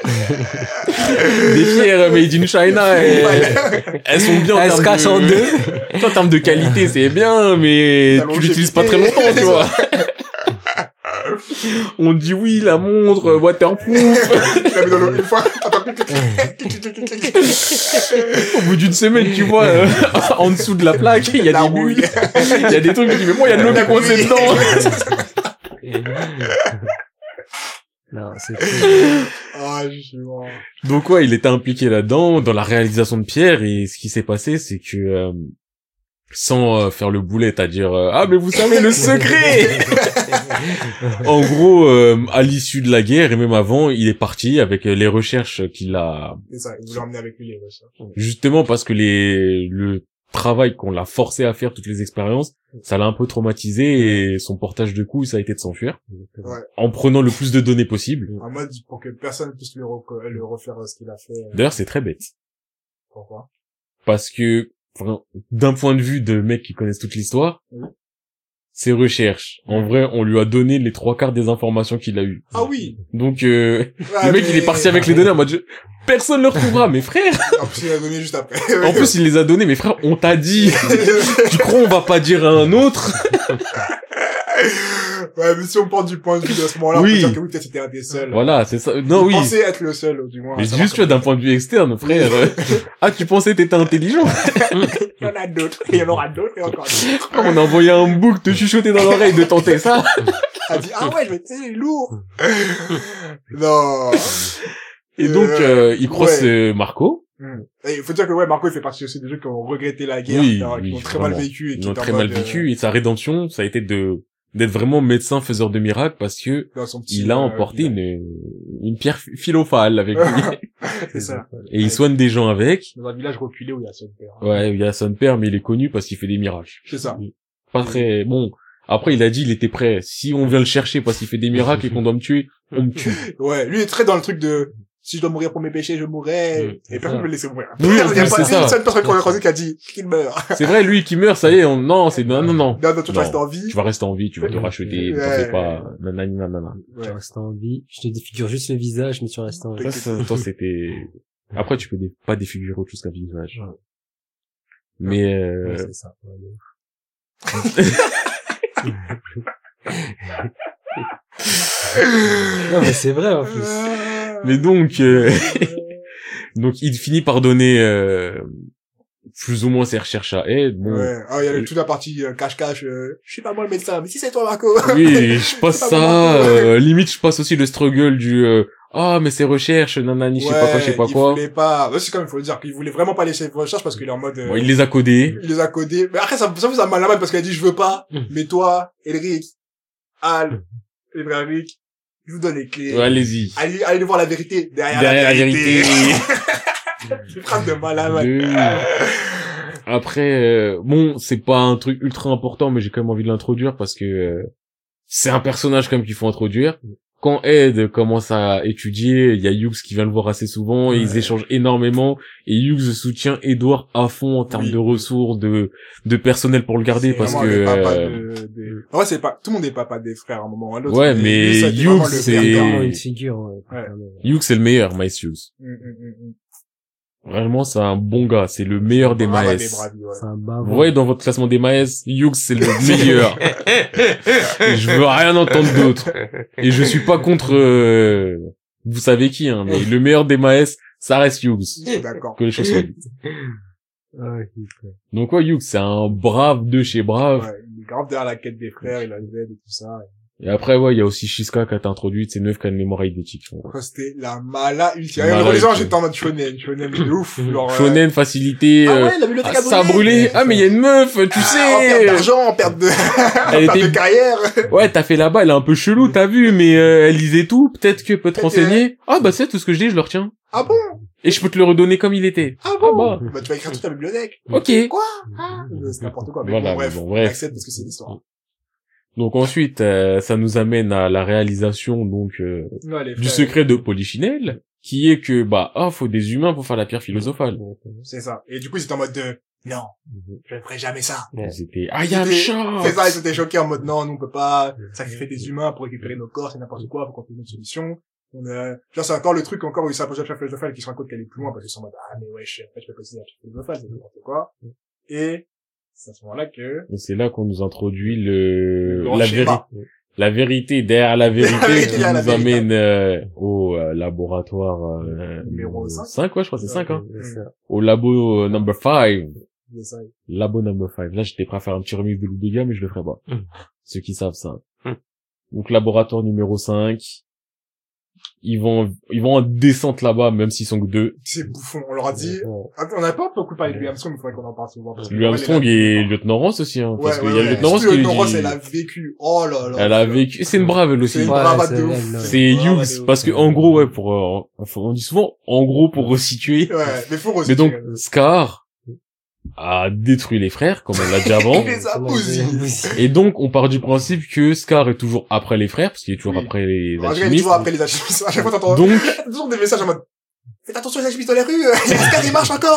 Des pierres made in China, et elles sont bien en Elle se termes casse de... en deux. En termes de qualité, c'est bien, mais La tu l'utilises pas très longévité. longtemps, tu vois. On dit oui, la montre, euh, waterproof. Tu l'as mis dans l'eau une fois. Attends, clic, clic, clic, clic, clic, clic. Au bout d'une semaine, tu vois, euh, en dessous de la plaque, il y a La des rouille. bulles. Il y a des trucs qui disent, mais moi, il y a de l'eau qui est coincée dedans. Non, c'est Ah, je suis mort. Donc ouais, il était impliqué là-dedans, dans la réalisation de Pierre, et ce qui s'est passé, c'est que, euh, sans euh, faire le boulet, à dire euh, ah mais vous savez le secret. En gros, euh, à l'issue de la guerre et même avant, il est parti avec euh, les recherches qu'il a, C'est ça, il voulait emmener avec lui les recherches. justement parce que les le travail qu'on l'a forcé à faire, toutes les expériences, ça l'a un peu traumatisé et son portage de coups, ça a été de s'enfuir, Ouais. en prenant le plus de données possible. En mode, pour que personne puisse le, reco- le refaire euh, ce qu'il a fait. euh, D'ailleurs, c'est très bête. Pourquoi? Parce que, enfin, d'un point de vue de mecs qui connaissent toute l'histoire, Oui. ses recherches, en vrai, on lui a donné les trois quarts des informations qu'il a eues. Ah oui! Donc, euh, Ouais, le mec, mais- il est parti avec les données en mode, je- personne ne le retrouvera, mes frères. En plus, il a donné juste après. En plus, il les a donnés, mes frères, on t'a dit. Tu crois on va pas dire à un autre? Ouais, mais si on part du point de vue de ce moment-là, Oui. on peut dire que oui, peut-être c'était un des seuls. Voilà, c'est ça. Non, Il oui. pensait être le seul, du moins. Mais à c'est savoir juste, tu vois, d'un point de vue externe, frère. euh, Ah, tu pensais t'étais intelligent? Il y en a d'autres, il y en aura d'autres, et encore d'autres. On a envoyé un bouc te chuchoter dans l'oreille de tenter ça. Elle dit, ah ouais, je vais être c'est lourd. Non. Et donc, euh, il croise ouais. euh, Marco. Hmm. Et il faut dire que ouais, Marco, il fait partie aussi des gens qui ont regretté la guerre, Oui, qui, ont- oui, qui ont très vraiment. mal vécu et qui Ils ont étaient en très mal mode, vécu, et sa rédemption, ça a été de d'être vraiment médecin faiseur de miracles, parce que euh, dans son petit, il a euh, emporté village. une une pierre philophale avec lui. C'est ça. Et il soigne des gens avec. Dans un village reculé où il y a son père. Ouais, il y a son père, mais il est connu parce qu'il fait des miracles. C'est ça. Pas très bon. Après, il a dit, il était prêt. Si on vient le chercher parce qu'il fait des miracles et qu'on doit me tuer, on me tue. Ouais, lui est très dans le truc de, si je dois mourir pour mes péchés, je mourrai. Mm, Et c'est personne ça. ne me laisser mourir. Oui, il y a en pas plus, c'est une ça. seule personne qu'on a croisé qui a dit qu'il meurt. C'est vrai, lui qui meurt, ça y est, on... non, c'est non, non, non. Non, non, tu Non. restes en vie. Tu vas rester en vie, tu vas te racheter, ne t'en Ouais. fais pas, nanani, nanana. Ouais. Tu restes en vie. Je te défigure juste le visage, mais tu restes en vie. Ça, ça, toi, c'était, après, tu peux dé- pas défigurer autre chose qu'un visage. Mais euh... Ouais, c'est ça. Ouais, non, mais c'est vrai, en plus. mais donc, euh... donc il finit par donner euh... plus ou moins ses recherches à Ed. Bon. Ouais. Ah, il y a le, toute la partie euh, cache-cache. Euh, je suis pas moi le médecin, mais si c'est toi, Marco. Oui, je passe ça. Euh, limite, je passe aussi le struggle du. Euh, ah, mais ses recherches, nanani, je sais ouais, pas quoi, je sais pas il quoi. Il voulait pas. Ouais, c'est quand même, il faut le dire qu'il voulait vraiment pas laisser ses recherches parce qu'il est en mode. Euh... Bon, il les a codés. Il les a codés. Mais après, ça, ça fait ça mal à mal parce qu'il a dit je veux pas. Mais toi, Elric, Al, Elric, je vous donne les clés. Ouais, allez-y. Allez, allez voir la vérité derrière, derrière la vérité. La vérité. C'est une phrase de mal à mal. De... Après, euh, bon, c'est pas un truc ultra important, mais j'ai quand même envie de l'introduire parce que euh, c'est un personnage quand même qu'il faut introduire. Quand Ed commence à étudier, il y a Hughes qui vient le voir assez souvent, et ouais. Ils échangent énormément, et Hughes soutient Edward à fond en termes oui. de ressources, de de personnel pour le garder, c'est parce que... Euh... De, de... En vrai, c'est pas, tout le monde est papa des frères à un moment ou à l'autre. Ouais, mais, mais Hughes, c'est... une figure, ouais. Ouais. Hughes, c'est le meilleur, Miles Hughes. Mm, mm, mm. Vraiment, c'est un bon gars, c'est le meilleur des Maes. Ouais. Vous voyez, dans votre classement des Maes, Hughes, c'est le meilleur. Et je veux rien entendre d'autre. Et je suis pas contre, euh, vous savez qui, hein, mais le meilleur des Maes, ça reste Hughes. D'accord. Que les choses soient dites. Donc ouais, Hughes, c'est un brave de chez brave. Ouais, il est grave derrière la quête des frères, il a le Z et tout ça. Et après, ouais, il y a aussi Shiska qui a été introduite, c'est une meuf qui a une mémoire eidetique. C'était la mala ultime. En relisant, j'étais en mode shonen, shonen de ouf. Genre, shonen, facilité, ah ouais, la bibliothèque euh, ça a brûlé. Ah, mais il y a une meuf, tu ah, sais. En perte d'argent, en perte de, elle en perte était... de carrière. Ouais, t'as fait là-bas, elle est un peu chelou, t'as vu, mais euh, elle lisait tout, peut-être que peut te renseigner. Ah, bah c'est tout ce que je dis, je le retiens. Ah bon? Et je peux te le redonner comme il était. Ah bon? Ah bah. bah, tu vas écrire toute la bibliothèque. Ok. Quoi? Ah. C'est n'importe quoi. Mais voilà, bon, bref. Bon, bref. On accepte parce que c'est l'histoire. Donc ensuite, euh, ça nous amène à la réalisation donc euh, ouais, du secret de Polichinelle, qui est que bah ah faut des humains pour faire la pierre philosophale. C'est ça. Et du coup ils étaient en mode de non, je ne ferai jamais ça. Ils étaient I am shocked. C'est ça, ils étaient choqués en mode non, nous on peut pas sacrifier des humains pour récupérer nos corps, c'est n'importe quoi, faut qu'on trouve une autre solution. On a... Genre c'est encore le truc encore où ils s'approchent de la pierre philosophale qui se rend compte qu'elle est plus loin parce qu'ils sont en mode ah mais ouais je, en fait, je peux pas essayer la pierre philosophale, c'est n'importe quoi. Et c'est à ce moment-là que... Et c'est là qu'on nous introduit le, le la vérité, la vérité derrière la vérité la vérité qui nous vérité. amène euh, au euh, laboratoire euh, numéro cinq. cinq, ouais, je crois que c'est cinq, hein. Au labo euh, number five. Labo number five. Là, j'étais prêt à faire un petit remix de Loubega, mais je le ferai pas. Mm. Ceux qui savent ça. Mm. Donc, laboratoire numéro cinq. Ils vont, ils vont en descente là-bas, même s'ils sont que deux. C'est bouffon. On leur a dit, on n'a pas beaucoup parlé de Louis Armstrong, mais il faudrait qu'on en parle souvent. Louis Armstrong et Lieutenant Ross aussi, hein. Ouais, parce ouais, qu'il y a ouais. Lieutenant Ross qui Lieutenant Ross, elle a vécu. Oh là là. Elle a vécu. C'est une brave, elle aussi. C'est une bravade de ouf. C'est Hughes. Parce que, en gros, ouais, pour, euh, on dit souvent, en gros, pour resituer. Ouais, mais faut resituer. Mais donc, Scar a détruit les frères, comme on l'a dit avant. Il les a bousillés. Et donc, on part du principe que Scar est toujours après les frères, parce qu'il est toujours oui. après les alchimistes. Il est toujours après les alchimistes. À chaque fois, t'entends donc... toujours des messages en mode, faites attention aux alchimistes dans les rues, Scar, il marche encore.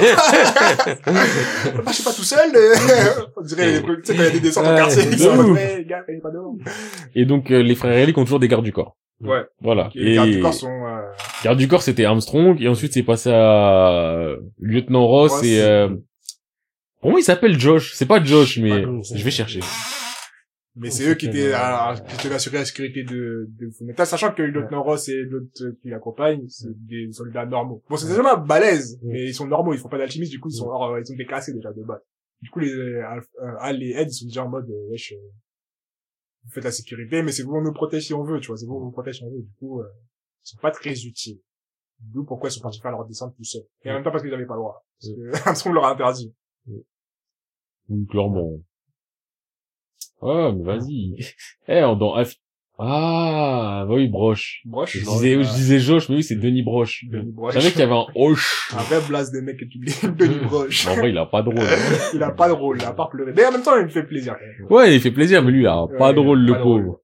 Ne marchez pas tout seul. On dirait, tu sais, quand il y a des descentes en quartier, ils sont en mode, ouais, gars, il est pas dehors. Et donc, euh, les frères Relic ont toujours des gardes du corps. Ouais. Voilà. Et les gardes du corps sont, euh... gardes du corps, c'était Armstrong, et ensuite, c'est passé à euh, Lieutenant Ross, Ross et, euh, comment il s'appelle Josh? C'est pas Josh, mais je vais chercher. Mais c'est eux qui étaient, à, qui étaient assurés la sécurité de, de Fullmetal, sachant que le lieutenant Ross et l'autre qui l'accompagnent, c'est des soldats normaux. Bon, c'est déjà balèzes, mais ils sont normaux, ils font pas d'alchimisme, du coup, ils sont, alors, ils sont déclassés déjà de base. Du coup, les, euh, Al et Ed, ils sont déjà en mode, euh, wesh, euh, vous faites la sécurité, mais c'est vous, on nous protège si on veut, tu vois, c'est vous, on nous protège si on veut, du coup, euh, ils sont pas très utiles. D'où pourquoi ils sont partis faire leur descente tout seuls. Et en même temps parce qu'ils avaient pas le droit. Parce que, Armstrong leur a interdit. Oui, clairement. Ah, mais vas-y. Eh, on dans F... Ah, bah oui, Broche. Broche. Je disais, je disais Josh, mais oui, c'est Denis Broche. Denis Broche. Je savais qu'il y avait un Hoche. Un vrai blast de mec que tu dis, Denis Broche. En vrai, il a pas de rôle. Il a pas de rôle, il a pas pleuré. Mais en même temps, il me fait plaisir. Ouais, il fait plaisir, mais lui, il a ouais, pas de rôle, le pas pauvre.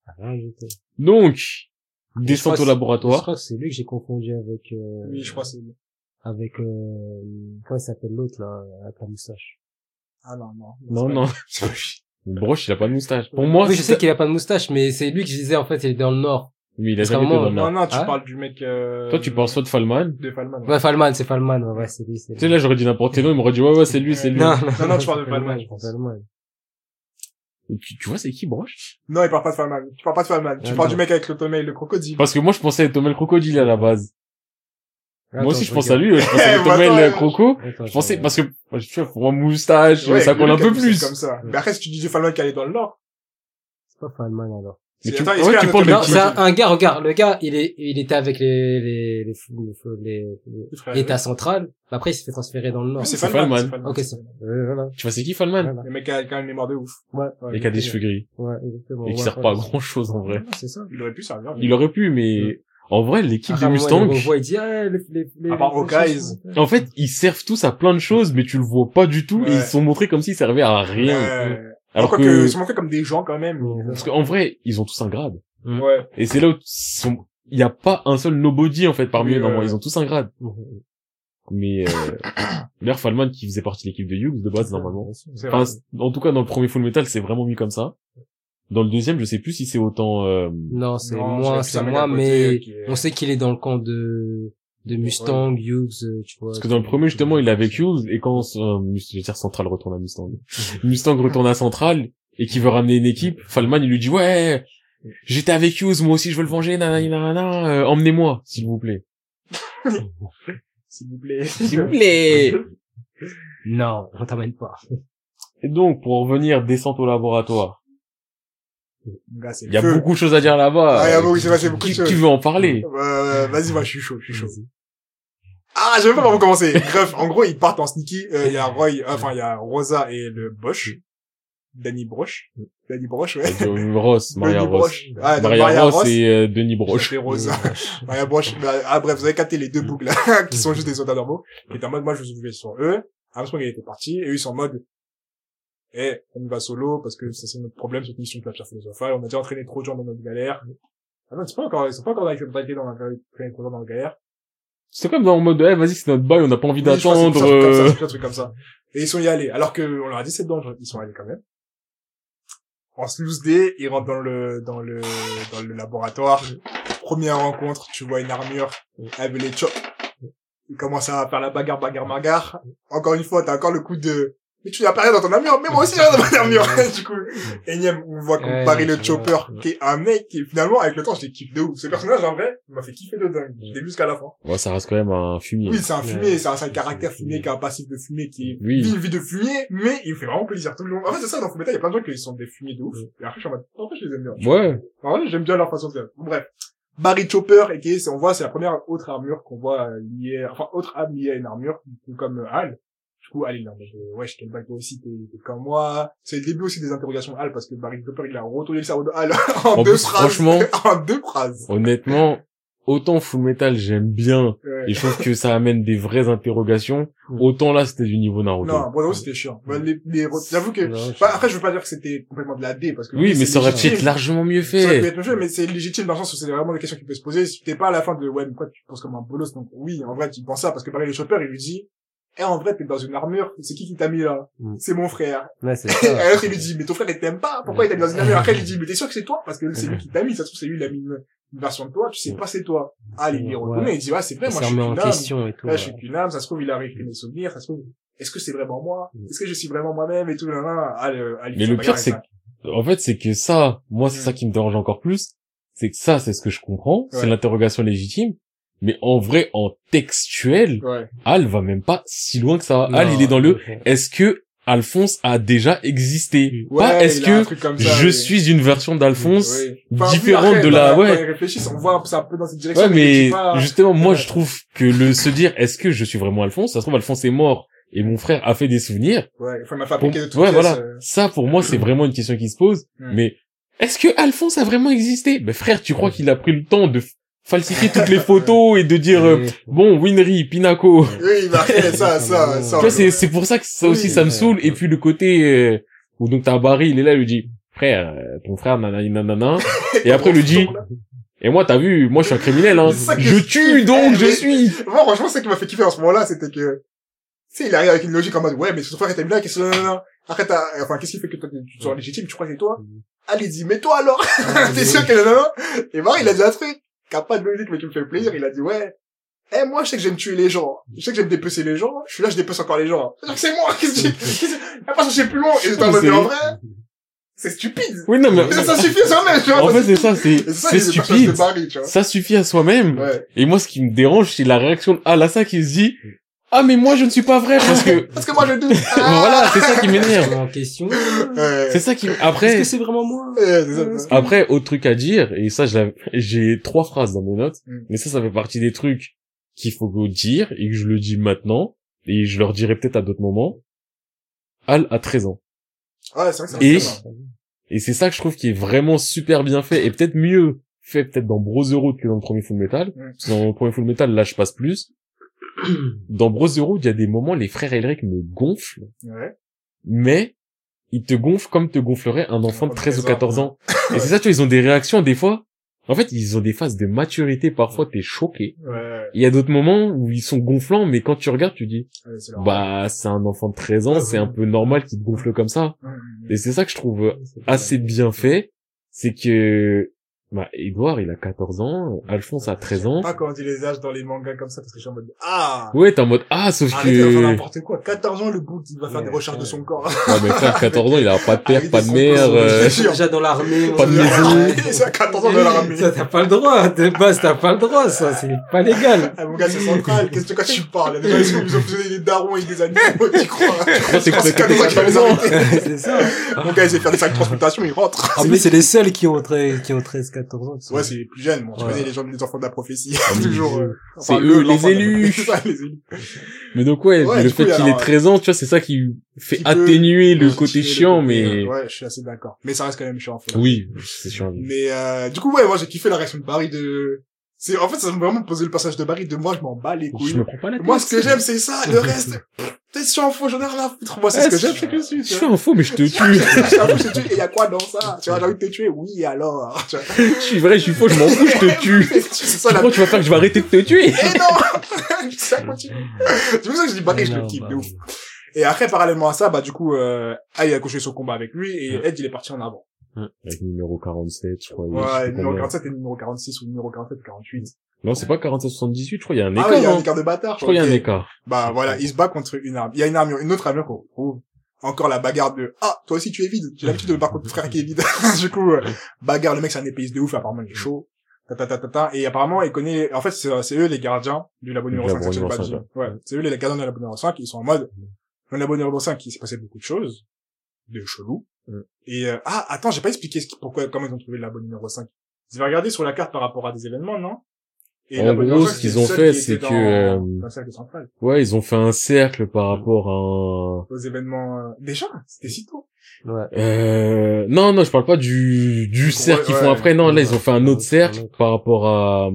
Donc, descente au Je laboratoire. crois que c'est lui que j'ai confondu avec, euh... Oui, je crois que c'est lui. Avec, euh, comment il s'appelle l'autre, là, avec la moustache. Ah non, non. Non, non. Broche, il a pas de moustache. Pour moi, oui, je sais qu'il a pas de moustache, mais c'est lui que je disais, en fait, il est dans le nord. Mais il a Parce qu'à jamais un été moment, dans le Non, Nord. non, tu Ah. parles du mec, euh... Toi, tu parles soit de Falman. de Falman. Ouais. Ouais, Falman, c'est Falman, ouais, ouais, c'est lui, c'est Tu sais, là, j'aurais dit n'importe quel nom, il m'aurait dit, ouais, ouais, c'est lui, c'est lui. Non, Non, non, tu parles de c'est Falman, je pense. Falman. Et puis, tu vois, c'est qui, Broche? Non, il parle pas de Falman. Tu parles pas de Falman. Tu Ah, parles non. du mec avec le tomé, le crocodile. Parce que moi, je pensais à Thomas le crocodile à la base. Attends, moi aussi, je pense à regarde. lui, ouais, je pensais à Eh, Thomas bah, le attends, croco. Attends, Je pensais, regarde. parce que, moi, tu vois, pour un moustache, Ouais, ça le colle un mec a peu poussé plus. comme ça. Mais après, si tu dis du Falman qui allait dans le Nord. C'est pas Falman, alors. Mais c'est- tu- attends, ouais, est-ce qu'il y a tu un parles autre de Non, mec qui? c'est un, un gars, regarde, le gars, il est, il était avec les, les, les, les, les, frères, il était à Centrale. Après, il s'est fait transférer dans le Nord. Mais c'est c'est Falman. Falman. c'est Falman. Ok, c'est, euh, voilà. Tu vois, c'est qui, Falman? Voilà. Le mec a quand même une mémoire de ouf. Ouais. Ouais, Et qui a des il- cheveux gris. Ouais, exactement. Et qui Ouais, sert ouais, pas à ouais. grand chose, en vrai. Ouais, c'est ça. Il aurait pu servir. Il aurait pu, mais, en vrai, l'équipe Après, de à un moment, il Mustang, le revoit, il dit, ah, les, les, les, À part les Hawkeyes. choses sont- en fait, ils servent tous à plein de choses, mais tu le vois pas du tout, et Ouais. ils sont montrés comme s'ils servaient à rien. Ouais. Alors Encore que, que, ils sont montrés comme des gens quand même. Ouais. parce qu'en vrai, ils ont tous un grade. Ouais. Et c'est là où ils sont- il y a pas un seul nobody, en fait, parmi Oui, eux, normalement. ouais. Ils ont tous un grade. Mais, euh, d'ailleurs, Falman, qui faisait partie de l'équipe de Hughes, de base, normalement. C'est Enfin, vrai. c- en tout cas, dans le premier Full Metal, c'est vraiment mis comme ça. Dans le deuxième, je sais plus si c'est autant, euh, Non, c'est Non, moi, j'avais plus c'est un mec moi, à côté mais qui est- on sait qu'il est dans le camp de, de Mustang, Hughes, euh, tu vois. parce que dans le premier, justement, il est avec Hughes, et quand, euh, Mus- je vais dire Central retourne à Mustang. Mustang retourne à Central, et qui veut ramener une équipe, Falman, il lui dit, ouais, j'étais avec Hughes, moi aussi je veux le venger, nanana, nanana, euh, emmenez-moi, s'il vous plaît. S'il vous plaît. S'il vous plaît. Non, on t'amène pas. Et donc, pour revenir descente au laboratoire, Gars, c'est il y a feu. beaucoup de choses à dire là-bas. Ah, il y a beaucoup- c'est vrai, c'est beaucoup qui, de choses. qui veut en parler? Euh, vas-y, moi, je suis chaud, je suis chaud. Ah, je sais même pas comment commencer. Bref, en gros, ils partent en sneaky. Euh, Il y a Roy, enfin, il y a Rosa et le Bosch. Danny Broche. Danny Broche, ouais. Euh, Ross, Maria Denis Ross. Broche. Ah, donc, Maria, Ross, et euh, Denis Broche. C'est Rosa. Maria Broche. Bah, ah, bref, vous avez capté les deux boucles, là, qui sont juste des soldats normaux. Qui étaient en mode, moi, je me souviens sur eux. Armstrong, il était parti. Et eux, ils sont en mode, eh, on y va solo, parce que ça, c'est notre problème, cette mission de la pierre philosophale. On a déjà entraîné trop de gens dans notre galère. Ah non, c'est pas encore, ils sont pas encore dans la dans la entraîné trop de gens dans la galère. C'est comme dans le mode, eh, vas-y, c'est notre bail, on n'a pas envie Oui, je crois que c'est d'attendre. un truc comme ça, euh, c'est un truc comme ça. Et ils sont y allés. Alors que, on leur a dit c'est dangereux. Ils sont allés quand même. En loose day, ils rentrent dans le, dans le, dans le laboratoire. Première rencontre, tu vois une armure avec les chops. Ils commencent à faire la bagarre, bagarre, bagarre. Encore une fois, t'as encore le coup de, mais tu n'as pas rien dans ton armure, mais moi aussi j'ai rien dans mon armure. Du coup, énième, on voit qu'on Ouais, parie le je chopper, vois. qui est un mec qui, finalement, avec le temps, je l'ai kiffé de ouf. Ce personnage, en vrai, il m'a fait kiffer de dingue. Je l'ai vu jusqu'à la fin. Ouais, ça reste quand même un fumier. Oui, c'est un fumier, Ouais. c'est un, c'est un caractère fumier qui a un passif de fumier qui Oui. vit une vie de fumier, mais il me fait vraiment plaisir tout le long. En fait, c'est ça, dans Fullmetal, il y a plein de gens qui sont des fumiers de ouf. Et après, je suis en mode, en fait, je les aime bien. Ouais. En vrai, j'aime bien leur façon de faire. Bon, bref. Barry Chopper, et qui est, c'est- on voit, c'est la première autre armure qu'on voit euh, liée, enfin, autre âme liée à une armure, du coup, comme euh, Hal. Du coup, Hal, il est en mode, euh, wesh, quel bail toi aussi, t'es, t'es comme moi. C'est le début aussi des interrogations de Hal, parce que Barry Chopper, il a retourné le cerveau de Hal en, En deux plus, phrases. franchement- en deux phrases. Honnêtement, autant Full Metal, j'aime bien, Ouais. et je trouve que ça amène des vraies interrogations, autant là, c'était du niveau Naruto. Non, Brotherhood, c'était chiant. Ouais, les, les, j'avoue que, Non, je- bah, après, je veux pas dire que c'était complètement de la D, parce que Oui, mais c'est ça aurait pu légitime. être largement mieux Ça aurait pu fait. être mieux, mais c'est légitime dans le sens où c'est vraiment des questions qui peuvent se poser. Si t'es pas à la fin de, ouais, mais quoi, tu penses comme un bolos, donc oui, en vrai, tu penses ça, parce que pareil, le chopper, il lui dit, eh, en vrai, t'es dans une armure, c'est qui qui t'a mis là? Mm. C'est mon frère. Ouais, c'est Et ça. l'autre, il lui dit, mais ton frère, il t'aime pas, pourquoi il t'a mis dans une armure? Après, il lui dit, mais t'es sûr que c'est toi? Parce que c'est lui qui t'a mis, ça se trouve, c'est lui, il a mis une, une version de toi, tu sais pas c'est toi. Ah, il est retourné, Ouais. il dit, ouais, c'est vrai, Il moi, s'est je suis remis en qu'une âme. question et tout. Là, je suis ouais. qu'une âme, ça se trouve, il a réécrit mes souvenirs, ça se trouve, est-ce que c'est vraiment moi? Est-ce que je suis vraiment moi-même et tout, là, là, ah, le, ah, il Mais fait le la pire, bagarre c'est avec que, en fait, c'est que ça, moi, c'est Mm. ça qui me dérange encore plus, c'est que ça, c'est ce que je comprends, c'est Ouais. l'interrogation légitime, mais en vrai, en textuel, ça. Ouais. Al va même pas si loin que ça. Non, Al, il est dans le, ouais. est-ce que Alphonse a déjà existé? Ouais, Pas est-ce il a un que truc comme ça, je oui. suis une version d'Alphonse Oui. Enfin, différente oui, après, de la, quand- ouais. Quand ils réfléchissent, on voit c'est un peu dans cette direction. Ouais, mais c'est pas- justement, moi, Ouais. je trouve que le se dire, est-ce que je suis vraiment Alphonse? Ça se trouve, Alphonse est mort et mon frère a fait des souvenirs. Ouais, enfin, il m'a Pour- fabriqué de toutes ouais, pièces. voilà. euh. Ça, pour moi, c'est vraiment une question qui se pose. Mm. Mais est-ce que Alphonse a vraiment existé? Ben frère, tu crois qu'il a pris le temps de f- falsifier toutes les photos et de dire euh, Oui. bon, Winry, Pinako. Oui, il m'a fait ça, ça, ça. Tu vois, c'est c'est pour ça que ça aussi Oui, ça me ouais. saoule. Et puis le côté euh, où donc t'as Barry, il est là, il lui dit frère, euh, ton frère nanana nanana. Et après il lui dit et moi t'as vu, moi je suis un criminel hein. C'est ça que Je je tue kiffe. donc Eh, je mais- suis. Moi, franchement, ce qui m'a fait kiffer en ce moment-là, c'était que, tu sais, il arrive avec une logique en mode, ouais, mais ton frère était là, qu'est-ce que, non, non, non. Après, t'as, enfin, qu'est-ce qui fait que toi, tu te sens légitime, tu crois que c'est toi? Ali dit, mais toi alors? T'es sûr qu'elle est là? Et Marie, il a dit un truc, qui a pas de logique, mais qui me fait plaisir, il a dit, ouais, eh, moi, je sais que j'aime tuer les gens. Je sais que j'aime dépecer les gens. Je suis là, je dépece encore les gens. C'est moi, qu'est-ce que tu, qu'est-ce que, pas chercher plus loin. Et j'étais en mode, en vrai, c'est stupide. Oui, non, mais... Ça, ça suffit à soi-même, tu vois. En fait, c'est ça, c'est, c'est stupide. Barry, tu vois. Ça suffit à soi-même. Ouais. Et moi, ce qui me dérange, c'est la réaction de Alassa qui se dit, ah, mais moi, je ne suis pas vrai parce que... Parce que moi, je doute. Voilà, c'est ça qui m'énerve. En question. Ouais. C'est ça qui, après... Est-ce que c'est vraiment moi? Ouais, c'est ça, c'est ça. Après, autre truc à dire, et ça, je l'avais- j'ai trois phrases dans mes notes, Mm. mais ça, ça fait partie des trucs qu'il faut dire, et que je le dis maintenant, et je leur dirai peut-être à d'autres moments. Al a treize ans. Ouais, c'est vrai que c'est Et, ça. et c'est ça que je trouve qui est vraiment super bien fait, et peut-être mieux fait peut-être dans Brotherhood que dans le premier Full Metal. Mm. Parce que dans le premier Full Metal, là, je passe plus. Dans Brotherhood, il y a des moments, les frères Elric me gonflent, Ouais. mais ils te gonflent comme te gonflerait un enfant de treize ou ans. quatorze ans. Et c'est ça, tu vois, ils ont des réactions, des fois. En fait, ils ont des phases de maturité, parfois t'es choqué. Ouais. Il y a d'autres moments où ils sont gonflants, mais quand tu regardes, tu dis, Ouais, c'est leur- bah, c'est un enfant de treize ans, c'est un peu normal qu'il te gonfle comme ça. Mm. Et c'est ça que je trouve assez bien fait, c'est que, bah, Edouard, il a quatorze ans, Alphonse a treize ans. Pas quand on dit les âges dans les mangas comme ça, parce que je suis en mode, ah! Ouais, t'es en mode, ah, sauf Arrêtez de faire que... n'importe quoi. quatorze ans, le bout, il va faire des recherches de son corps. Ouais, mais frère, quatorze ans, il a pas de père, Avec pas des de mère, composants, euh... je suis sûr. Déjà dans l'armée. Pas de on- maison. C'est à quatorze ans de la ramener. Ça, t'as pas le droit. De base, t'as pas le droit, ça. C'est pas légal. Ah, mon gars, c'est central. Qu'est-ce que quand tu parles? Les gens, ils ont fusionné des darons et des animaux, tu crois? crois que c'est C'est que comme ça qu'il va les arrêter. C'est ça. Mon gars, il sait faire des sacs de transplantation, il rentre. Ah, mais c'est les seuls qui ont treize, qui ont treize, quatorze ans. qui sont- Ouais, c'est les plus jeunes. Bon, tu Ouais. connais les gens, les enfants de la prophétie. Toujours, euh, C'est enfin, eux, le- les l'enfant de la élus. prophétie. C'est ça, les élus. Mais donc ouais, Ouais, le du coup, fait il y a qu'il alors, ait treize ans, tu vois, c'est ça qui fait Qui peut- atténuer le Ouais, côté le chiant, côté, mais... euh, Ouais, je suis assez d'accord. Mais ça reste quand même chiant. faut- Oui, c'est chiant. Mais, euh, du coup, ouais, moi, j'ai kiffé la réaction de Barry de, c'est, en fait, ça m'a vraiment posé le passage de Barry de moi, je m'en bats les couilles. Je me prends pas la tête. Moi, ce que j'aime, c'est ça. Le reste, t'es sur un faux, j'en ai rien à foutre. Moi, c'est ce que j'aime, c'est que je suis, Je tu suis vois. un faux, mais je te Je tue. suis un faux, je te tue. Et y a quoi dans ça? Tu vois, j'ai envie de te tuer? Oui, alors. Tu vois. Je suis vrai, je suis faux, je m'en fous, je te tue. C'est Tu ça, la... crois que tu vas faire que je vais arrêter de te tuer? Eh non! Ça continue. C'est pour ça que je dis Barry, je le Non, kiffe, bah, de ouf. Et après, parallèlement à ça, bah, du coup, euh, ah, il a couché son combat avec lui, et Ed, il est parti en avant. Avec numéro quarante-sept, je crois. je sais Ouais, pas numéro combien. quarante-sept et numéro quarante-six, ou numéro quarante-sept et quarante-huit. Non, c'est pas quarante-sept soixante-dix-huit, je crois, il y a un Ah écart, oui, il y a un hein. écart de bâtard. Je crois qu'il y a un ok. écart. Bah, voilà, il se bat contre une arme. Il y a une armure, une autre armure qu'on retrouve. Encore la bagarre de, ah, toi aussi tu es vide. J'ai l'habitude de me battre contre ton frère qui est vide. Du coup, euh, bagarre, le mec c'est un épéiste de ouf, apparemment il est chaud. Ta, ta, ta, ta, ta. Et apparemment, il connaît, en fait, c'est, c'est eux les gardiens du labo numéro Du cinq, labo ça, je l'ai numéro pas dit. cinq, Ouais, c'est eux les gardiens du labo numéro cinq, ils sont en mode, dans le labo numéro cinq, il s'est passé beaucoup de choses, de chelou. Mm. Et, euh, ah, attends, j'ai pas expliqué ce qui, pourquoi, comment ils ont trouvé le labo numéro cinq. Ils avaient regardé sur la carte par rapport à des événements, non? Et En le labo gros, numéro cinq, ce qu'ils c'est ont le seul fait, qui c'est était que, dans- euh, dans le cercle central. Ouais, ils ont fait un cercle par rapport à Aux événements, euh, déjà, c'était si tôt. Ouais. un... Euh, non, non, je parle pas du, du Ouais, cercle qu'ils ouais. font après. Non, là, Ouais, ils ont fait un ouais, autre cercle un autre. par rapport à...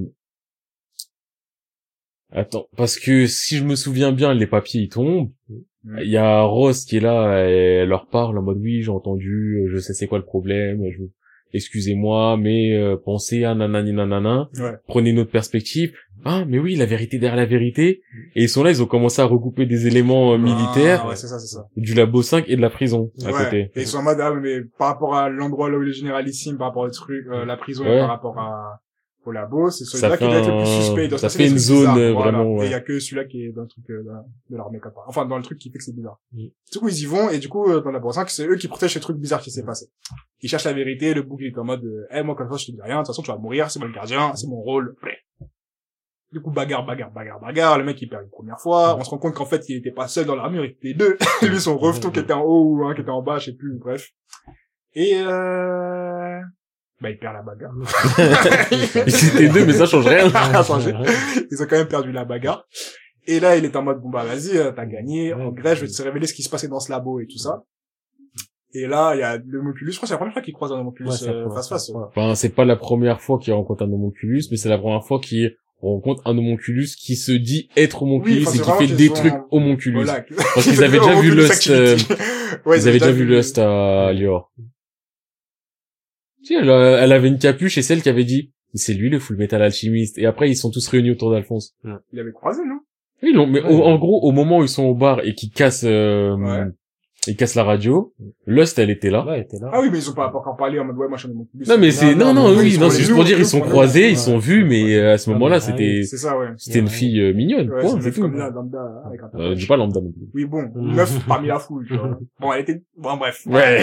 Attends, parce que si je me souviens bien, les papiers, ils tombent. Mm. Il y a Rose qui est là, et elle leur parle en mode oui, j'ai entendu, je sais c'est quoi le problème, je... excusez-moi, mais euh, pensez à nanani nanana, Ouais. prenez notre perspective. Ah, mais oui, la vérité derrière la vérité. Et ils sont là, ils ont commencé à regrouper des éléments euh, militaires, Ah, ouais, c'est ça, c'est ça. du labo cinq et de la prison à Ouais. côté. Et ils sont en mode, ah, mais par rapport à l'endroit là où il est généralissime, par rapport au truc, euh, la prison, Ouais. par rapport à, au labo, c'est Ça celui-là qui fait doit être le plus un- suspect. Il doit se ça passer fait des une trucs zone, bizarres, euh, voilà. vraiment, ouais. Et il y a que celui-là qui est dans le truc euh, de, de l'armée capable. Enfin, dans le truc qui fait que c'est bizarre. Mm. Du coup, ils y vont, et du coup, euh, dans la cinq, c'est eux qui protègent ces trucs bizarres qui s'est passé. Ils cherchent la vérité, le bouc il est en mode, euh, eh, moi, comme ça, je te dis rien, de toute façon, tu vas mourir, c'est moi le gardien, c'est mon rôle. Du coup, bagarre, bagarre, bagarre, bagarre, le mec, il perd une première fois, on se rend compte qu'en fait, il était pas seul dans l'armure, il était deux. Lui, son reftou qui était en haut, ou un qui était en bas, je sais plus, bref. Et euh... bah, il perd la bagarre. Ils étaient deux, mais ça change rien. Ça a changé. Ils ont quand même perdu la bagarre. Et là, il est en mode, bon bah vas-y, euh, t'as gagné, en grève, je vais te révéler ce qui se passait dans ce labo et tout ça. Et là, il y a l'homoculus, je crois que c'est la première fois qu'il croise un homoculus Ouais, c'est la euh, première face face. fois. Enfin, c'est pas la première fois qu'il rencontre un homonculus, mais c'est la première fois qu'il rencontre un homonculus qui se dit être homonculus Oui, enfin, et c'est qui vraiment fait qu'ils des ont- trucs homonculus. Voilà. Parce qu'ils avaient déjà vu Homoculus Lust, euh, Activity. Ouais, Ils avaient déjà vu Lust à Lior. Si, elle, a- elle avait une capuche et celle qui avait dit, c'est lui le Full Metal Alchimiste. Et après, ils sont tous réunis autour d'Alphonse. Il avait croisé, non? Oui, non, mais Ouais. au- en gros, au moment où ils sont au bar et qu'ils cassent, euh, Ouais. il casse la radio. Lust, elle était là. Ouais, elle était là. Ah oui, mais ils ont pas encore parlé en mode, ouais, moi, je suis mon public. Non, mais c'est, non, non, non, oui, ils non, sont c'est juste nous, pour dire, nous, ils sont on est croisés, là, ils sont ouais. vus, mais euh, à ce Ah, moment-là, mais c'était, C'est ça, ouais. c'était une fille euh, mignonne, Ouais, quoi, c'est c'est une tout. comme là, lambda, avec un Euh, tatouage. dis pas lambda non plus. Oui, bon, Mm. meuf parmi la foule, tu vois. Bon, elle était, bon, bref. Ouais.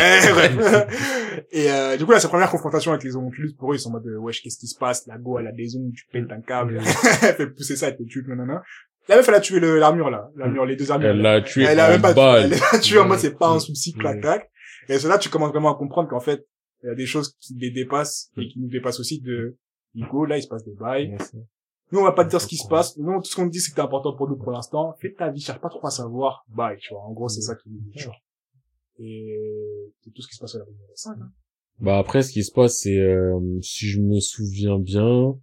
bref. Et, euh, du coup, là, sa première confrontation avec les homonculus, pour eux, ils sont en mode, wesh, qu'est-ce qui se passe? La go, elle a des ongles, tu pètes un câble. elle fait pousser ça, elle te tue, nanana. La meuf, elle a tué le, l'armure, là. L'armure, les deux armures. Elle l'a tué Elle a même en pas, balle. elle l'a tué en mode, c'est pas un souci, Mm. clac, clac. Et c'est là, tu commences vraiment à comprendre qu'en fait, il y a des choses qui les dépassent et qui nous dépassent aussi de, Nico, là, il se passe des bails. Ouais, c'est- Nous, on va pas te dire ce qui se passe. Nous, tout ce qu'on te dit, c'est que t'es important pour nous pour l'instant. Fais ta vie, cherche pas trop à savoir. Bye, tu vois. En gros, c'est ça qui nous dit, tu vois. Et c'est tout ce qui se passe à la numéro cinq, hein. Bah après, ce qui se passe, c'est, euh, si je me souviens bien,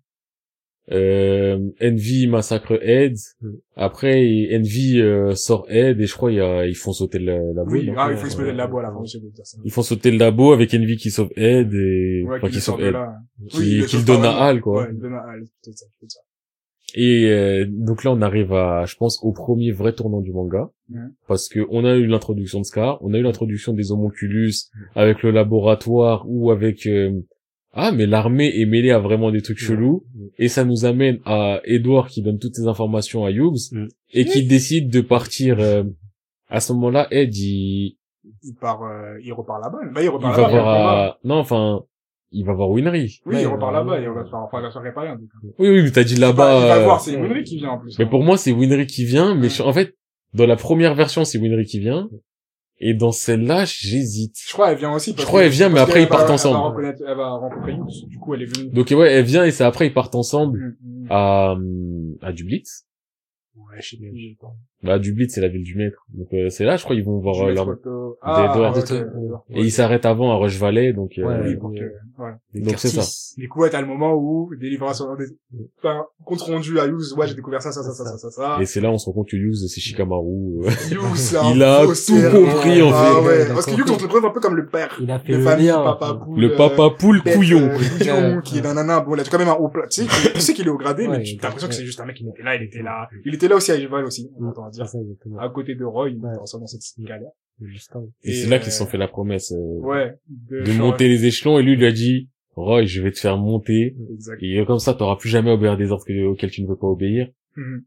euh, Envy massacre Ed. Après, Envy euh, sort Ed et je crois il y a, ils font sauter le labo. Oui, non ah, il faut exploser ouais, le labo à la ouais. fin, je vais dire ça. Ils font sauter le labo avec Envy qui sauve Ed et Ouais, enfin, qu'il qui sort sauve de Ed, là. qui, Oui, il le qui le sauve donne pas à vraiment. Hal, quoi. Ouais, il le donne à Hal, peut-être ça, peut-être ça. Et euh, donc là, on arrive à, je pense, au premier vrai tournant du manga, Mhm. parce que on a eu l'introduction de Scar, on a eu l'introduction des homonculus avec le laboratoire ou avec euh, ah mais l'armée est mêlée à vraiment des trucs chelous, et ça nous amène à Edward qui donne toutes ces informations à Hughes Mhm. et qui décide de partir. Euh, à ce moment-là, Ed il Il part, euh, il repart là-bas. Bah, il il repart va là-bas. voir il repart là-bas. à... non enfin il va voir Winry. Oui, Ouais, il repart euh, là-bas et on va se faire, enfin, il va se faire réparer, en tout cas. Oui oui, mais t'as dit Bah, là-bas. il va euh, voir, c'est ouais. Winry qui vient, en plus. Mais hein. pour moi, c'est Winry qui vient, mais Ouais. je- en fait, dans la première version, c'est Winry qui vient, et dans celle-là, j'hésite. Je crois, elle vient aussi. parce Je crois, que- elle vient, mais parce après, qu'elle ils partent va- ensemble. Elle va reconnaître, elle va rencontrer Hughes. Du coup, elle est venue. Donc ouais, elle vient et c'est après ils partent ensemble Mm, mm. à hum, à Dublitz. Ouais, je sais plus. Bah Dublitz, c'est la ville du maître. Donc euh, c'est là, je crois, ils vont voir Je euh, vais leur... être photo. Ah, d'Edward. ouais, ok, d'accord. et ils s'arrêtent avant à Rush Valley, donc euh, Ouais, Oui, pour que, ouais. donc c'est ça. Du coup, ouais, t'as le moment où, délibération, des, enfin, compte rendu à Hughes, ouais, j'ai découvert ça, ça, ça, ça, ça, ça, ça. Et c'est là on se rend compte que Hughes, c'est Shikamaru. euh. Hughes, c'est un Il a faussaire. tout compris, en Ah fait. ouais, Il a parce que compris. Hughes, on te le présente un peu comme le père. Il a fait De le famille, lien. papa quoi. poule. Le papa poule bête, couillon. euh, couillon, Ouais. qui est nanana. Bon, il a quand même un haut plat. Tu sais, qu'il- tu sais qu'il est au gradé, mais Ouais, tu as l'impression que ouais. c'est juste un mec qui était là, il était là. Il était là aussi à Eval aussi, on entend dire. C'est ça, exactement. À côté de Roy, il Ouais. était ensemble dans cette galère. Justin. Et Et, c'est là qu'ils euh, se sont fait la promesse euh, Ouais. de changer. monter les échelons, et lui il lui a dit Roy, je vais te faire monter, Exact. et comme ça t'auras plus jamais à obéir des ordres que- auxquels tu ne veux pas obéir. Mhm.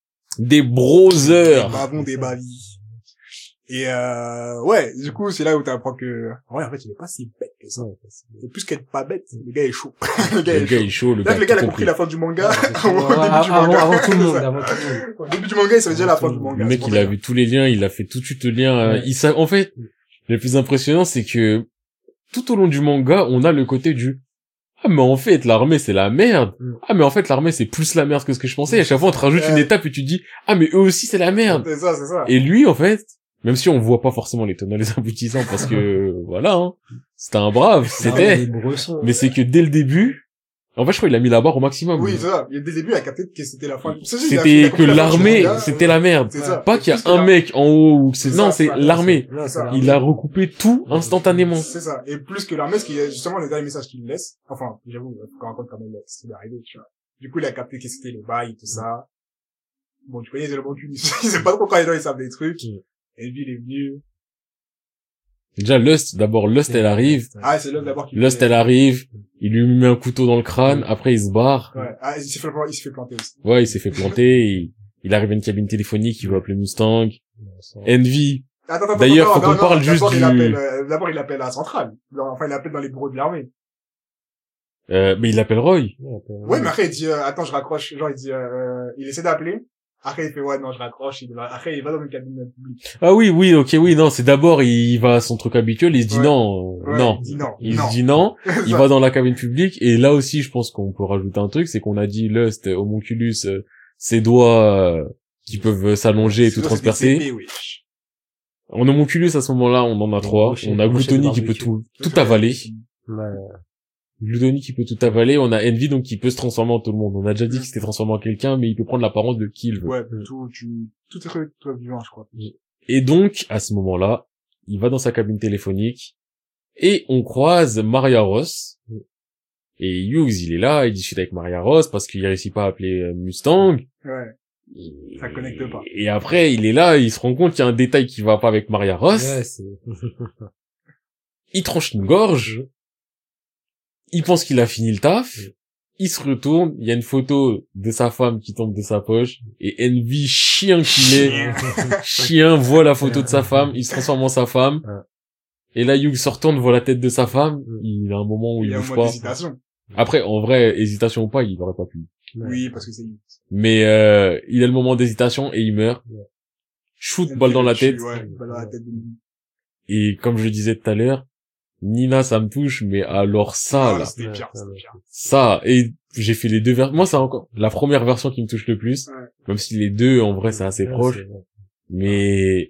Des brothers. Des bavons, des bavis. Et euh, ouais, du coup, c'est là où t'apprends que, ouais, en fait, il est pas si bête que ça. Et plus qu'être pas bête, le gars est chaud. le gars Le est gars chaud. est chaud, le Là, gars le gars, il a tout compris la fin du manga. Ouais, Au début du avant, manga. avant tout le C'est monde, ça. avant tout le monde. Au début du manga, ça veut dire la fin du manga. Le mec, c'est pour il ça a que- vu tous les liens, il a fait tout de suite le lien. euh, Ouais. Il s'a... En fait, le plus impressionnant, c'est que tout au long du manga, on a le côté du ah mais en fait l'armée c'est la merde. Mm. Ah mais en fait l'armée c'est plus la merde que ce que je pensais. Et à chaque fois on te rajoute une Ouais. étape et tu dis ah mais eux aussi c'est la merde. C'est ça, c'est ça. Et lui en fait, même si on voit pas forcément les tenants les aboutissants parce que voilà, hein, c'était un brave, c'était. Les bressons. Mais c'est que dès le début, en fait je crois qu'il a mis la barre au maximum. Oui, c'est ça. Il y a dès le début, il a capté que c'était la fin. du- C'est juste, il a- il C'était a que compris la fin du l'armée manga. c'était la merde. C'est ça. Pas qu'il y Plus a un la- mec en haut ou que c'est C'est non ça, c'est c'est ça, l'armée. Non, c'est ça. la- Il a recoupé tout instantanément. C'est ça. Et plus que l'armée, ce qui est justement le dernier message qu'il laisse. Enfin, j'avoue, faut qu'on raconte quand même ce qui est arrivé, tu vois. Du coup, il a capté que c'était le bail, tout ça. Bon, tu connais les éléments du, il sait pas trop quand les gens ils savent des trucs. Mm. Et lui, il est venu. Déjà Lust, d'abord Lust elle arrive. Ah, c'est là d'abord qu'il Lust fait- elle arrive, il lui met un couteau dans le crâne, après il se barre. Ouais. Ah, il s'est fait, il s'est fait planter aussi. Ouais, il s'est fait planter, il, il arrive à une cabine téléphonique, il veut appeler Mustang. Envy, Attends, attends, D'ailleurs, attends, faut non, qu'on non, parle juste d'abord, il du- appelle, euh, d'abord, il appelle à la centrale. Non, Enfin, il appelle dans les bureaux de l'armée. euh, mais il appelle Roy. Ouais, mais après, il dit, euh, attends, je raccroche. Genre, il dit, euh, il essaie d'appeler. Après, il fait, ouais, non, je raccroche. Il va, après, il va dans une cabine publique. Ah oui, oui, ok, oui, non, c'est d'abord, il va à son truc habituel, il se dit Ouais. non, euh, Ouais, non. Il dit non. Il non. se dit non, C'est il ça. va dans la cabine publique, et là aussi, je pense qu'on peut rajouter un truc, c'est qu'on a dit Lust, Homunculus, euh, ses doigts euh, qui peuvent s'allonger et tout Sinon, c'est des transpercer. C P, wesh. En Homunculus, à ce moment-là, on en a trois. brochets- On a brochets Gluttony de qui peut barbecue. tout, tout avaler. Ouais. Gluttony qui peut tout avaler, on a Envy donc qui peut se transformer en tout le monde. On a déjà dit qu'il s'était transformé en quelqu'un, mais il peut prendre l'apparence de qui il veut. Ouais, tout, tu, tout est fait, toi, vivant, je crois. Et donc, à ce moment-là, il va dans sa cabine téléphonique, et on croise Maria Ross. Et Hughes, il est là, il discute avec Maria Ross, parce qu'il réussit pas à appeler euh, Mustang. Ouais. Et- Ça connecte pas. Et après, il est là, il se rend compte qu'il y a un détail qui va pas avec Maria Ross. Ouais, c'est... Il tranche une gorge. Il pense qu'il a fini le taf. Il se retourne, il y a une photo de sa femme qui tombe de sa poche, et Envy, chien qu'il est, chien voit la photo de sa femme, il se transforme en sa femme, Ouais. et là Hugh se retourne, voit la tête de sa femme, il a un moment où Il il y a un bouge moment pas. d'hésitation. Après, en vrai, hésitation ou pas, il aurait pas pu. Oui, parce que c'est... Mais euh, il a le moment d'hésitation et il meurt. Ouais. Shoot, balle dans la tête. Ouais, balle dans la tête. Et comme je le disais tout à l'heure, Nina, ça me touche, mais alors ça, Ah, là, c'était Ouais, pire, ça, c'était ouais. pire. ça, et j'ai fait les deux versions. Moi, c'est encore la première version qui me touche le plus. Ouais. Même si les deux, en vrai, c'est assez Ouais, proche. c'est- Mais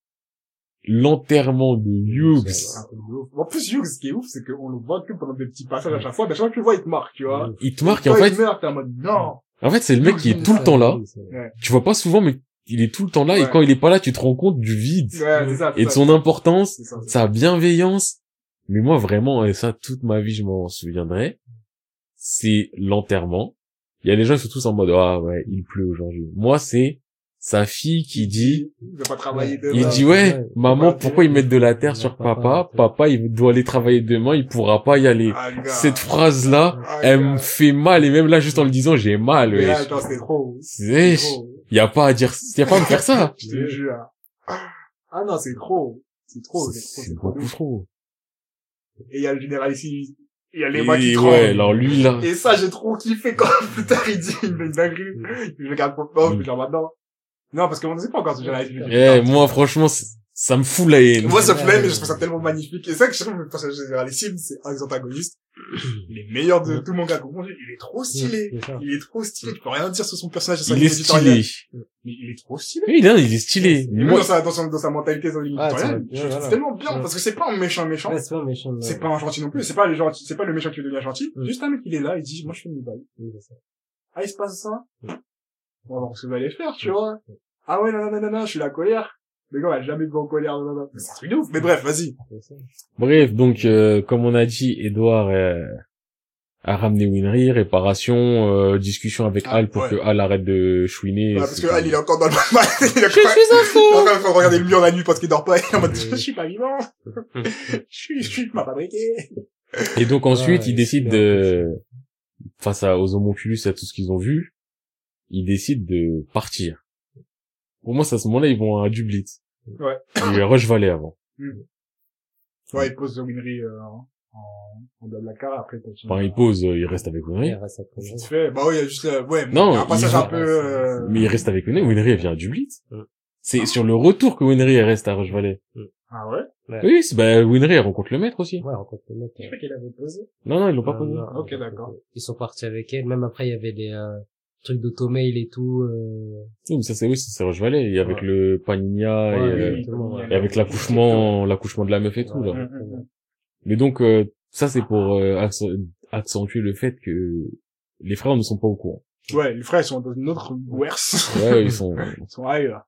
l'enterrement de Hughes, C'est un peu de ouf. En plus, Hughes, ce qui est ouf, c'est qu'on le voit que pendant des petits passages à chaque fois, mais chaque fois que tu le vois, il te marque, tu vois. il te marque, et en Quand fait, il meurt, t'es en mode, non. en fait, c'est le mec qui est tout le temps là. Ouais. Tu vois pas souvent, mais il est tout le temps là, et Ouais. quand il est pas là, tu te rends compte du vide. Ouais, c'est ça. c'est Et de ça, son c'est ça. importance, C'est ça, c'est ça. sa bienveillance. Mais moi, vraiment, et ça, toute ma vie, je m'en souviendrai, c'est l'enterrement. Il y a des gens qui sont tous en mode, ah ouais, il pleut aujourd'hui. Moi, c'est sa fille qui dit, Il va pas travailler Ouais. demain. il dit, ouais, Ouais. maman, Ouais. pourquoi ils mettent de la terre Ouais, sur papa, papa? ouais. Papa, il doit aller travailler demain, il pourra pas y aller. Ah, le gars. Cette phrase-là, Ah, elle le me gars. fait mal, et même là, juste en le disant, j'ai mal, Mais là, wesh. attends, c'était trop. C'est, C'est trop. y a pas à dire, y a pas à me faire ça. Je te jure. Ah non, c'est trop. C'est trop, c'est trop, C'est c'est trop. beaucoup trop. Et il y a le général ici. Il y a les Et mains qui ouais, tremblent. alors lui, là. Et ça, j'ai trop kiffé quand plus tard il dit une dinguerie. Je le garde pour toi, je le garde maintenant. Non, parce qu'on ne sait pas encore ce général. Eh, moi, franchement, c'est- ça me fout la haine. Moi, ça me fait, mais je trouve ça tellement magnifique. Et c'est ça que je trouve le personnage généralissime, c'est un des antagonistes. Il est meilleur de tout le manga confondu. Il est trop stylé. C'est ça. Il est trop stylé. Tu peux rien dire sur son personnage. sur sa Il ligne est éditoriale. stylé. Mais il est trop stylé. Oui, là, il est stylé. Et même Moi, dans sa, dans son, dans sa mentalité, dans sa ligne Ah, éditoriale, c'est- je ouais, trouve voilà. tellement bien, Ouais. parce que c'est pas un méchant méchant. Ouais, c'est pas méchant. mais- C'est pas un gentil non plus. C'est pas le gentil, c'est pas le méchant qui devient gentil. Mm. Juste un mec, il est là, il dit, moi, je fais une bail. Oui, c'est ça. Ah, il se passe ça? On va voir ce que vous allez faire, tu vois. Ah ouais, non, non, non, non, non, je suis la colère. Le gars, on a jamais vu en colère, non, non, non. Mais c'est un truc de ouf. Mais bref, vas-y. C'est ça. bref, donc, euh, comme on a dit, Edouard euh, a ramené Winry, réparation, euh, discussion avec Ah, Al pour ouais. que Al arrête de chouiner. Ouais, parce C'est que tout. Al, il est encore dans le mal. Il est Je suis encore, un il est fou. encore en train de regarder le mur la nuit parce qu'il dort pas. Il est en mode, Oui. je suis pas vivant. Je suis, je suis, tu m'as fabriqué. Et donc ensuite, Ouais, ils décident c'est de, face à, aux homonculus et à tout ce qu'ils ont vu, ils décident de partir. Pour moi, c'est à ce moment-là, ils vont à Dublitz. Ouais. Et Rush Valley avant. Ouais, il pose Winry, euh, en, en blablacar, après, il continue. Enfin, ils posent, euh, ils restent avec Winry. Il reste après. Vite fait. Bah oui, il y a juste le, ouais, Non, il y a un passage ils un vont- peu, euh, Mais ils restent avec Winry. Winry, elle vient à Dublitz. Ouais. C'est sur le retour que Winry, elle reste à Rush Valley. ah ouais? Ouais. Oui, c'est, bah, Winry, elle rencontre le maître aussi. Ouais, rencontre le mec. Je sais pas qu'il avait posé. Non, non, ils l'ont pas Non, posé. non, Ok, d'accord. Ils sont partis avec elle. Même après, il y avait des euh, trucs d'automail et tout. Euh... Oui, mais ça, c'est, oui, c'est Rush Valley. Et avec Ouais. le Panigna et, Ouais, euh, oui, exactement, ouais. et avec l'accouchement, l'accouchement de la meuf et tout, là. Ouais. Mm, mm, Mais donc, euh, ça, c'est pour euh, acc- accentuer le fait que les frères ne sont pas au courant. mm. Ouais, les frères, ils sont dans une autre werse. Ouais, ils sont... Ils sont ailleurs.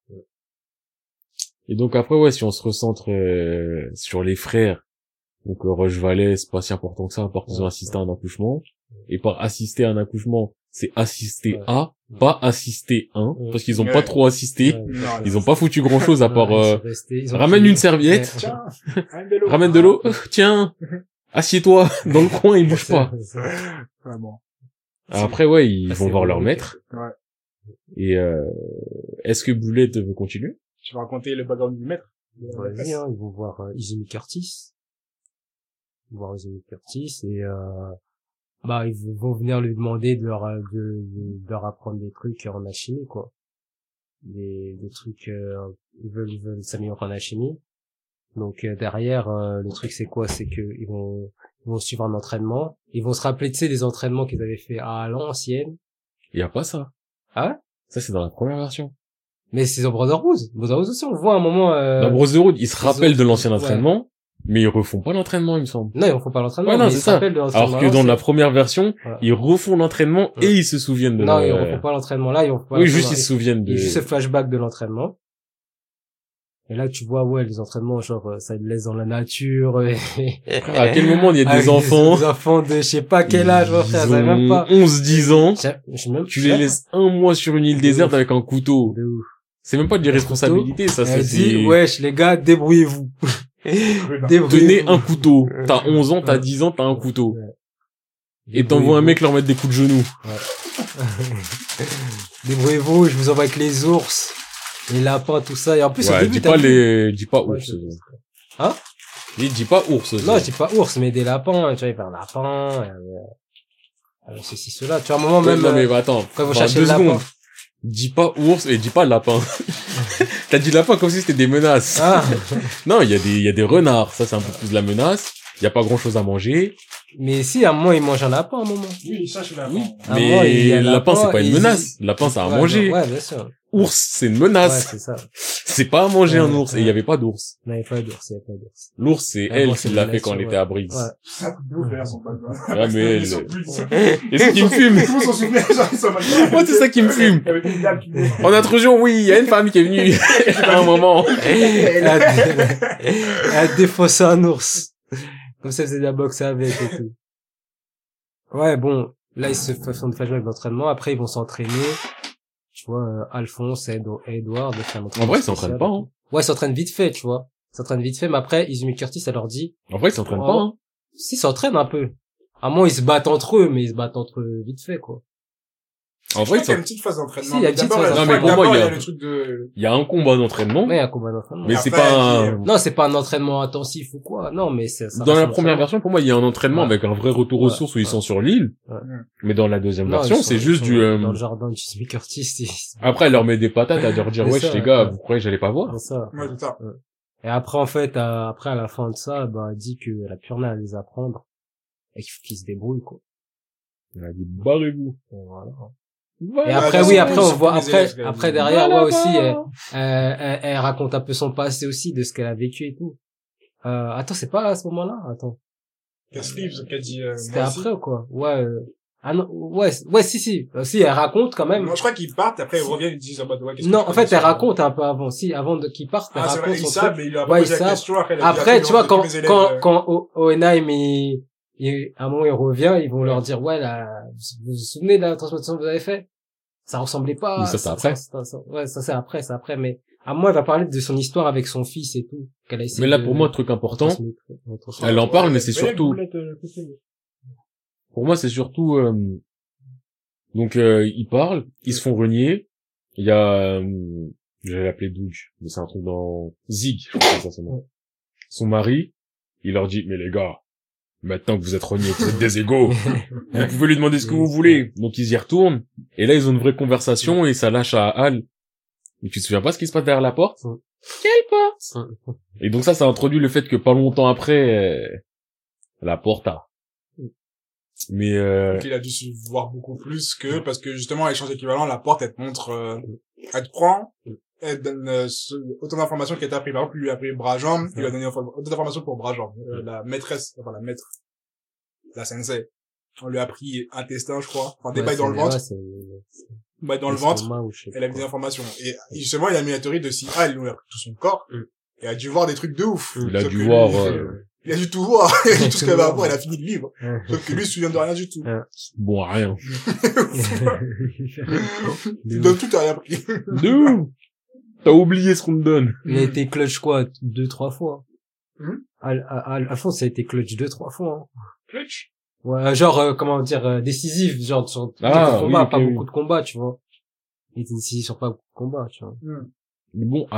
Et donc après, ouais, si on se recentre euh, sur les frères, donc euh, Rush Valley, c'est pas si important que ça, à part qu'ils ont Ouais. assisté à un accouchement. Et par assister à un accouchement, c'est assister Ouais. à, pas assister un, Ouais. parce qu'ils ont Ouais. pas trop assisté. Ouais. Non, Ils ont pas foutu grand chose à part, Ouais, ils euh, sont restés- ils ont ramène pris- une serviette, Ouais. Tiens, ramène de l'eau. ramène de l'eau, tiens, assieds-toi dans le coin, il bouge pas. C'est ça. Vraiment. Après, ouais, ils Ah, vont c'est voir bon, leur ok. maître. Ouais. Et euh, est-ce que Boulette veut continuer? Tu vas raconter le background du maître? Vas-y, hein, ils vont voir euh, Izumi Curtis. Ils vont voir Izumi Curtis et euh, bah ils vont venir lui demander de leur euh, de, de, de leur apprendre des trucs en alchimie, quoi. Des des trucs euh, ils veulent ils veulent s'améliorer en alchimie. Donc euh, derrière euh, le truc c'est quoi? C'est que ils vont ils vont suivre un entraînement, ils vont se rappeler, tu sais, des entraînements qu'ils avaient fait à l'ancienne. Il y a pas ça. Ah ouais? Ça, c'est dans la première version. Mais c'est dans Brotherhood. Brotherhood aussi, on voit un moment euh... Dans Brotherhood, ils se ils rappellent ont- de l'ancien ouais. entraînement, mais ils refont pas l'entraînement, il me semble. non, ils en font pas l'entraînement, Ouais, non, mais c'est ils se ça. rappellent de l'entraînement Alors que dans à la première version, Voilà. ils refont l'entraînement Ouais. et ils se souviennent de Non, la... ils refont pas l'entraînement là, ils refont pas Oui, juste l'entraînement. ils se souviennent de... Il y a juste le flashback de l'entraînement. Et là, tu vois, ouais, les entraînements, genre, euh, ça le laisse dans la nature. Et... À quel moment il y a Avec des enfants? Des enfants de je sais pas quel âge, mon frère, Ils ça savent même ont pas. onze dix ans. J'ai- j'ai même- Tu les laisses un mois sur une île De déserte ouf. avec un couteau. De ouf. C'est même pas de l'irresponsabilité, ça, Elle c'est, dit, c'est- wesh, les gars, débrouillez-vous. tenez Débrouillez-vous. un couteau. T'as onze ans, t'as Ouais. dix ans, t'as un couteau. Ouais. Et t'envoies un mec leur mettre des coups de genoux. Débrouillez-vous, je vous envoie avec les ours, les lapins, tout ça. Et en plus, au Ouais, début, dis t'as pas vu- les, dis pas Ouais, ours. je- Hein? Dis, dis pas ours. Non, je dis pas ours, mais des lapins. Tu vois, il y avait un lapin, il y avait, euh, ceci, cela. Tu vois, à un moment, Ouais, même, non, mais euh, bah, attends. quand vous bah, cherchez deux le lapin. secondes. Dis pas ours et dis pas lapin. T'as dit lapin comme si c'était des menaces. Ah. Non, il y a des, il y a des renards. Ça, c'est un peu plus de la menace. Il y a pas grand chose à manger. Mais si, à un moment, il mange un lapin, à un moment. Oui, ça, je suis d'accord. Oui. À un moment, il y Mais a le lapin, c'est pas et une ils- menace. Le lapin, c'est à Ouais, manger. Ouais, bien sûr. Ours, c'est une Ouais, menace. c'est ça. C'est pas à manger Ouais, un ours. Et il y ouais. avait pas d'ours. Il n'y avait pas d'ours, il n'y avait pas d'ours. L'ours, c'est Ah elle bon, qui c'est l'a la fait quand elle nature, était à Brive. Ouais. C'est un truc de ouf, d'ailleurs, son pote. Ouais, mais elle- Ils sont plus- ils sont- Et c'est qui me fume. Tout le monde s'en souvenait, genre, ils sont mal- Moi, c'est ça qui me fume. Il y avait une dame qui venait. En intrusion, oui, il y a une femme qui est venue à un moment. Elle a, elle a défoncé un ours. Comme ça, elle faisait de la boxe avec et tout. Ouais, bon, là, ils se font de flashback d'entraînement. Après, ils vont s'entraîner. Tu vois, euh, Alphonse et Edo- et Edward. de faire un En entraînement vrai, ils spécial. s'entraînent pas, hein. Ouais, ils s'entraînent vite fait, tu vois. Ils s'entraînent vite fait, mais après, Izumi Curtis, elle leur dit, En vrai, ils s'entraînent Oh. pas, hein. si, ils s'entraînent un peu. À un moment, ils se battent entre eux, mais ils se battent entre eux vite fait, quoi. En Je vrai, crois ils qu'il y a une s'entraînent. petite phase d'entraînement. Si, il y a une petite D'abord, phase je d'entraînement. crois Non, mais que pour moi, d'abord, il y a- le truc de... Il y a un combat d'entraînement. Ouais, il y a un combat d'entraînement. Mais Et c'est après, pas qui- un... Non, c'est pas un entraînement intensif ou quoi. Non, mais c'est, ça Dans reste la un première entraînement. version, pour moi, il y a un entraînement Ouais. avec un vrai retour aux Ouais. sources où ils Ouais. sont sur l'île. Ouais. Mais dans la deuxième Non, version, ils sont- c'est ils juste sont du, euh, dans le jardin de Izumi Curtis, ils- après, elle leur met des patates à leur dire, C'est wesh, ça, les gars, ouais. vous croyez que j'allais pas voir? c'est ça. Ouais, c'est ça. Et après, en fait, à- après, à la fin de ça, bah, elle dit qu'elle a plus rien à les apprendre. Et qu'il faut qu'ils se débrouillent, quoi. Elle a dit, barrez-vous. Voilà. Voilà. Et après, Ouais, oui, ils après, sont on pour voit, les après, élèves, quand même. après, derrière, Voilà, ouais, aussi, elle, bah. elle, elle- elle raconte un peu son passé aussi, de ce qu'elle a vécu et tout. Euh, attends, c'est pas à ce moment-là? Attends. Cass Leaves, qu'a dit, euh, C'était moi aussi. après, ou quoi? Ouais, euh, ah non, ouais, c- ouais, si, si. Euh, si, elle raconte quand même. Non, je crois qu'ils partent, après ils reviennent, ils disent, ah bah, ouais, qu'est-ce que Non, tu en connais fait, elle sur- raconte un peu avant. Si, avant de qu'ils partent, elle Ah, c'est raconte vrai, ils son savent, truc. mais il lui a Ouais, pas ils posé la savent. question, après, elle a dit, Après, ah, tu vois, tous quand, les élèves, quand, euh, quand O- Oenheim, il, il, à un moment, il revient, ils vont leur dire, ouais, là, vous vous souvenez de la transposition que vous avez fait? Ça ressemblait pas. Mais ça, c'est après. ça- ça- ouais, ça, c'est après, c'est après, mais, à moi, elle va parler de son histoire avec son fils et tout. Qu'elle a essayé Mais là, de- pour moi, truc important, transmettre- transmettre. elle en parle, mais Ouais, c'est ouais, surtout, boulette, euh, possible. pour moi, c'est surtout, euh, donc, euh, ils parlent, ils se font renier. Il y a, euh, je vais l'appeler Doug, mais c'est un truc dans Zig, je crois que c'est ça son nom. Son mari, il leur dit, mais les gars, maintenant que vous êtes reniés, que vous êtes des égaux, vous pouvez lui demander ce que vous voulez. Donc ils y retournent, et là ils ont une vraie conversation, et ça lâche à Hal. Et tu te souviens pas ce qui se passe derrière la porte? Ouais. Quelle porte? Et donc ça, ça introduit le fait que pas longtemps après, euh, la porte a. Mais euh, Donc il a dû se voir beaucoup plus que, parce que justement, à l'échange équivalent, la porte, elle te montre, euh, elle te prend, elle te donne euh, ce- autant d'informations qu'elle t'a pris. Par exemple, lui, il a pris Brajam, il lui a donné info- autant d'informations pour Brajam, euh, la maîtresse, enfin la maître, la sensei. On lui a pris intestin, je crois, enfin des Ouais, bails dans c'est- le ventre, ouais, c'est- bails dans le c'est ventre, Soma ou je sais elle a pas mis des quoi. informations. Et justement, il a mis la théorie de si ah, il lui a pris tout son corps, Mm. et a dû voir des trucs de ouf. il a Sauf dû que voir, lui, euh, il a dû tout voir, il a vu tout ce Tout qu'elle avait à voir, voir, il a ouais. fini le livre. Ouais. Sauf que lui, il se souvient de rien du tout. Ouais. bon, rien. Il donne tout, t'as rien pris. D'où? T'as oublié ce qu'on te donne. Il a été clutch quoi, deux, trois fois. Mhm. Al, Al, Alphonse a été clutch deux, trois fois. Hein. Clutch. Ouais, genre, euh, comment dire, euh, décisif, genre, sur Ah, beaucoup de combats, oui, ok, pas oui. beaucoup de combats, tu vois. Il était décisif sur pas beaucoup de combats, tu vois. Mais bon,